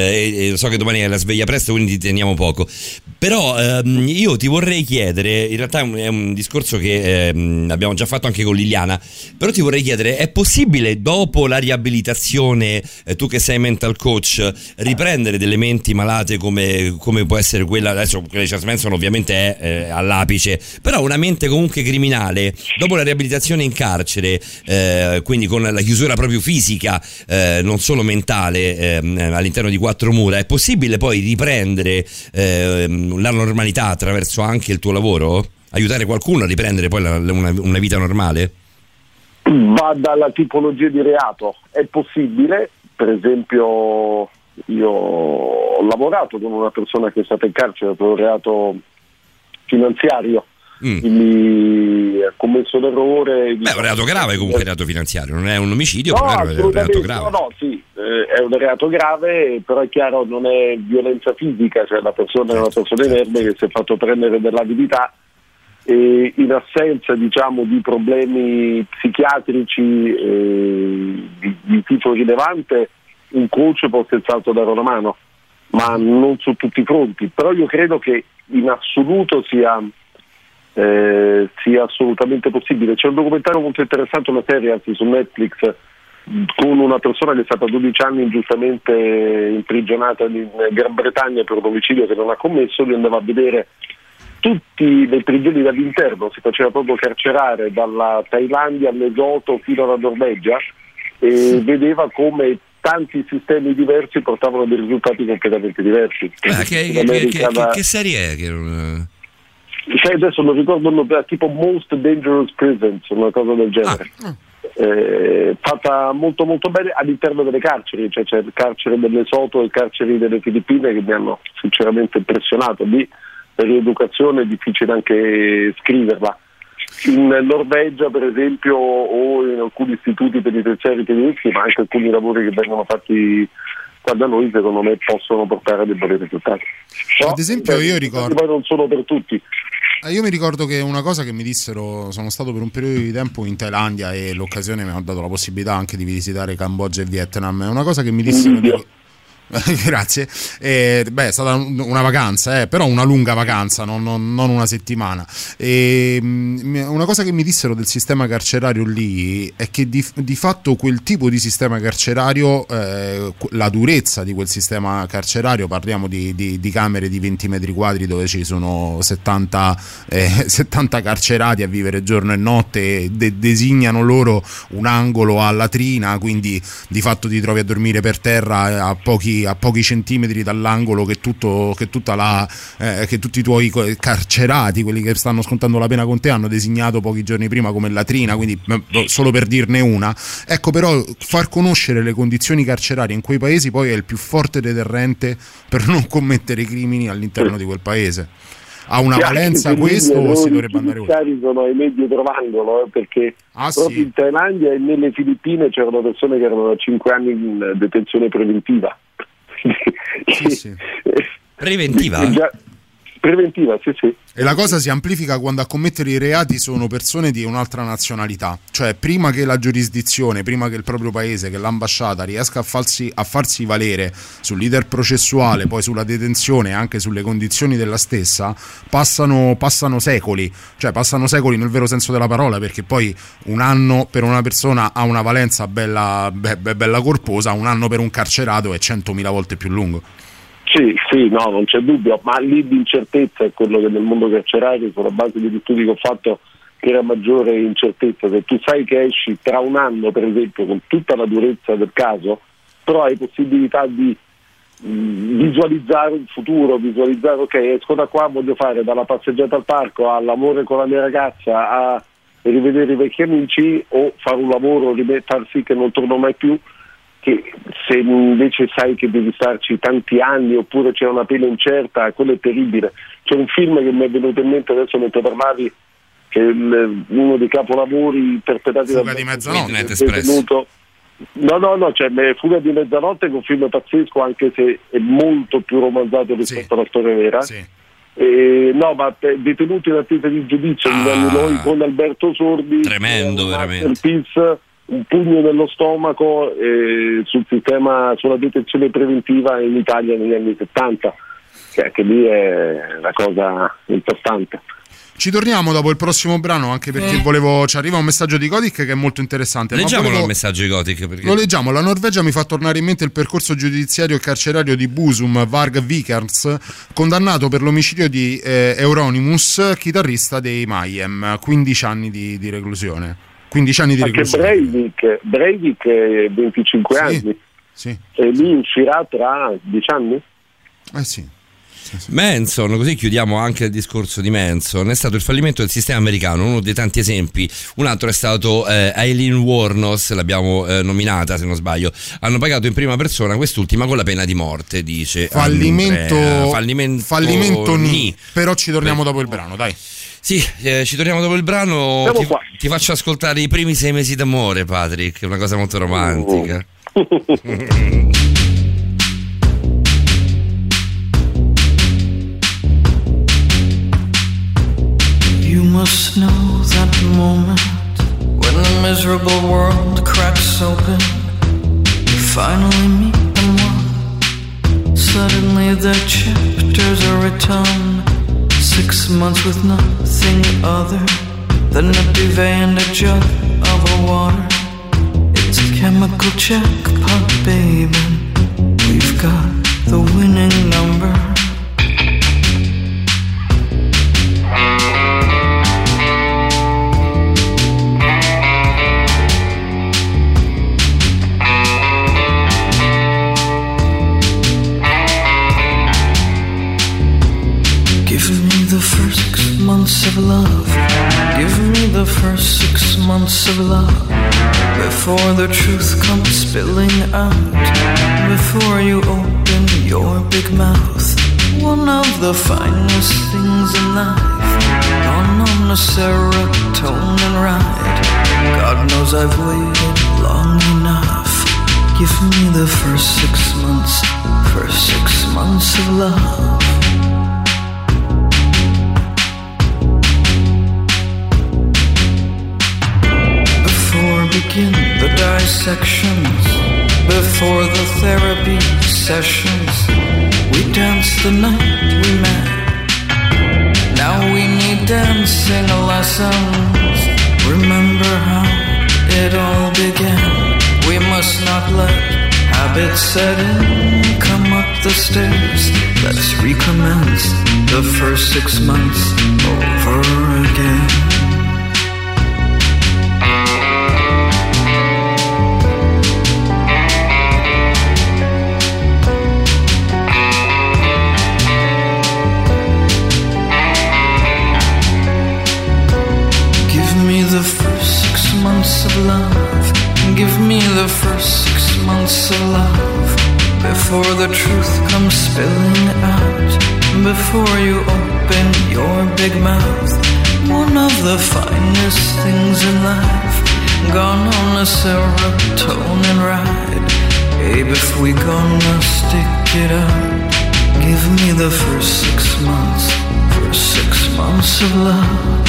e so che domani hai la sveglia presto, quindi ti teniamo poco. Però io ti vorrei chiedere, in realtà è un discorso che abbiamo già fatto anche con Liliana, però ti vorrei chiedere, è possibile dopo la riabilitazione, tu che sei mental coach, riprendere delle menti malate come può essere quella, adesso quella di Charles Manson ovviamente è all'apice, però una mente comunque criminale dopo la riabilitazione in carcere, quindi con la chiusura proprio fisica, non solo mentale, all'interno di quattro mura, è possibile poi riprendere la normalità attraverso anche il tuo lavoro? Aiutare qualcuno a riprendere poi una vita normale? Va dalla tipologia di reato, è possibile. Per esempio io ho lavorato con una persona che è stata in carcere per un reato finanziario, quindi ha commesso l'errore. Beh, è un reato grave comunque, il reato finanziario, non è un omicidio, no, però è un reato grave. No, sì, è un reato grave, però è chiaro non è violenza fisica, cioè la persona è una persona inerme che si è fatto prendere dell'avidità e in assenza diciamo di problemi psichiatrici di tipo rilevante un coach può senz'altro dare una mano, ma non su tutti i fronti. Però io credo che in assoluto sia assolutamente possibile. C'è un documentario molto interessante, una serie anzi su Netflix, con una persona che è stata 12 anni ingiustamente imprigionata in Gran Bretagna per un omicidio che non ha commesso. Lui andava a vedere tutti le prigioni dall'interno, si faceva proprio carcerare dalla Thailandia all'Esoto fino alla Norvegia e vedeva come tanti sistemi diversi portavano dei risultati completamente diversi. Che serie è? Cioè adesso non ricordo, tipo Most Dangerous Prisons, una cosa del genere. Fatta molto molto bene all'interno delle carceri, cioè c'è il carcere dell'Esoto e il carcere delle Filippine che mi hanno sinceramente impressionato. Lì per rieducazione è difficile anche scriverla. In Norvegia per esempio o in alcuni istituti penitenziari tedeschi, ma anche alcuni lavori che vengono fatti qua da noi secondo me possono portare a dei buoni risultati. Ad esempio io ricordo, poi non sono per tutti. Io mi ricordo che una cosa che mi dissero, sono stato per un periodo di tempo in Thailandia e l'occasione mi ha dato la possibilità anche di visitare Cambogia e Vietnam. È una cosa che mi dissero grazie, è stata una vacanza, però una lunga vacanza, non una settimana. Una cosa che mi dissero del sistema carcerario lì è che di fatto quel tipo di sistema carcerario, la durezza di quel sistema carcerario, parliamo di camere di 20 metri quadri dove ci sono 70 carcerati a vivere giorno e notte, designano loro un angolo a latrina, quindi di fatto ti trovi a dormire per terra a pochi centimetri dall'angolo che tutti i tuoi carcerati, quelli che stanno scontando la pena con te, hanno designato pochi giorni prima come latrina, quindi solo per dirne una. Ecco, però far conoscere le condizioni carcerarie in quei paesi poi è il più forte deterrente per non commettere crimini all'interno di quel paese. Ha una valenza questo o si dovrebbe andare oltre? I sono ai meglio trovandolo, perché proprio in Thailandia e nelle Filippine c'erano persone che erano da 5 anni in detenzione preventiva. Sì. Preventiva? Preventiva, sì. E la cosa si amplifica quando a commettere i reati sono persone di un'altra nazionalità, cioè prima che la giurisdizione, prima che il proprio paese, che l'ambasciata riesca a farsi valere sull'iter processuale, poi sulla detenzione e anche sulle condizioni della stessa, passano secoli, cioè passano secoli nel vero senso della parola, perché poi un anno per una persona ha una valenza bella corposa, un anno per un carcerato è 100.000 volte più lungo. Sì, no, non c'è dubbio, ma lì l'incertezza è quello che nel mondo carcerario, sulla base degli studi che ho fatto, crea maggiore incertezza. Se tu sai che esci tra un anno, per esempio, con tutta la durezza del caso, però hai possibilità di visualizzare un futuro, ok, esco da qua, voglio fare dalla passeggiata al parco all'amore con la mia ragazza, a rivedere i vecchi amici, o fare un lavoro, far sì che non torno mai più, che se invece sai che devi starci tanti anni oppure c'è una pena incerta, quello è terribile. C'è un film che mi è venuto in mente adesso mentre parlavi, che è uno dei capolavori interpretati Fuga di mezzanotte, cioè Fuga di mezzanotte, che è un film pazzesco, anche se è molto più romanzato rispetto alla storia vera. Ma Detenuti in attesa di giudizio di Nanni Noi con Alberto Sordi, tremendo, veramente. Un pugno nello stomaco sul sistema, sulla detenzione preventiva in Italia negli anni 70, che anche lì è una cosa importante. Ci torniamo dopo il prossimo brano, anche perché ci arriva un messaggio di Kodik che è molto interessante. Leggiamolo il messaggio di Kodik, perché lo leggiamo. La Norvegia mi fa tornare in mente il percorso giudiziario e carcerario di Busum Varg Vikernes, condannato per l'omicidio di Euronymous, chitarrista dei Mayhem, 15 anni di reclusione. 15 anni di reclusione. Anche Breivik 25 anni. Sì. E lui uscirà tra 10 anni? Sì. Manson, così chiudiamo anche il discorso di Manson. È stato il fallimento del sistema americano, uno dei tanti esempi. Un altro è stato Aileen Wuornos, l'abbiamo nominata se non sbaglio. Hanno pagato in prima persona quest'ultima con la pena di morte, dice fallimento ni. Però ci torniamo dopo il brano, dai. Sì, ci torniamo dopo il brano. Ti faccio ascoltare i primi 6 mesi d'amore, Patrick, è una cosa molto romantica. You must know that moment when the miserable world cracks open. You finally meet the one. Suddenly the chapters are written. 6 months with nothing other than a duvet and a jug of water. It's a chemical jackpot, baby. We've got the winning number. The first 6 months of love. Give me the first 6 months of love. Before the truth comes spilling out. Before you open your big mouth. One of the finest things in life. On a serotonin ride. God knows I've waited long enough. Give me the first 6 months. First 6 months of love. sections. Before the therapy sessions, we danced the night we met. Now we need dancing lessons. Remember how it all began. We must not let habits set in. Come up the stairs, let's recommence the first 6 months over again. Give me the first 6 months of love. Give me the first 6 months of love. Before the truth comes spilling out. Before you open your big mouth. One of the finest things in life. Gone on a serotonin ride. Babe, if we gonna stick it out, give me the first 6 months. First 6 months of love.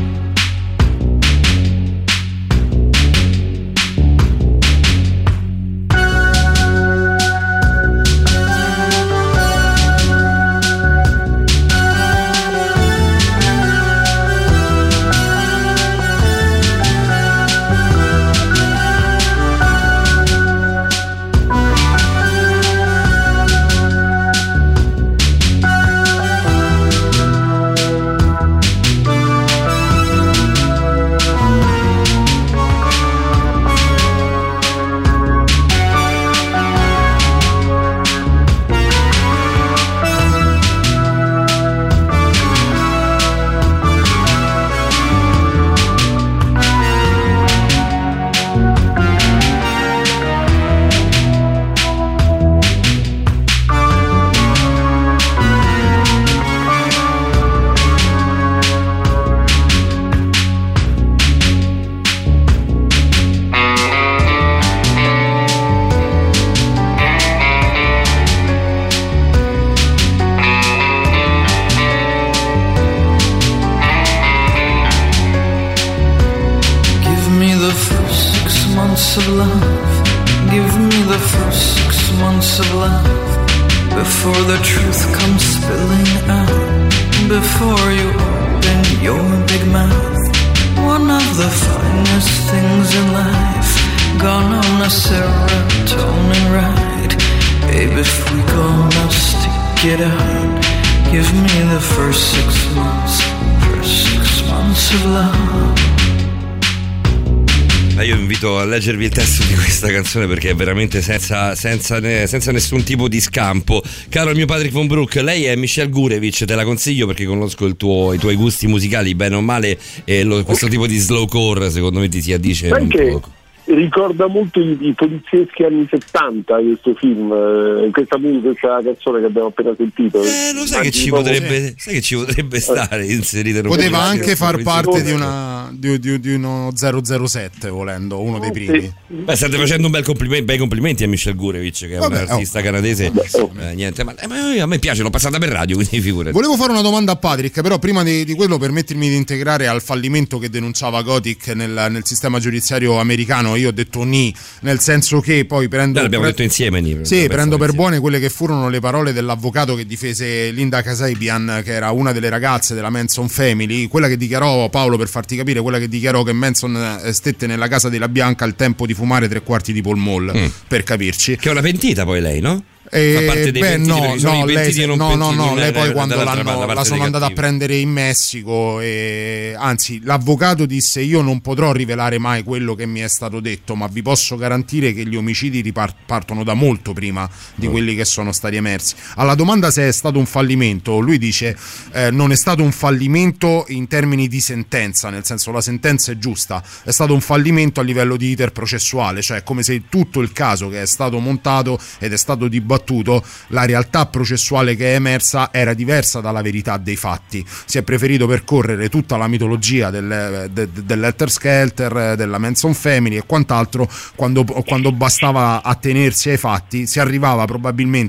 of love. Give me the first 6 months of love before the truth comes spilling out. Before you open your big mouth. One of the finest things in life. Gone on a serotonin ride. Babe, if we gonna stick it out, give me the first 6 months. First 6 months of love. Io vi invito a leggervi il testo di questa canzone perché è veramente senza nessun tipo di scampo. Caro il mio Patrick Von Broek, lei è Michelle Gurevich, te la consiglio perché conosco i tuoi gusti musicali bene o male, e questo tipo di slowcore secondo me ti si addice un po'. Ricorda molto i polizieschi anni 70 questo film, questa canzone che abbiamo appena sentito. Lo sai che ci potrebbe stare inserito. Poteva anche far parte di uno 007 volendo, uno dei primi. Beh, state facendo bei complimenti a Michelle Gurevich, che è un artista canadese. Niente, ma a me piace, l'ho passata per radio, quindi figurati. Volevo fare una domanda a Patrick, però prima di quello permettermi di integrare al fallimento che denunciava Gothic nel sistema giudiziario americano. Io ho detto ni, nel senso che poi l'abbiamo detto insieme ni. Sì, prendo per buone quelle che furono le parole dell'avvocato che difese Linda Kasabian, che era una delle ragazze della Manson Family, quella che dichiarò, Paolo, per farti capire, quella che dichiarò che Manson stette nella casa della Bianca al tempo di fumare 3/4 di Pall Mall, per capirci. Che è una pentita poi lei, no? Fa parte dei lei poi quando la sono andata a prendere in Messico, anzi l'avvocato disse: io non potrò rivelare mai quello che mi è stato detto, ma vi posso garantire che gli omicidi partono da molto prima di quelli che sono stati emersi. Alla domanda se è stato un fallimento, lui dice non è stato un fallimento in termini di sentenza, nel senso la sentenza è giusta, è stato un fallimento a livello di iter processuale, cioè come se tutto il caso che è stato montato ed è stato dibattuto, la realtà processuale che è emersa era diversa dalla verità dei fatti. Si è preferito percorrere tutta la mitologia dell'Helter Skelter, della Manson Family e quant'altro, quando bastava attenersi ai fatti. Si arrivava probabilmente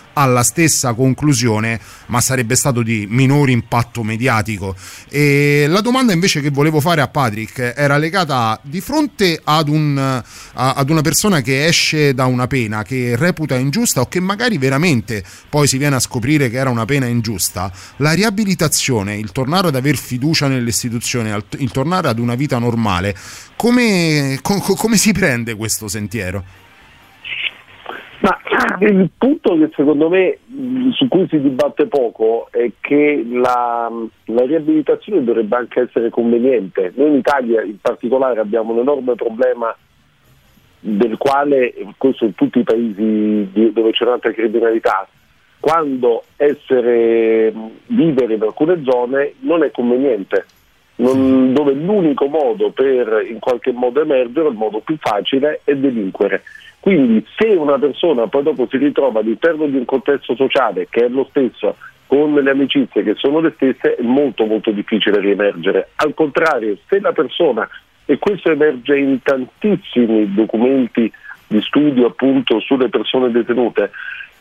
alla stessa conclusione, ma sarebbe stato di minore impatto mediatico. E la domanda invece che volevo fare a Patrick era legata di fronte ad una persona che esce da una pena che reputa ingiusta o che magari veramente poi si viene a scoprire che era una pena ingiusta, la riabilitazione, il tornare ad aver fiducia nelle istituzioni, il tornare ad una vita normale, come si prende questo sentiero? Ma il punto che secondo me su cui si dibatte poco è che la riabilitazione dovrebbe anche essere conveniente. Noi in Italia in particolare abbiamo un enorme problema del quale, questo in tutti i paesi dove c'è un'alta criminalità, quando vivere in alcune zone non è conveniente, dove l'unico modo per in qualche modo emergere, il modo più facile, è delinquere. Quindi se una persona poi dopo si ritrova all'interno di un contesto sociale che è lo stesso, con le amicizie che sono le stesse, è molto molto difficile riemergere. Al contrario, se la persona, e questo emerge in tantissimi documenti di studio appunto sulle persone detenute,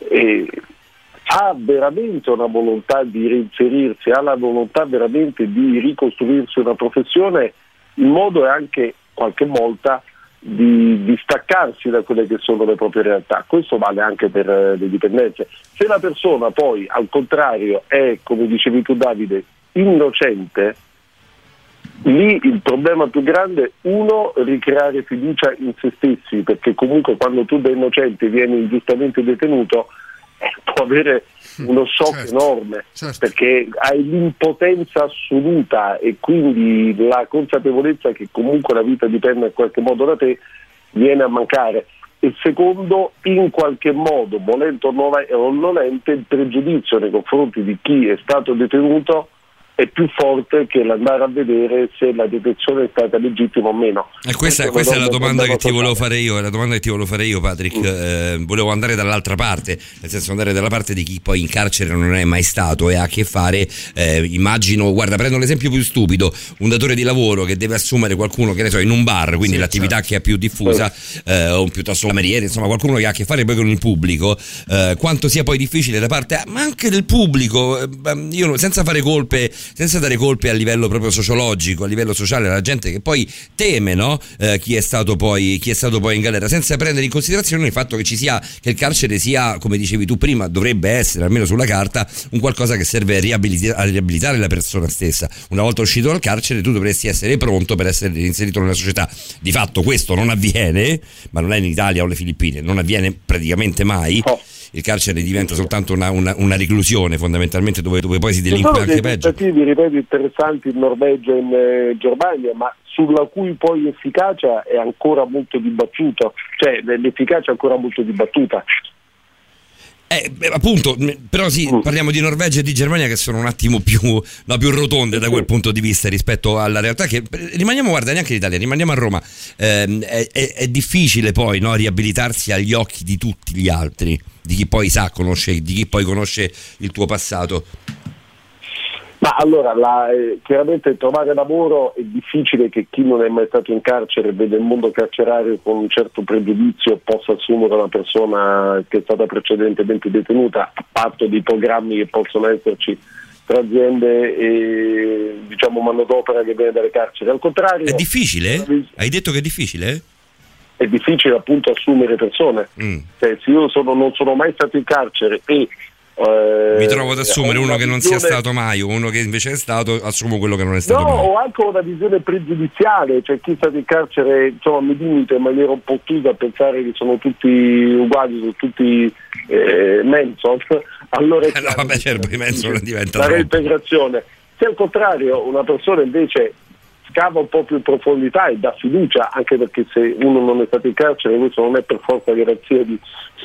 ha veramente una volontà di reinserirsi, ha la volontà veramente di ricostruirsi una professione, il modo è anche qualche volta di staccarsi da quelle che sono le proprie realtà. Questo vale anche per le dipendenze. Se la persona poi al contrario è, come dicevi tu Davide, innocente, lì il problema più grande è ricreare fiducia in se stessi, perché comunque quando tu da innocente vieni ingiustamente detenuto può avere uno shock enorme, perché hai l'impotenza assoluta e quindi la consapevolezza che comunque la vita dipende in qualche modo da te viene a mancare. E secondo, in qualche modo, volente o nolente, il pregiudizio nei confronti di chi è stato detenuto è più forte che l'andare a vedere se la detenzione è stata legittima o meno. E questa è la domanda che ti volevo fare io, Patrick. Volevo andare dall'altra parte, nel senso andare dalla parte di chi poi in carcere non è mai stato e ha a che fare, immagino, guarda, prendo l'esempio più stupido, un datore di lavoro che deve assumere qualcuno, che ne so, in un bar, quindi l'attività che è più diffusa, o piuttosto cameriere, insomma qualcuno che ha a che fare poi con il pubblico, quanto sia poi difficile da parte ma anche del pubblico, io senza fare colpe, senza dare colpe a livello proprio sociologico, a livello sociale, alla gente che poi teme, no? Chi è stato poi in galera, senza prendere in considerazione il fatto che che il carcere sia, come dicevi tu prima, dovrebbe essere, almeno sulla carta, un qualcosa che serve a riabilitare la persona stessa. Una volta uscito dal carcere tu dovresti essere pronto per essere reinserito nella società. Di fatto questo non avviene, ma non è in Italia o le Filippine, non avviene praticamente mai. Il carcere diventa soltanto una reclusione fondamentalmente dove poi si delinque anche peggio. Ci sono tentativi, ripeto, interessanti in Norvegia e in Germania, ma sulla cui poi efficacia è ancora molto dibattuta, cioè l'efficacia è ancora molto dibattuta. Appunto, però sì, parliamo di Norvegia e di Germania che sono un attimo più rotonde da quel punto di vista rispetto alla realtà che rimaniamo, guarda, neanche in Italia, rimaniamo a Roma. È difficile poi, no, riabilitarsi agli occhi di tutti gli altri, di chi poi conosce il tuo passato. Ma allora, chiaramente trovare lavoro è difficile che chi non è mai stato in carcere vede il mondo carcerario con un certo pregiudizio possa assumere una persona che è stata precedentemente detenuta, a patto di programmi che possono esserci tra aziende e manodopera che viene dalle carceri. Al contrario, è difficile? Hai detto che è difficile? È difficile appunto assumere persone. Cioè, se io non sono mai stato in carcere e mi trovo ad assumere uno che non sia stato mai, uno che invece è stato, assumo quello che non è stato mai. O anche una visione pregiudiziale, cioè chi è stato in carcere, mi limito in maniera un po' chiusa a pensare che sono tutti uguali, sono tutti Manson. Allora certo, i Manson diventa la reintegrazione. Se al contrario una persona invece scava un po' più in profondità e dà fiducia, anche perché se uno non è stato in carcere questo non è per forza garanzia di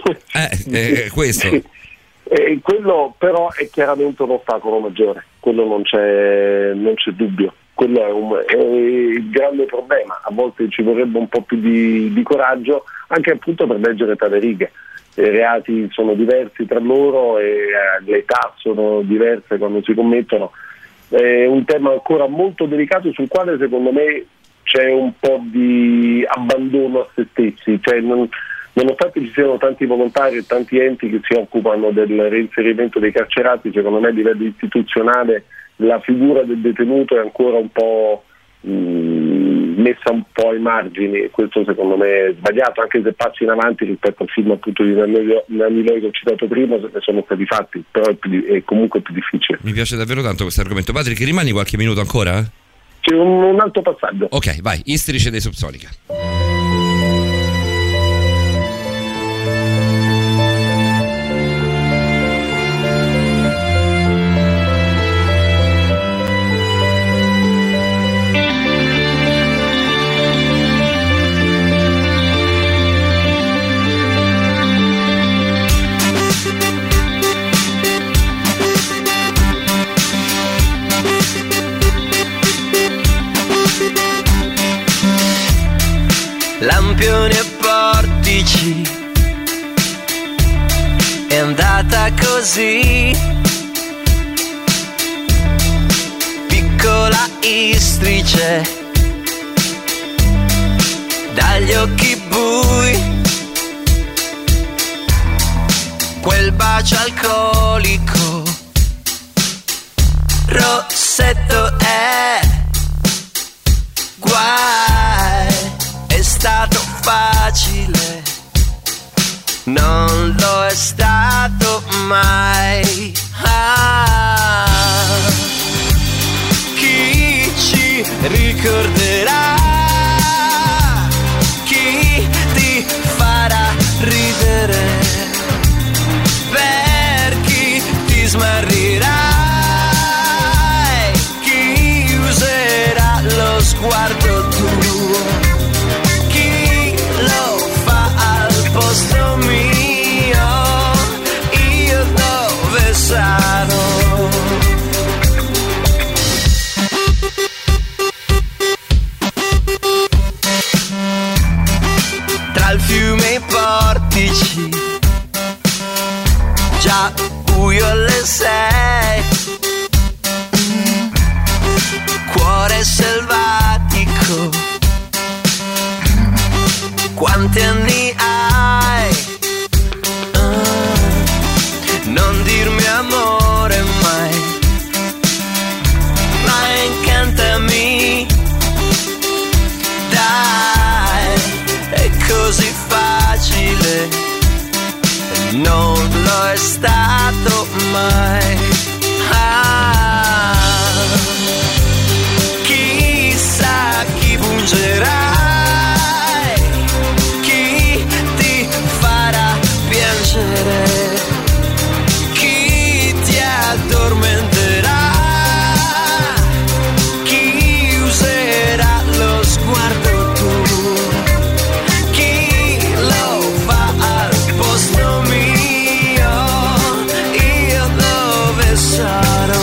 questo. Quello però è chiaramente un ostacolo maggiore, quello non c'è dubbio, quello è il grande problema. A volte ci vorrebbe un po' più di coraggio anche appunto per leggere tra le righe. I reati sono diversi tra loro e le età sono diverse quando si commettono. È un tema ancora molto delicato sul quale secondo me c'è un po' di abbandono a se stessi, cioè nonostante ci siano tanti volontari e tanti enti che si occupano del reinserimento dei carcerati, secondo me a livello istituzionale la figura del detenuto è ancora un po' messa un po' ai margini, e questo secondo me è sbagliato, anche se passi in avanti rispetto al film appunto di Nanni Loi che ho citato prima, ne sono stati fatti, però è comunque più difficile. Mi piace davvero tanto questo argomento. Patrick, rimani qualche minuto ancora? C'è un altro passaggio. Ok, vai, Istrice dei Subsonica. Lampioni e portici, è andata così. Piccola Istrice, dagli occhi bui, quel bacio alcolico, rossetto è guai. È stato facile, non lo è stato mai. Chi ci ricorderà? Chi ti farà ridere? Per chi ti smarrirai? Chi userà lo sguardo tuo? Posto mio, io dove sarò? Tra il fiume e i portici, già buio alle 6, cuore selvatico, quanti anni hai? Non dirmi amore mai, ma incantami, dai, è così facile, non lo è stato mai. Chissà chi pungerà, chi ti addormenterà, chi userà lo sguardo tuo, chi lo fa al posto mio, io dove sarò?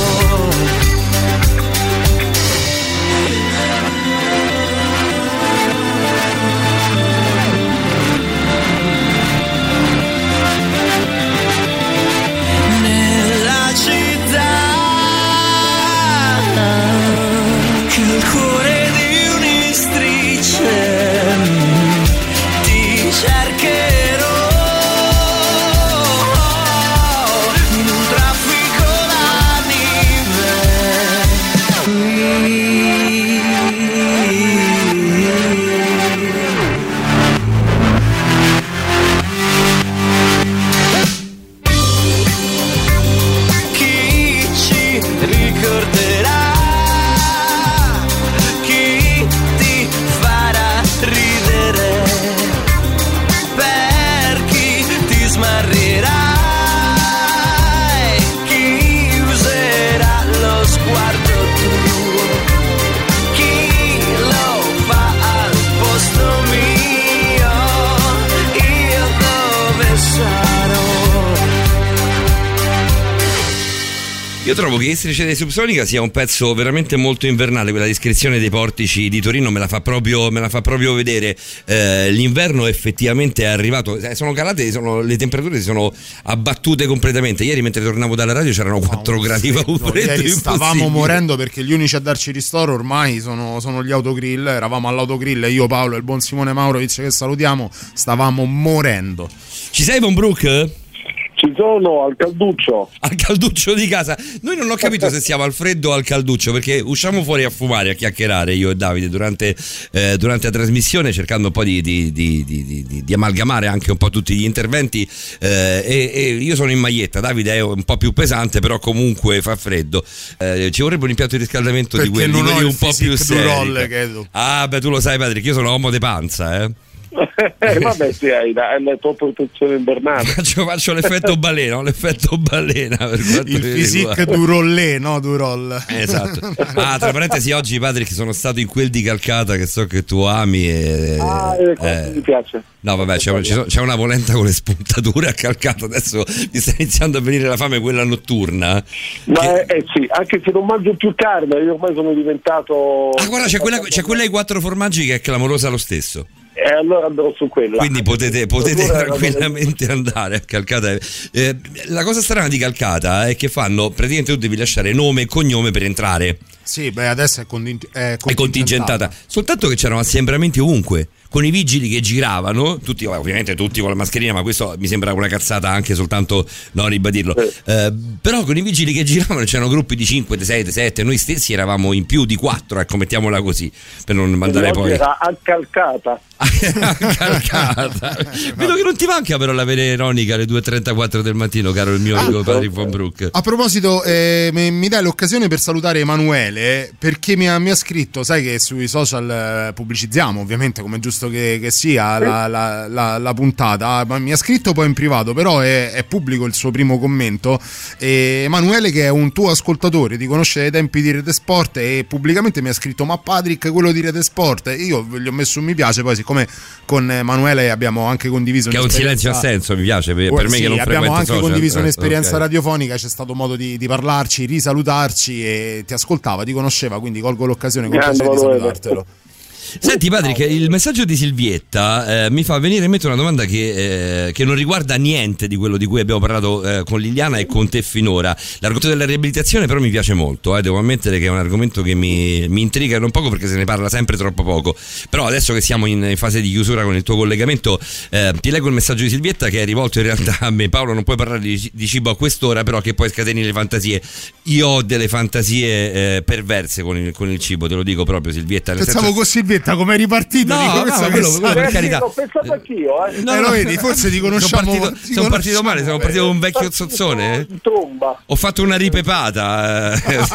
Io trovo che Istricede Subsonica sia un pezzo veramente molto invernale. Quella descrizione dei portici di Torino me la fa proprio vedere. L'inverno effettivamente è arrivato, sono calate, le temperature si sono abbattute completamente. Ieri mentre tornavo dalla radio c'erano 4 gradi freddo. Ieri stavamo morendo perché gli unici a darci ristoro ormai sono gli autogrill. Eravamo all'autogrill, io, Paolo e il buon Simone Maurovic, che salutiamo, stavamo morendo. Ci sei, Von Brook? Ci sono al calduccio di casa. Noi non ho capito se siamo al freddo o al calduccio, perché usciamo fuori a fumare, a chiacchierare io e Davide durante la trasmissione, cercando un po' di amalgamare anche un po' tutti gli interventi, e io sono in maglietta, Davide è un po' più pesante, però comunque fa freddo. Ci vorrebbe un impianto di riscaldamento perché di quelli non ho un po' più seri. Ah, beh, tu lo sai, Patrick, io sono uomo de panza, vabbè, sì, hai la tua protezione invernale. Faccio l'effetto balena, per il physique du rollé, no? Du roll. Esatto. Tra parentesi, oggi, Patrick, sono stato in quel di Calcata che so che tu ami mi piace. No, vabbè, c'è una polenta con le spuntature a Calcata. Adesso mi sta iniziando a venire la fame, quella notturna. Ma sì, anche se non mangio più carne, io ormai sono diventato. Guarda, c'è quella ai 4 formaggi che è clamorosa lo stesso. Allora andrò su quella. Quindi potete tranquillamente andare a Calcata. La cosa strana di Calcata è che praticamente tu devi lasciare nome e cognome per entrare. Sì, beh, adesso è contingentata. Soltanto che c'erano assembramenti ovunque, con i vigili che giravano, ovviamente tutti con la mascherina, ma questo mi sembra una cazzata anche soltanto ribadirlo. Però con i vigili che giravano c'erano gruppi di 5, di 6, di 7, noi stessi eravamo in più di 4, ecco, mettiamola così, per non mandare poi. Era accalcata. Vedo che non ti manca però la veronica alle 2:34 del mattino, caro il mio amico Patrick Von Brook. A proposito, mi dai l'occasione per salutare Emanuele, perché mi ha scritto, sai che sui social pubblicizziamo ovviamente come giusto che sia la puntata, ma mi ha scritto poi in privato, però è pubblico il suo primo commento. Emanuele, che è un tuo ascoltatore, ti conosce dai tempi di Rete Sport, e pubblicamente mi ha scritto: ma Patrick, quello di Rete Sport. Io gli ho messo un mi piace, poi siccome con Emanuele abbiamo anche condiviso che è un silenzio a senso, mi piace per me che non abbiamo anche social, condiviso un'esperienza radiofonica, c'è stato modo di parlarci, risalutarci, e ti ascoltava, ti conosceva, quindi colgo l'occasione con piacere di salutartelo. Senti Patrick, il messaggio di Silvietta mi fa venire in mente una domanda che non riguarda niente di quello di cui abbiamo parlato con Liliana e con te finora. L'argomento della riabilitazione però mi piace molto, devo ammettere che è un argomento che mi intriga non poco, perché se ne parla sempre troppo poco. Però adesso che siamo in fase di chiusura con il tuo collegamento, ti leggo il messaggio di Silvietta, che è rivolto in realtà a me. Paolo, non puoi parlare di cibo a quest'ora, però che poi scateni le fantasie. Io ho delle fantasie perverse con il cibo, te lo dico proprio, Silvietta. Pensavo con Silvietta come è ripartito? No, quello per carità. L'ho pensato anch'io, lo vedi, forse ti conosciamo. Sono partito male, sono partito con un vecchio zozzone. Ho fatto una ripepata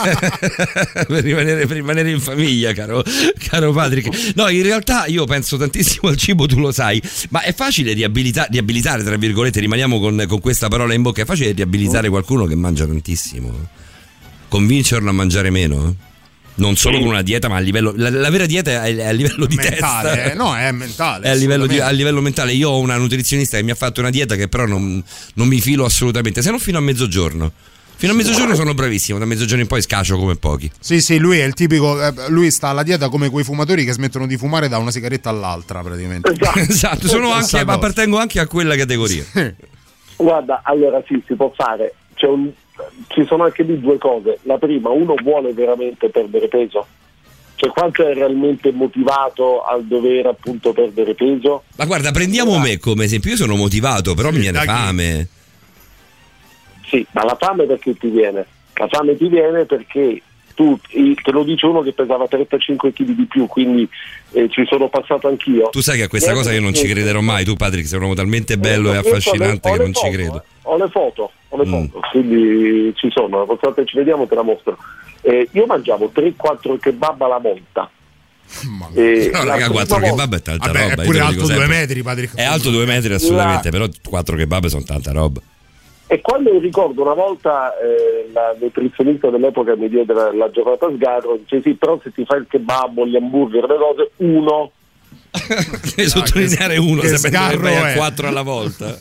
per rimanere in famiglia, caro Patrick. No, in realtà io penso tantissimo al cibo, tu lo sai, ma è facile riabilitare, tra virgolette, rimaniamo con questa parola in bocca, è facile riabilitare qualcuno che mangia tantissimo, convincerlo a mangiare meno? Non solo con una dieta, ma a livello. La vera dieta è a livello di mentale, testa. No, è mentale. È a livello mentale. Io ho una nutrizionista che mi ha fatto una dieta che però non mi filo assolutamente, se non fino a mezzogiorno. Fino a mezzogiorno sono bravissimo, da mezzogiorno in poi scaccio come pochi. Sì, lui è il tipico. Lui sta alla dieta come quei fumatori che smettono di fumare da una sigaretta all'altra, praticamente. Esatto, appartengo anche a quella categoria. Guarda, allora sì, si può fare. Ci sono anche lì due cose. La prima, uno vuole veramente perdere peso, cioè quanto è realmente motivato al dover appunto perdere peso. Ma guarda, prendiamo me come esempio, io sono motivato, però mi viene fame. Sì, ma la fame perché ti viene? La fame ti viene perché te lo dice uno che pesava 35 kg di più, quindi ci sono passato anch'io. Tu sai che a questa cosa io non ci crederò mai. Tu, Patrick, sei un uomo talmente bello e affascinante che non ci credo. Ho le foto, quindi ci sono. La prossima volta che ci vediamo te la mostro. Io mangiavo 3-4 kebab alla volta. No, raga, 4 kebab è tanta roba. È pure alto 2 metri, Patrick. È alto 2 metri assolutamente, però 4 kebab sono tanta roba. E quando mi ricordo una volta la nutrizionista dell'epoca mi diede la giornata sgarro, dice sì, però se ti fai il kebab, gli hamburger, le cose, uno. Devi sottolineare uno, se vai a 4 alla volta.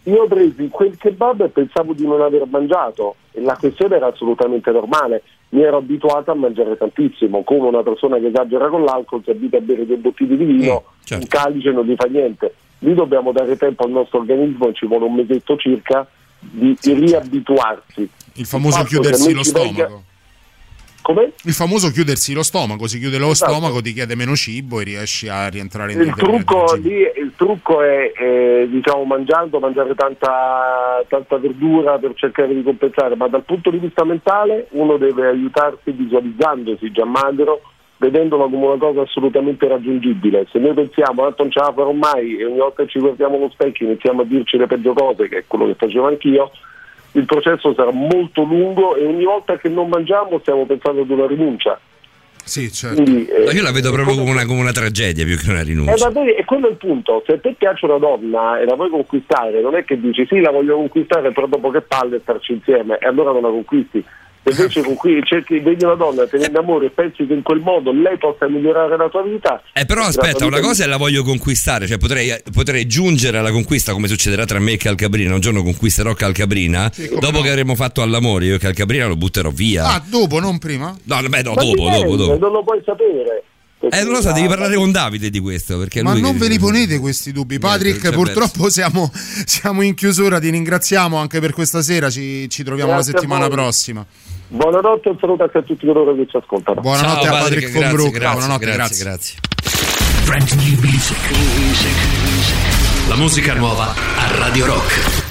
io ho preso quel kebab e pensavo di non aver mangiato, e la questione era assolutamente normale. Mi ero abituato a mangiare tantissimo, come una persona che esagera con l'alcol, si abita a bere 2 bottiglie di vino, un calice non gli fa niente. Lì dobbiamo dare tempo al nostro organismo, ci vuole un mesetto circa, di riabituarsi. Il famoso chiudersi lo stomaco. Come? Il famoso chiudersi lo stomaco, si chiude lo stomaco, ti chiede meno cibo e riesci a rientrare in il trucco è diciamo mangiare tanta verdura per cercare di compensare, ma dal punto di vista mentale uno deve aiutarsi visualizzandosi già magro, vedendola come una cosa assolutamente raggiungibile. Se noi pensiamo tanto non ce la farò mai e ogni volta che ci guardiamo allo specchio iniziamo a dirci le peggio cose, che è quello che facevo anch'io, il processo sarà molto lungo e ogni volta che non mangiamo stiamo pensando ad una rinuncia. Sì, certo. Quindi, io la vedo proprio come una tragedia più che una rinuncia. E quello è il punto. Se a te piace una donna e la vuoi conquistare, non è che dici sì, la voglio conquistare, però dopo che palle starci insieme, e allora non la conquisti. Se invece con cui vedi una donna, te ne innamori e pensi che in quel modo lei possa migliorare la tua vita. Però aspetta, una cosa è la voglio conquistare, cioè potrei giungere alla conquista, come succederà tra me e Calcabrina. Un giorno conquisterò Calcabrina, dopo che avremo fatto all'amore, io e Calcabrina lo butterò via. Ah, dopo, non prima? No, dopo. Non lo puoi sapere. Non lo so, devi parlare con Davide di questo, perché ma lui non ve li ponete questi dubbi, Patrick. Purtroppo siamo in chiusura, ti ringraziamo anche per questa sera, ci troviamo la settimana prossima. Buonanotte e un saluto anche a tutti coloro che ci ascoltano. Buonanotte a Patrick von Broek. Buonanotte, grazie. Brand new music. La musica nuova a Radio Rock.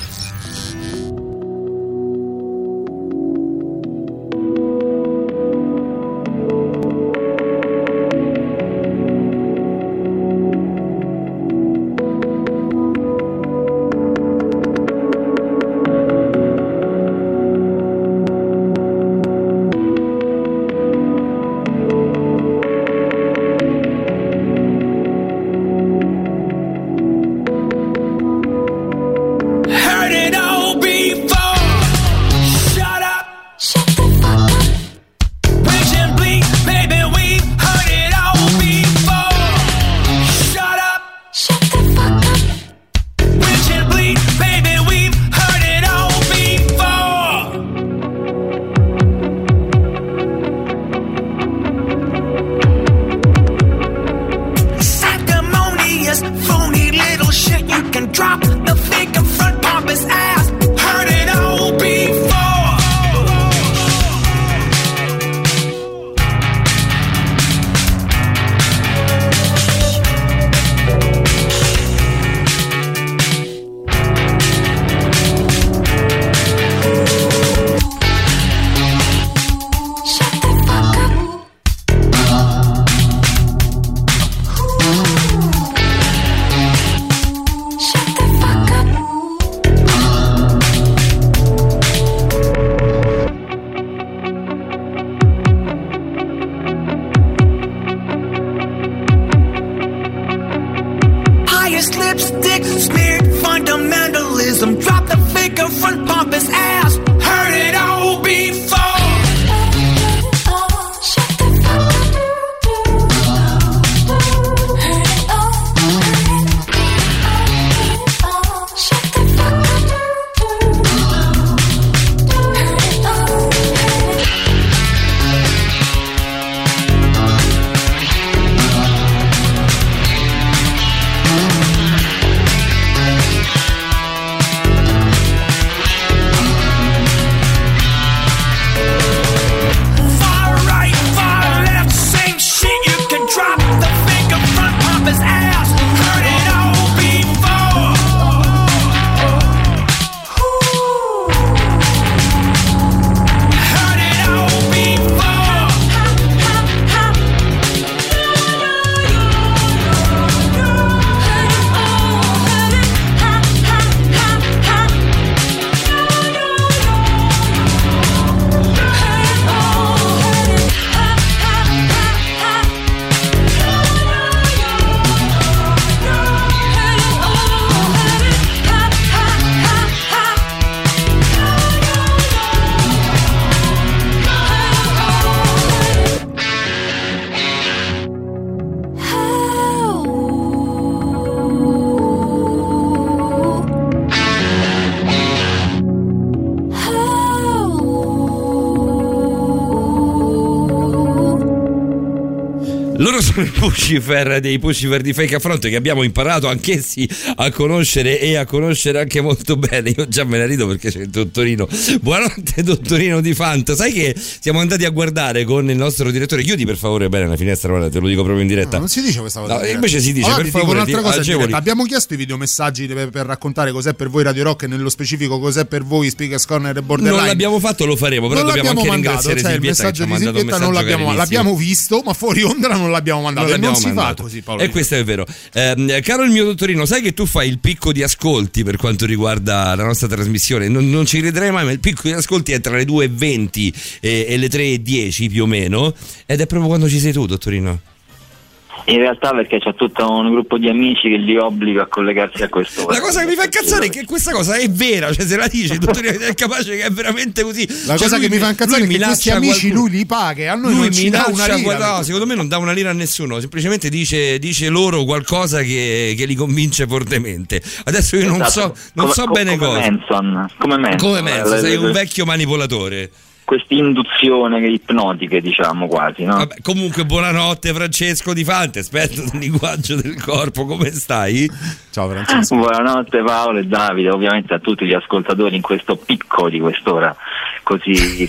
Loro sono i Puscifer di Fake Affront, che abbiamo imparato anch'essi a conoscere e a conoscere anche molto bene. Io già me ne rido perché c'è il dottorino. Buonanotte dottorino Di Fanta. Sai che siamo andati a guardare con il nostro direttore. Chiudi per favore bene la finestra, guarda, te lo dico proprio in diretta. No, non si dice questa cosa. No, invece si dice, allora, per favore. Un'altra cosa in diretta. Abbiamo chiesto i videomessaggi per raccontare cos'è per voi Radio Rock e nello specifico cos'è per voi Speakers Corner e Borderline. Non l'abbiamo fatto, lo faremo, però dobbiamo anche ringraziare Silvietta che ci ha mandato un messaggio carinissimo. L'abbiamo visto, ma fuori onda non l'abbiamo mandato. Non si fa così, Paolo. E questo è vero. Caro il mio dottorino, sai che tu fai il picco di ascolti per quanto riguarda la nostra trasmissione? Non ci crederei mai, ma il picco di ascolti è tra le 2:20 e le 3:10 più o meno, ed è proprio quando ci sei tu, dottorino. In realtà perché c'è tutto un gruppo di amici che li obbliga a collegarsi a questo. La cosa che mi fa incazzare è che questa cosa è vera, cioè se la dice il dottorino è capace che è veramente così. La cosa che mi fa incazzare è che questi amici lui li paga, a noi non ci dà una lira. No, secondo me non dà una lira a nessuno, semplicemente dice loro qualcosa che li convince fortemente. Adesso io non so bene cosa. Come Manson, sei un vecchio manipolatore. Queste induzione ipnotiche, diciamo, quasi, no? Vabbè, comunque buonanotte Francesco Di Fante, esperto del linguaggio del corpo, come stai? Ciao Francesco. Buonanotte Paolo e Davide, ovviamente a tutti gli ascoltatori in questo picco di quest'ora così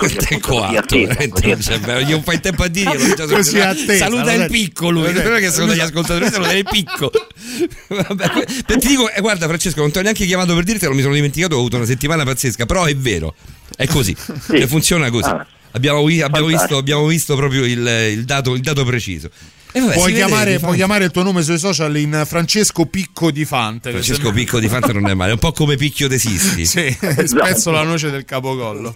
io non fai tempo a dire saluta il picco lui, non è che sono degli ascoltatori, sono del picco. Vabbè, ti dico, guarda Francesco, non ti ho neanche chiamato per dirtelo, mi sono dimenticato, ho avuto una settimana pazzesca, però è vero. È così, sì. Funziona così. Abbiamo visto proprio il dato preciso. Vabbè, puoi chiamare il tuo nome sui social in Francesco Picco Di Fante. Francesco Picco Di Fante non è male, è un po' come Picchio De Sisti. Sì, spezzo la noce del capocollo.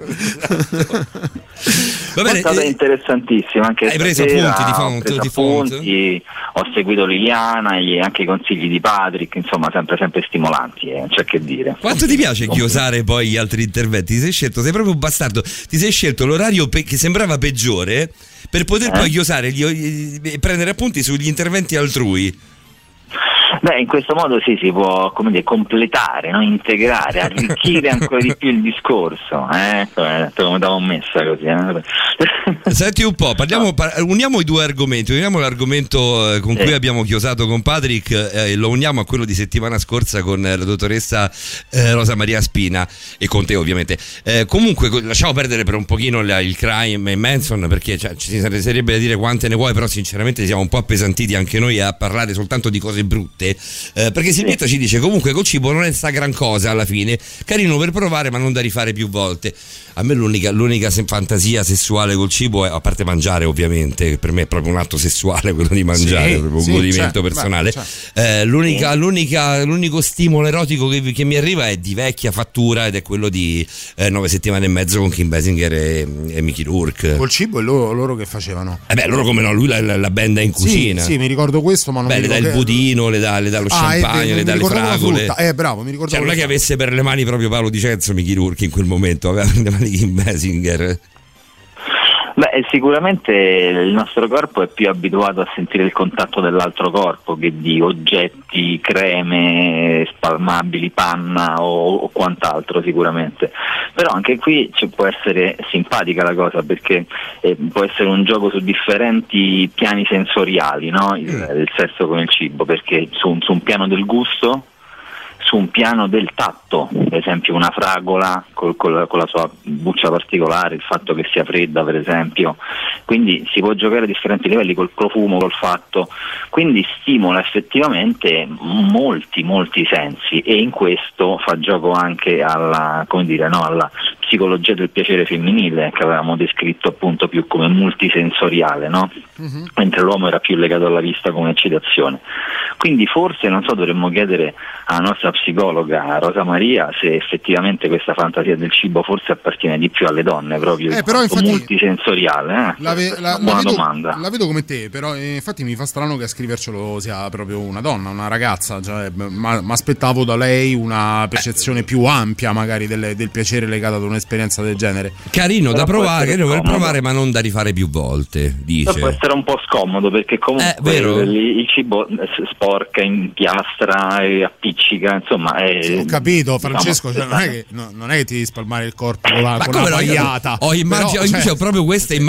Va bene, è stata interessantissima anche. Hai preso appunti di fonte? Ho seguito Liliana e anche i consigli di Patrick, insomma sempre stimolanti, c'è che dire. Quanto ti piace chiosare poi gli altri interventi? Sei proprio un bastardo, ti sei scelto l'orario che sembrava peggiore per poter poi chiosare e prendere appunti sugli interventi altrui. Beh, in questo modo sì, si può, come dire, completare, no? Integrare, arricchire ancora di più il discorso. Te lo davo messa così. Senti un po', uniamo i due argomenti. Uniamo l'argomento con cui abbiamo chiosato con Patrick e lo uniamo a quello di settimana scorsa con la dottoressa Rosa Maria Spina e con te ovviamente. Comunque lasciamo perdere per un pochino il crime e Manson, perché ci sarebbe da dire quante ne vuoi, però sinceramente siamo un po' appesantiti anche noi a parlare soltanto di cose brutte. Perché Silvietta ci dice comunque col cibo non è sta gran cosa alla fine, carino per provare ma non da rifare più volte. A me l'unica fantasia sessuale col cibo è, a parte mangiare ovviamente, per me è proprio un atto sessuale quello di mangiare, proprio un godimento personale. L'unico stimolo erotico che mi arriva è di vecchia fattura ed è quello di 9 settimane e mezzo con Kim Basinger e Mickey Rourke. Col cibo e loro che facevano? Loro come no, lui la benda in cucina. Sì, mi ricordo questo, ma non mi le dà il budino, le dà lo champagne, le dà le fragole. Bravo, mi ricordo. Non è che avesse per le mani proprio Paolo Di Cenzo Mickey Rourke in quel momento, aveva le mani di Kim Basinger. Beh, sicuramente il nostro corpo è più abituato a sentire il contatto dell'altro corpo che di oggetti, creme, spalmabili, panna o quant'altro sicuramente. Però anche qui ci può essere simpatica la cosa, perché può essere un gioco su differenti piani sensoriali, no? Il sesso con il cibo, perché su un piano del gusto, su un piano del tatto, per esempio una fragola con la sua buccia particolare, il fatto che sia fredda per esempio, quindi si può giocare a differenti livelli, col profumo, col fatto, quindi stimola effettivamente molti sensi, e in questo fa gioco anche alla psicologia del piacere femminile, che avevamo descritto appunto più come multisensoriale, no? Mentre l'uomo era più legato alla vista come eccitazione. Quindi forse, non so, dovremmo chiedere alla nostra psicologa Rosa Maria se effettivamente questa fantasia del cibo forse appartiene di più alle donne, proprio però infatti, multisensoriale. Buona domanda. La vedo come te, però infatti mi fa strano che a scrivercelo sia proprio una donna, una ragazza, cioè, ma aspettavo da lei una percezione più ampia magari del piacere legato ad un'esperienza del genere. Carino da provare, ma non da rifare più volte, dice. Può essere un po' scomodo perché comunque il cibo sporca, impiastra, appiccica, insomma ho capito, Francesco, non è che ti devi spalmare il corpo con la pagliata. Ho proprio questa immagine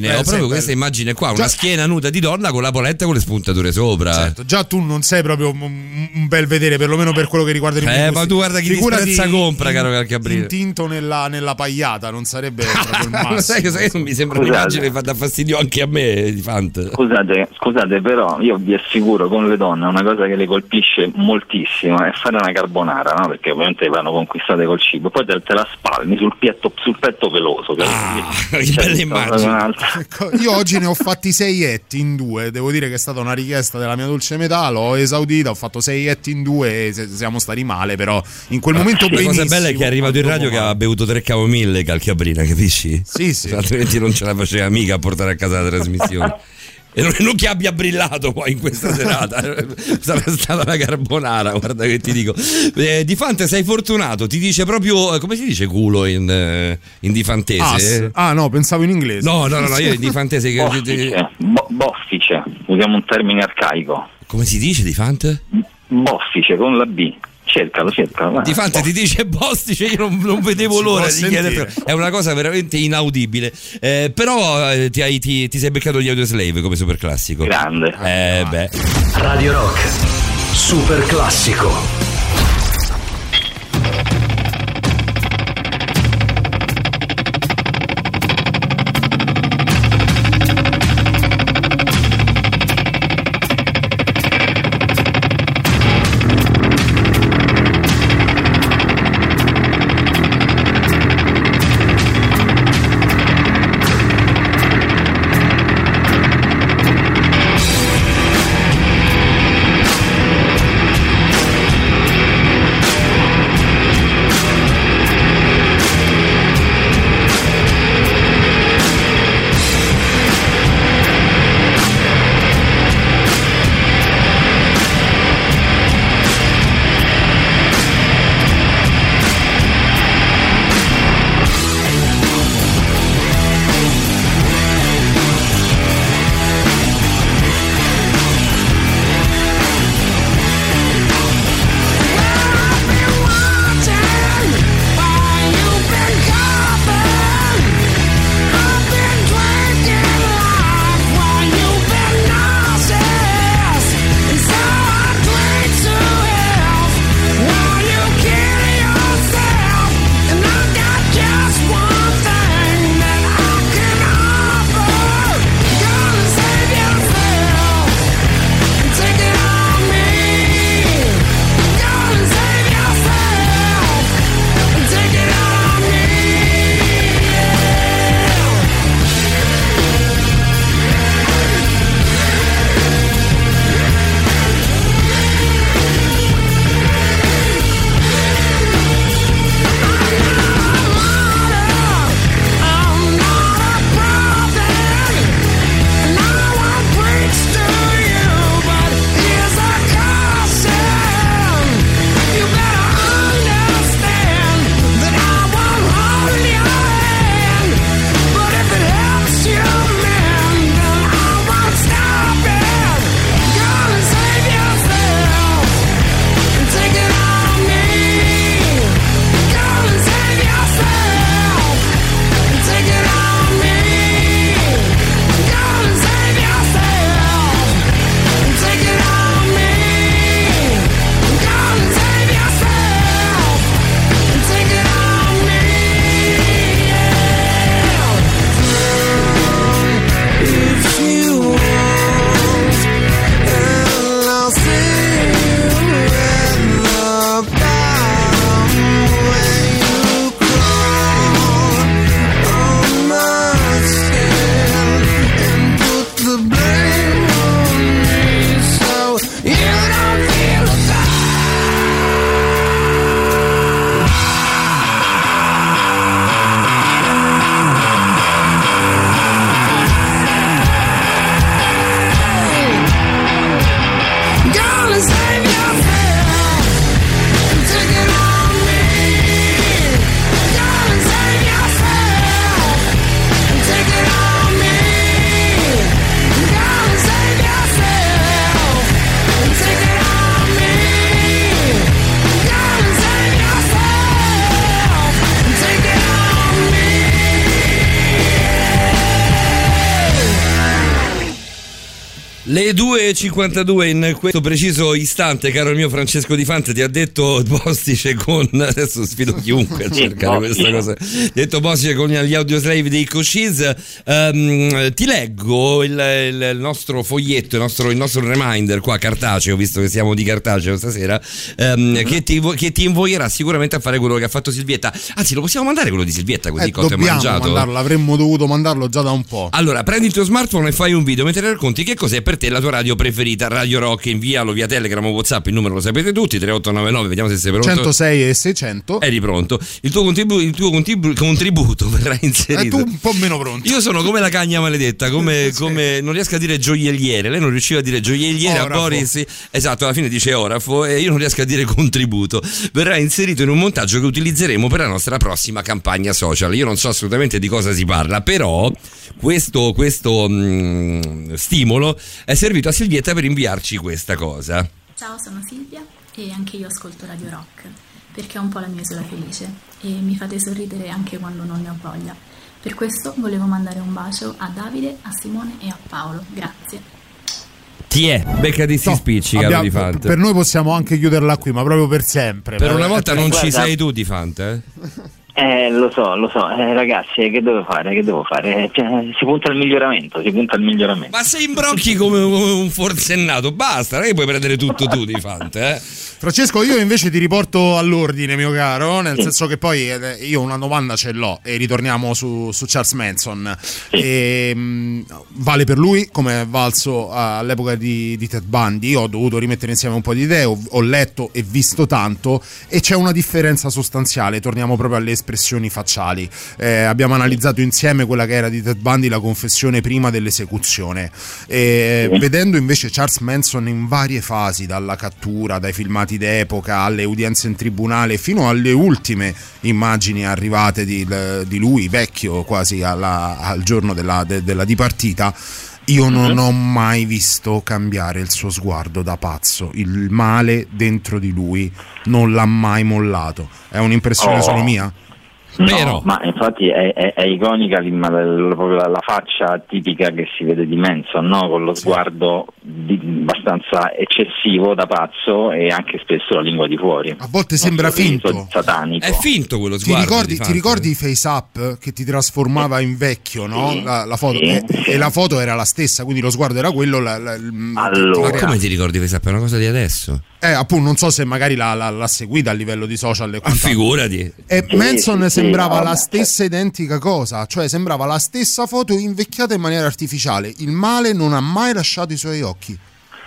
immagine, ho proprio questa immagine qua, una schiena nuda di donna con la poletta con le spuntature sopra. Certo, già tu non sei proprio un bel vedere, perlomeno per quello che riguarda il mio ma tu guarda chi disprezza compra, caro Calcabrino. Intinto nella pagliata, non sarebbe proprio il massimo. Sai che mi sembra un'immagine che dà fastidio anche a me di Fant. Scusate, però io vi assicuro, con le donne una cosa che le colpisce moltissimo è fare una carbonara, no? Perché ovviamente vanno conquistate col cibo, poi te la spalmi sul petto peloso. Che bella immagine. Io oggi ne ho fatti 6 etti in 2, devo dire che è stata una richiesta della mia dolce metà, l'ho esaudita, ho fatto 6 etti in 2 e siamo stati male, però in quel momento la benissimo. cosa bella è che è arrivato in radio che aveva bevuto 3 camomille, Calcabrina, capisci? Sì. Altrimenti non ce la faceva mica a portare a casa la trasmissione. E non che abbia brillato poi in questa serata, sarà stata una carbonara, guarda che ti dico. Di Fante sei fortunato, ti dice proprio, come si dice culo in difantese? No, pensavo in inglese. No, io in difantese Boffice, usiamo un termine arcaico. Come si dice di Fante? Boffice con la B. Cercalo. Di Fante ti dice Bostice, io non vedevo l'ora di chiederlo. È una cosa veramente inaudibile. Però ti sei beccato gli Audioslave come super classico. Grande. Radio Rock super classico. Le 2.52 in questo preciso istante, caro il mio Francesco Di Fante, ti ha detto Bostice con, adesso sfido chiunque a cercare questa cosa, ti ha detto Bostice con gli audioslave dei Cochise. Ti leggo il nostro foglietto, il nostro reminder qua cartaceo, visto che siamo di cartaceo stasera, che ti invoglierà sicuramente a fare quello che ha fatto Silvietta. Anzi, lo possiamo mandare quello di Silvietta, così cotto e mangiato. Dobbiamo mandarlo, avremmo dovuto mandarlo già da un po'. Allora, prendi il tuo smartphone e fai un video mentre racconti che cos'è per te la tua radio preferita. Radio Rock, invialo via Telegram o WhatsApp, il numero lo sapete tutti, 3899, vediamo se sei pronto. 106 e 600. Eri pronto. Il tuo contributo verrà inserito. Tu un po' meno pronto. Io sono come la cagna maledetta, come non riesco a dire gioielliere. Lei non riusciva a dire gioielliere Orafo. a Boris. Esatto, alla fine dice orafo e io non riesco a dire contributo. Verrà inserito in un montaggio che utilizzeremo per la nostra prossima campagna social. Io non so assolutamente di cosa si parla, però questo stimolo è servito a Silvietta per inviarci questa cosa. Ciao, sono Silvia e anche io ascolto Radio Rock perché è un po' la mia isola felice e mi fate sorridere anche quando non ne ho voglia. Per questo volevo mandare un bacio a Davide, a Simone e a Paolo. Grazie. Ti è, beccati sti spicci, caro Di Fante. Per noi possiamo anche chiuderla qui, ma proprio per sempre. Per una volta non ci Guarda, sei tu, Di Fante, Lo so, ragazzi, che devo fare? Cioè, si punta al miglioramento. Ma sei imbrocchi come un forsennato, basta, non è che puoi prendere tutto tu, Di Fante, Francesco, io invece ti riporto all'ordine, mio caro, nel senso che poi io una domanda ce l'ho e ritorniamo su Charles Manson. Vale per lui come è valso all'epoca di Ted Bundy. Ho dovuto rimettere insieme un po' di idee, ho letto e visto tanto e c'è una differenza sostanziale. Torniamo proprio alle espressioni facciali. Abbiamo analizzato insieme quella che era di Ted Bundy, la confessione prima dell'esecuzione, vedendo invece Charles Manson in varie fasi, dalla cattura, dai filmati d'epoca alle udienze in tribunale fino alle ultime immagini arrivate di lui vecchio quasi al giorno della dipartita. Io non ho mai visto cambiare il suo sguardo da pazzo. Il male dentro di lui non l'ha mai mollato. È un'impressione solo mia? No, ma infatti è iconica proprio la faccia tipica che si vede di Manson, no? Con lo sguardo abbastanza eccessivo da pazzo e anche spesso la lingua di fuori. A volte sembra finto. Satanico. È finto quello sguardo. Ti ricordi i face up che ti trasformava in vecchio, no? Sì, la foto sì. E la foto era la stessa, quindi lo sguardo era quello. Allora, come ti ricordi face up? È una cosa di adesso. Appunto, non so se magari l'ha seguita a livello di social. Figurati. E Manson sembrava la stessa identica cosa, cioè sembrava la stessa foto invecchiata in maniera artificiale. Il male non ha mai lasciato i suoi occhi.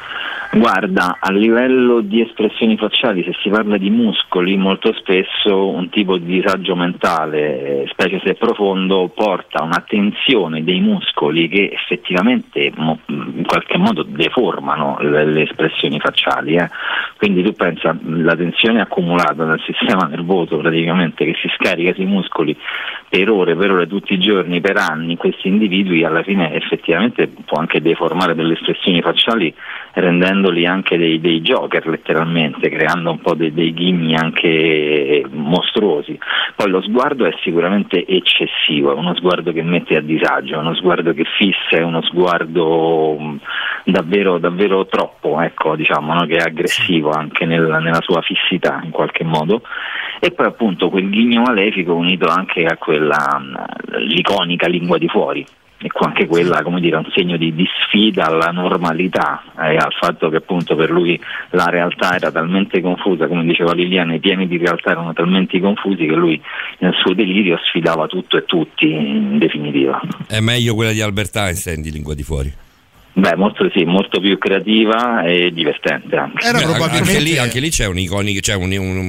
Guarda, a livello di espressioni facciali, se si parla di muscoli, molto spesso un tipo di disagio mentale, specie se è profondo, porta una tensione dei muscoli che effettivamente in qualche modo deformano le espressioni facciali. Quindi tu pensa, la tensione accumulata dal sistema nervoso praticamente che si scarica sui muscoli per ore tutti i giorni, per anni, questi individui alla fine effettivamente può anche deformare delle espressioni facciali, rendendoli anche dei joker letteralmente, creando un po' dei ghigni anche mostruosi. Poi lo sguardo è sicuramente eccessivo, è uno sguardo che mette a disagio, è uno sguardo che fissa, è uno sguardo davvero troppo, ecco, diciamo, no? Che è aggressivo anche nella sua fissità in qualche modo. E poi appunto quel ghigno malefico unito anche a quella l'iconica lingua di fuori. E anche quella, come dire, un segno di sfida alla normalità, al fatto che appunto per lui la realtà era talmente confusa, come diceva Liliana, i piani di realtà erano talmente confusi che lui nel suo delirio sfidava tutto e tutti, in definitiva. È meglio quella di Albert Einstein di lingua di fuori? Beh, molto più creativa e divertente anche. Era probabilmente... anche lì c'è un'iconica, c'è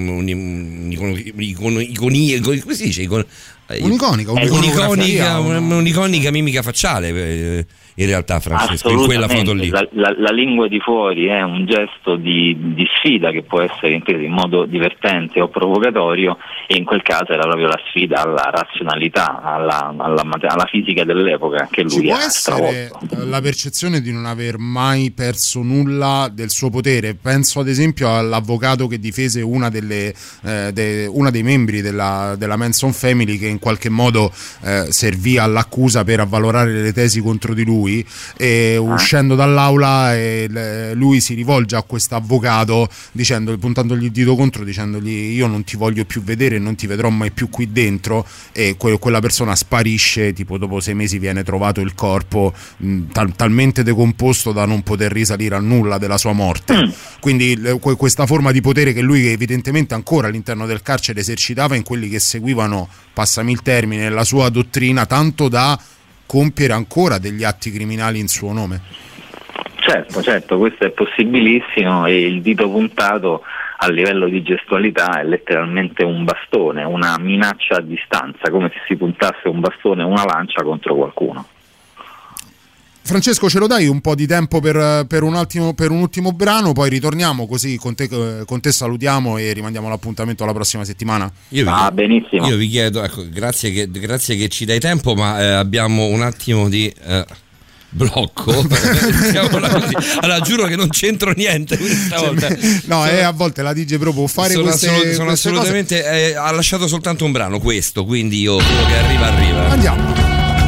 come si dice? Un'iconica mimica facciale, in realtà, Francesco, in quella foto lì. La lingua di fuori è un gesto di sfida che può essere inteso in modo divertente o provocatorio, e in quel caso era proprio la sfida alla razionalità, alla fisica dell'epoca che lui può ha essere stravolto. la percezione di non aver mai perso nulla del suo potere. Penso ad esempio all'avvocato che difese una dei membri della Manson Family, che in qualche modo servì all'accusa per avvalorare le tesi contro di lui. lui, e uscendo dall'aula lui si rivolge a questo avvocato puntandogli il dito contro, dicendogli: io non ti voglio più vedere, non ti vedrò mai più qui dentro, e quella persona sparisce. Tipo dopo 6 mesi viene trovato il corpo talmente decomposto da non poter risalire a nulla della sua morte. Quindi questa forma di potere che lui evidentemente ancora all'interno del carcere esercitava in quelli che seguivano, passami il termine, la sua dottrina, tanto da compiere ancora degli atti criminali in suo nome. Certo, questo è possibilissimo, e il dito puntato a livello di gestualità è letteralmente un bastone, una minaccia a distanza, come se si puntasse un bastone o una lancia contro qualcuno. Francesco, ce lo dai un po' di tempo per un ultimo brano, poi ritorniamo, così con te salutiamo e rimandiamo l'appuntamento alla prossima settimana. Benissimo. Io vi chiedo, ecco, grazie che ci dai tempo, ma abbiamo un attimo di blocco. Allora giuro che non c'entro niente questa volta. No, a volte la DJ Pro può fare queste assolutamente cose. Ha lasciato soltanto un brano, questo, quindi io quello che arriva. Andiamo.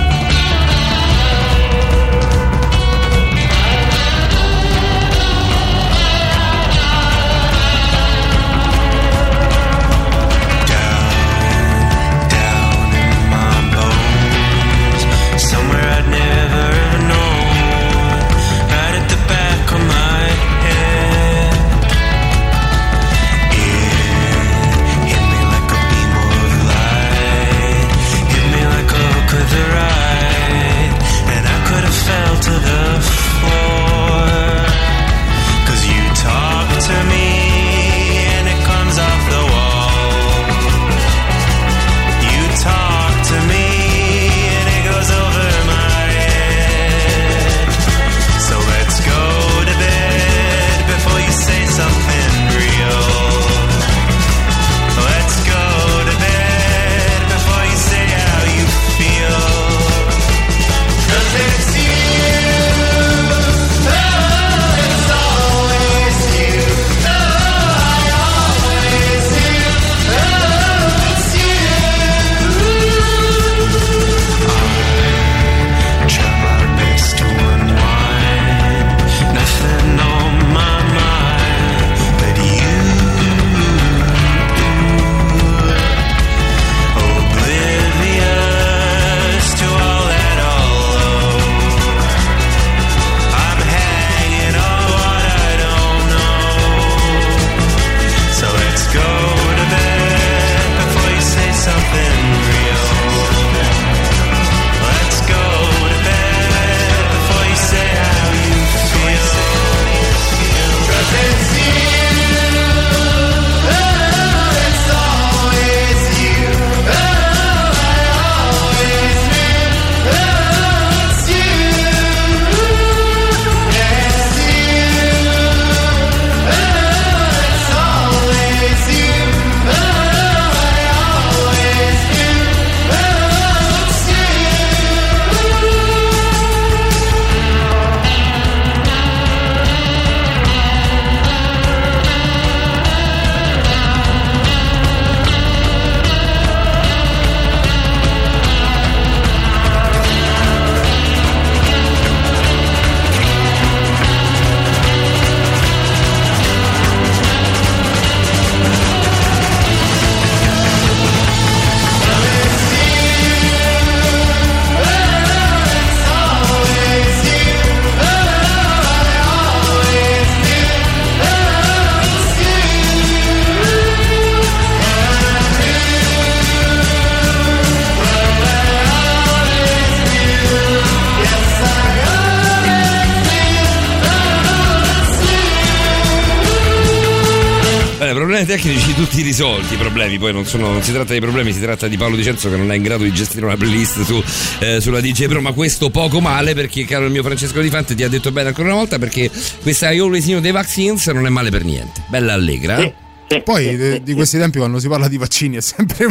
Problemi tecnici tutti risolti, i problemi poi non si tratta di problemi, si tratta di Paolo Dicenzo che non è in grado di gestire una playlist sulla DJ Pro, ma questo poco male, perché caro il mio Francesco Di Fante ti ha detto bene ancora una volta, perché questa I Always Knew dei Vaccines non è male per niente, bella allegra. Sì. Poi di questi tempi quando si parla di vaccini è sempre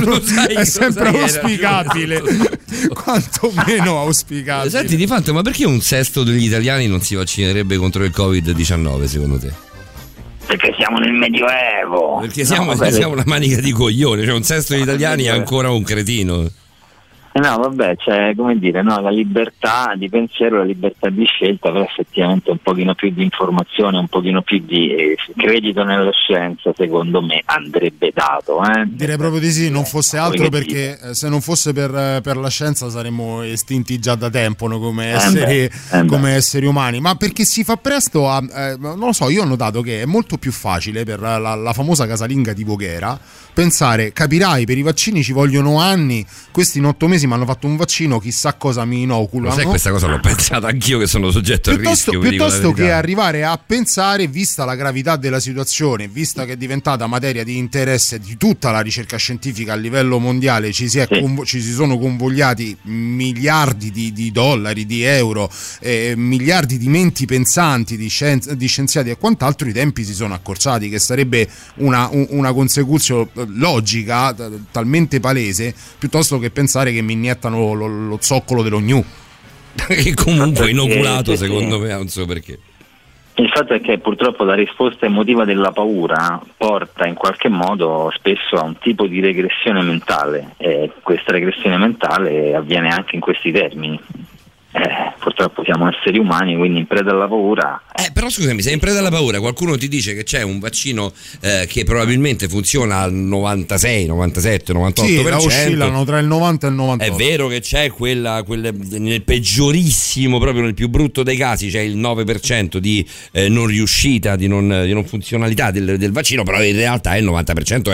auspicabile, quantomeno auspicabile. Senti Di Fante, ma perché un sesto degli italiani non si vaccinerebbe contro il Covid-19 secondo te? Perché siamo nel Medioevo. Perché siamo una manica di coglioni, cioè un sesto degli italiani è ancora un cretino. No, vabbè, c'è, come dire, no, la libertà di pensiero, la libertà di scelta, però effettivamente un pochino più di informazione, un pochino più di credito nella scienza, secondo me andrebbe dato. Direi proprio di sì, non fosse altro perché se non fosse per la scienza saremmo estinti già da tempo, no, come esseri umani, ma perché si fa presto a non lo so, io ho notato che è molto più facile per la famosa casalinga di Voghera pensare, capirai, per i vaccini ci vogliono anni, questi in 8 mesi mi hanno fatto un vaccino, chissà cosa mi inoculano. Lo sai, questa cosa l'ho pensata anch'io, che sono soggetto al rischio. Piuttosto che arrivare a pensare, vista la gravità della situazione, vista che è diventata materia di interesse di tutta la ricerca scientifica a livello mondiale, ci si sono convogliati miliardi di dollari, di euro, miliardi di menti pensanti, di scienziati e quant'altro, i tempi si sono accorciati, che sarebbe una consecuzione logica talmente palese, piuttosto che pensare che mi iniettano lo zoccolo dello gnu che comunque inoculato, secondo me, non so perché. Il fatto è che purtroppo la risposta emotiva della paura porta in qualche modo spesso a un tipo di regressione mentale, e questa regressione mentale avviene anche in questi termini. Purtroppo siamo esseri umani, quindi in preda alla paura. Però scusami, sei in preda alla paura, qualcuno ti dice che c'è un vaccino che probabilmente funziona al 96, 97, 98%. Sì, oscillano tra il 90 e il 98. È vero che c'è quella nel peggiorissimo, proprio nel più brutto dei casi, c'è il 9% di non riuscita, di non funzionalità del vaccino, però in realtà il 90%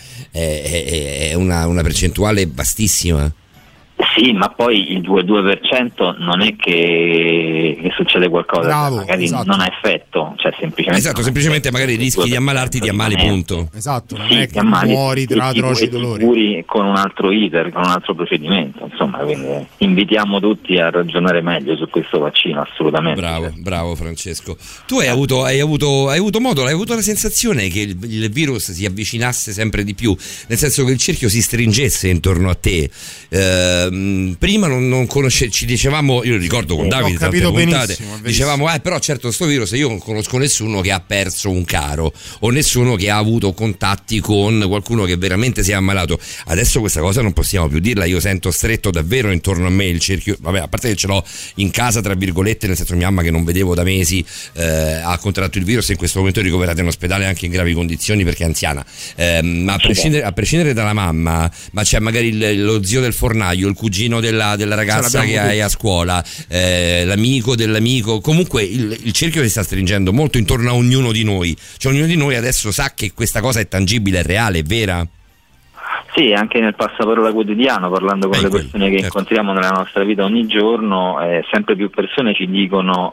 è una percentuale vastissima. Sì, ma poi il 2% non è che succede qualcosa. Bravo, magari esatto. Non ha effetto, cioè semplicemente magari rischi di ammalarti, ti ammali, punto. Esatto, non è che muori tra atroci dolori. Curi con un altro iter, con un altro procedimento, insomma, quindi invitiamo tutti a ragionare meglio su questo vaccino, assolutamente. Bravo Francesco. Tu hai avuto la sensazione che il virus si avvicinasse sempre di più, nel senso che il cerchio si stringesse intorno a te. Prima non ci dicevamo, io ricordo con Davide tante puntate, dicevamo però certo sto virus io non conosco nessuno che ha perso un caro o nessuno che ha avuto contatti con qualcuno che veramente si è ammalato. Adesso questa cosa non possiamo più dirla, io sento stretto davvero intorno a me il cerchio, vabbè, a parte che ce l'ho in casa tra virgolette, nel senso mia mamma che non vedevo da mesi ha contratto il virus e in questo momento è ricoverata in ospedale anche in gravi condizioni perché è anziana, ma a prescindere dalla mamma, ma c'è magari lo zio del fornaio, il cugino della ragazza che hai a scuola, l'amico dell'amico, comunque il cerchio si sta stringendo molto intorno a ognuno di noi, cioè ognuno di noi adesso sa che questa cosa è tangibile, è reale, è vera. Sì, anche nel passaparola quotidiano, parlando con le persone che incontriamo nella nostra vita ogni giorno, sempre più persone ci dicono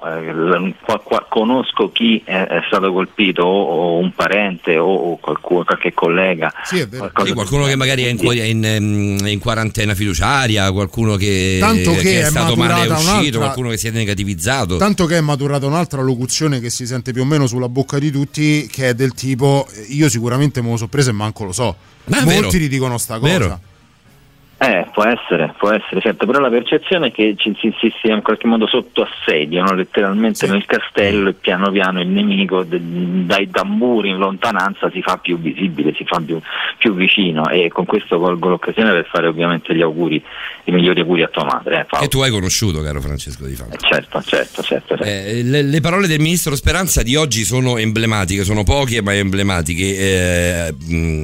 conosco chi è stato colpito, o un parente o qualche collega. Sì, è vero. Qualcuno che magari è in quarantena fiduciaria, qualcuno che è stato male uscito, qualcuno che si è negativizzato. Tanto che è maturata un'altra locuzione che si sente più o meno sulla bocca di tutti, che è del tipo io sicuramente me lo so preso e manco lo so. Molti ti dicono sta cosa. Vero. Può essere, certo, però la percezione è che ci sia in qualche modo sotto assedio, no? Letteralmente nel castello, e piano piano il nemico dai tamburi in lontananza si fa più visibile, si fa più vicino, e con questo colgo l'occasione per fare ovviamente gli migliori auguri a tua madre. Che tu hai conosciuto, caro Francesco Di Fabio. Certo. Le parole del ministro Speranza di oggi sono emblematiche, sono poche ma emblematiche.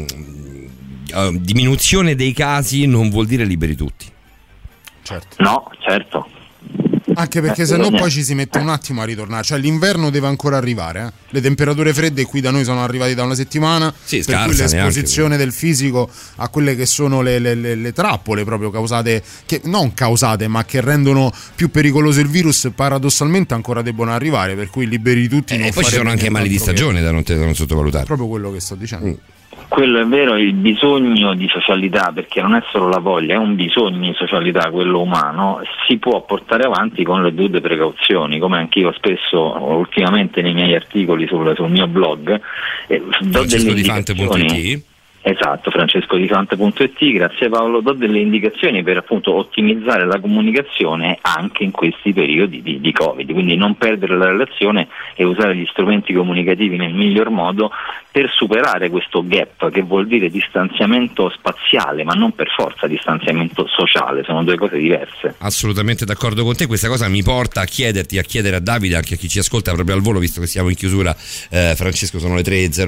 Diminuzione dei casi non vuol dire liberi tutti. Certo. No, certo. Anche perché se no poi ci si mette un attimo a ritornare, cioè l'inverno deve ancora arrivare, le temperature fredde qui da noi sono arrivate da una settimana, sì, per cui l'esposizione del fisico a quelle che sono le trappole proprio causate, che non causate ma che rendono più pericoloso il virus, paradossalmente ancora debbono arrivare, per cui liberi di tutti. E poi ci sono anche i mali di stagione da non sottovalutare. Proprio quello che sto dicendo. Quello è vero, il bisogno di socialità, perché non è solo la voglia, è un bisogno di socialità, quello umano, si può portare avanti con le dovute precauzioni, come anch'io spesso ultimamente nei miei articoli sul mio blog do delle indicazioni. Esatto, francescodifante.it, grazie Paolo, do delle indicazioni per appunto ottimizzare la comunicazione anche in questi periodi di Covid, quindi non perdere la relazione e usare gli strumenti comunicativi nel miglior modo per superare questo gap, che vuol dire distanziamento spaziale, ma non per forza distanziamento sociale, sono due cose diverse. Assolutamente d'accordo con te, questa cosa mi porta a chiedere a Davide, anche a chi ci ascolta proprio al volo, visto che siamo in chiusura, Francesco, sono le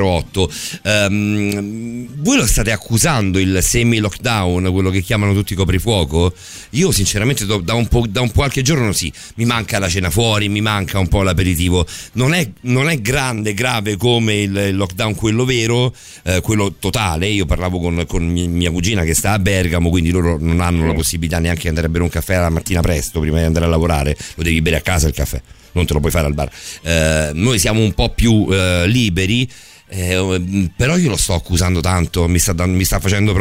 3:08, voi lo state accusando il semi-lockdown, quello che chiamano tutti coprifuoco? Io sinceramente da un qualche giorno sì, mi manca la cena fuori, mi manca un po' l'aperitivo, non è grave come il lockdown quello vero, quello totale. Io parlavo con mia cugina che sta a Bergamo, quindi loro non hanno la possibilità neanche di andare a bere un caffè la mattina presto prima di andare a lavorare, lo devi bere a casa il caffè, non te lo puoi fare al bar. Noi siamo un po' più liberi, però io lo sto accusando tanto, mi sta facendo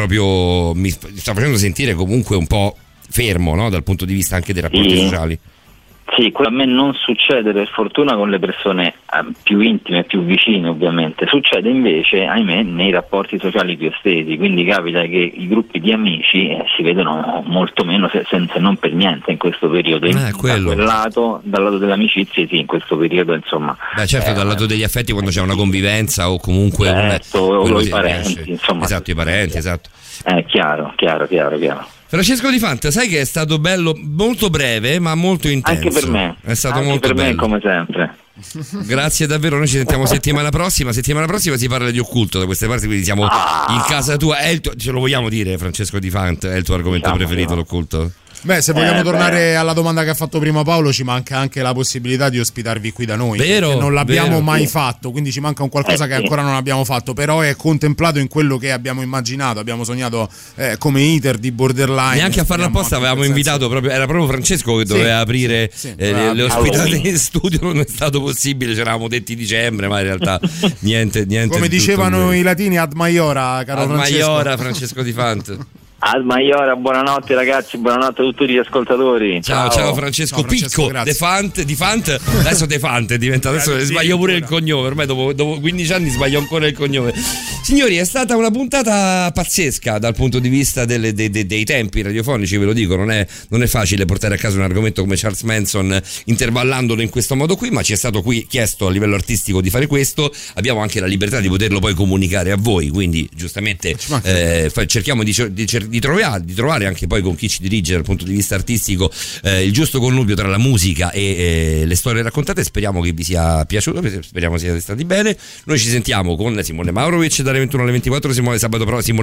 sentire comunque un po' fermo, no? Dal punto di vista anche dei rapporti sociali. Sì, a me non succede per fortuna con le persone più intime, più vicine ovviamente, succede invece, ahimè, nei rapporti sociali più estesi, quindi capita che i gruppi di amici si vedono molto meno, se non per niente in questo periodo. Da quel lato, dal lato delle amicizie sì, in questo periodo insomma. Beh certo, dal lato degli affetti quando c'è una convivenza o comunque o i parenti, insomma. Esatto, i parenti, esatto. Chiaro. Francesco Di Fante, sai che è stato bello, molto breve ma molto intenso. Anche per me. È stato anche molto per bello. Me come sempre. Grazie davvero, noi ci sentiamo settimana prossima si parla di occulto da queste parti, quindi siamo in casa tua. Ce lo vogliamo dire, Francesco Di Fante, è il tuo argomento preferito, l'occulto? Beh, se vogliamo tornare alla domanda che ha fatto prima Paolo, ci manca anche la possibilità di ospitarvi qui da noi, vero, non l'abbiamo mai fatto, quindi ci manca un qualcosa che ancora non abbiamo fatto, però è contemplato in quello che abbiamo immaginato, abbiamo sognato come iter di Borderline. Neanche a farlo apposta avevamo invitato era proprio Francesco che doveva aprire le ospitate in studio, non è stato possibile, ci eravamo detti dicembre, ma in realtà niente come dicevano i latini, ad maiora, caro ad Francesco. Maiora, Francesco Di Fante. Al Maiora, buonanotte ragazzi, buonanotte a tutti gli ascoltatori. Ciao Francesco Picco, Di Fante, adesso De Fante diventa, adesso sbaglio pure il cognome, ormai dopo 15 anni sbaglio ancora il cognome. Signori, è stata una puntata pazzesca dal punto di vista dei tempi radiofonici, ve lo dico, non è facile portare a casa un argomento come Charles Manson intervallandolo in questo modo qui, ma ci è stato qui chiesto a livello artistico di fare questo, abbiamo anche la libertà di poterlo poi comunicare a voi, quindi giustamente cerchiamo di trovare anche poi con chi ci dirige dal punto di vista artistico il giusto connubio tra la musica e le storie raccontate. Speriamo che vi sia piaciuto, speriamo siate stati bene. Noi ci sentiamo con Simone Maurovic dalle 21 alle 24, sabato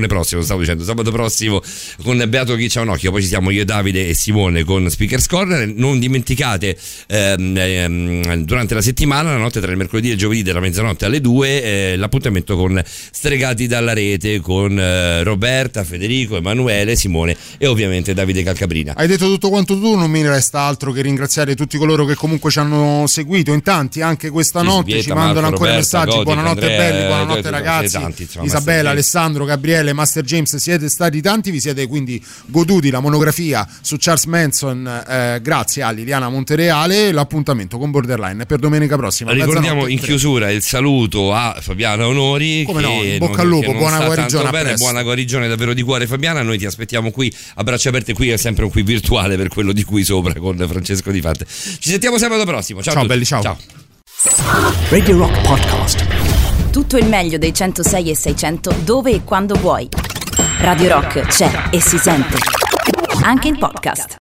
prossimo con Beato Chi c'ha un occhio, poi ci siamo io e Davide e Simone con Speakers Corner. Non dimenticate durante la settimana, la notte tra il mercoledì e il giovedì dalla mezzanotte alle 2 l'appuntamento con Stregati dalla rete con Roberta, Federico, Emanuele, Simone e ovviamente Davide Calcabrina. Hai detto tutto quanto tu, non mi resta altro che ringraziare tutti coloro che comunque ci hanno seguito, in tanti anche questa notte ci mandano ancora messaggi. Godic, buonanotte Andrea, belli, buonanotte ragazzi, tanti, insomma, Isabella, Alessandro, Gabriele, Master James, siete stati tanti, vi siete quindi goduti la monografia su Charles Manson, grazie a Liliana Montereale. L'appuntamento con Borderline per domenica prossima. Ricordiamo in chiusura il saluto a Fabiana Onori, come no, in bocca al lupo, buona guarigione, buona guarigione davvero di cuore Fabiana. Noi ti aspettiamo qui a braccia aperte, qui è sempre un qui virtuale per quello di cui sopra con Francesco Di Fante. Ci sentiamo sabato prossimo. Ciao belli, ciao. Radio Rock Podcast. Tutto il meglio dei 106 e 600 dove e quando vuoi. Radio Rock c'è e si sente anche in podcast.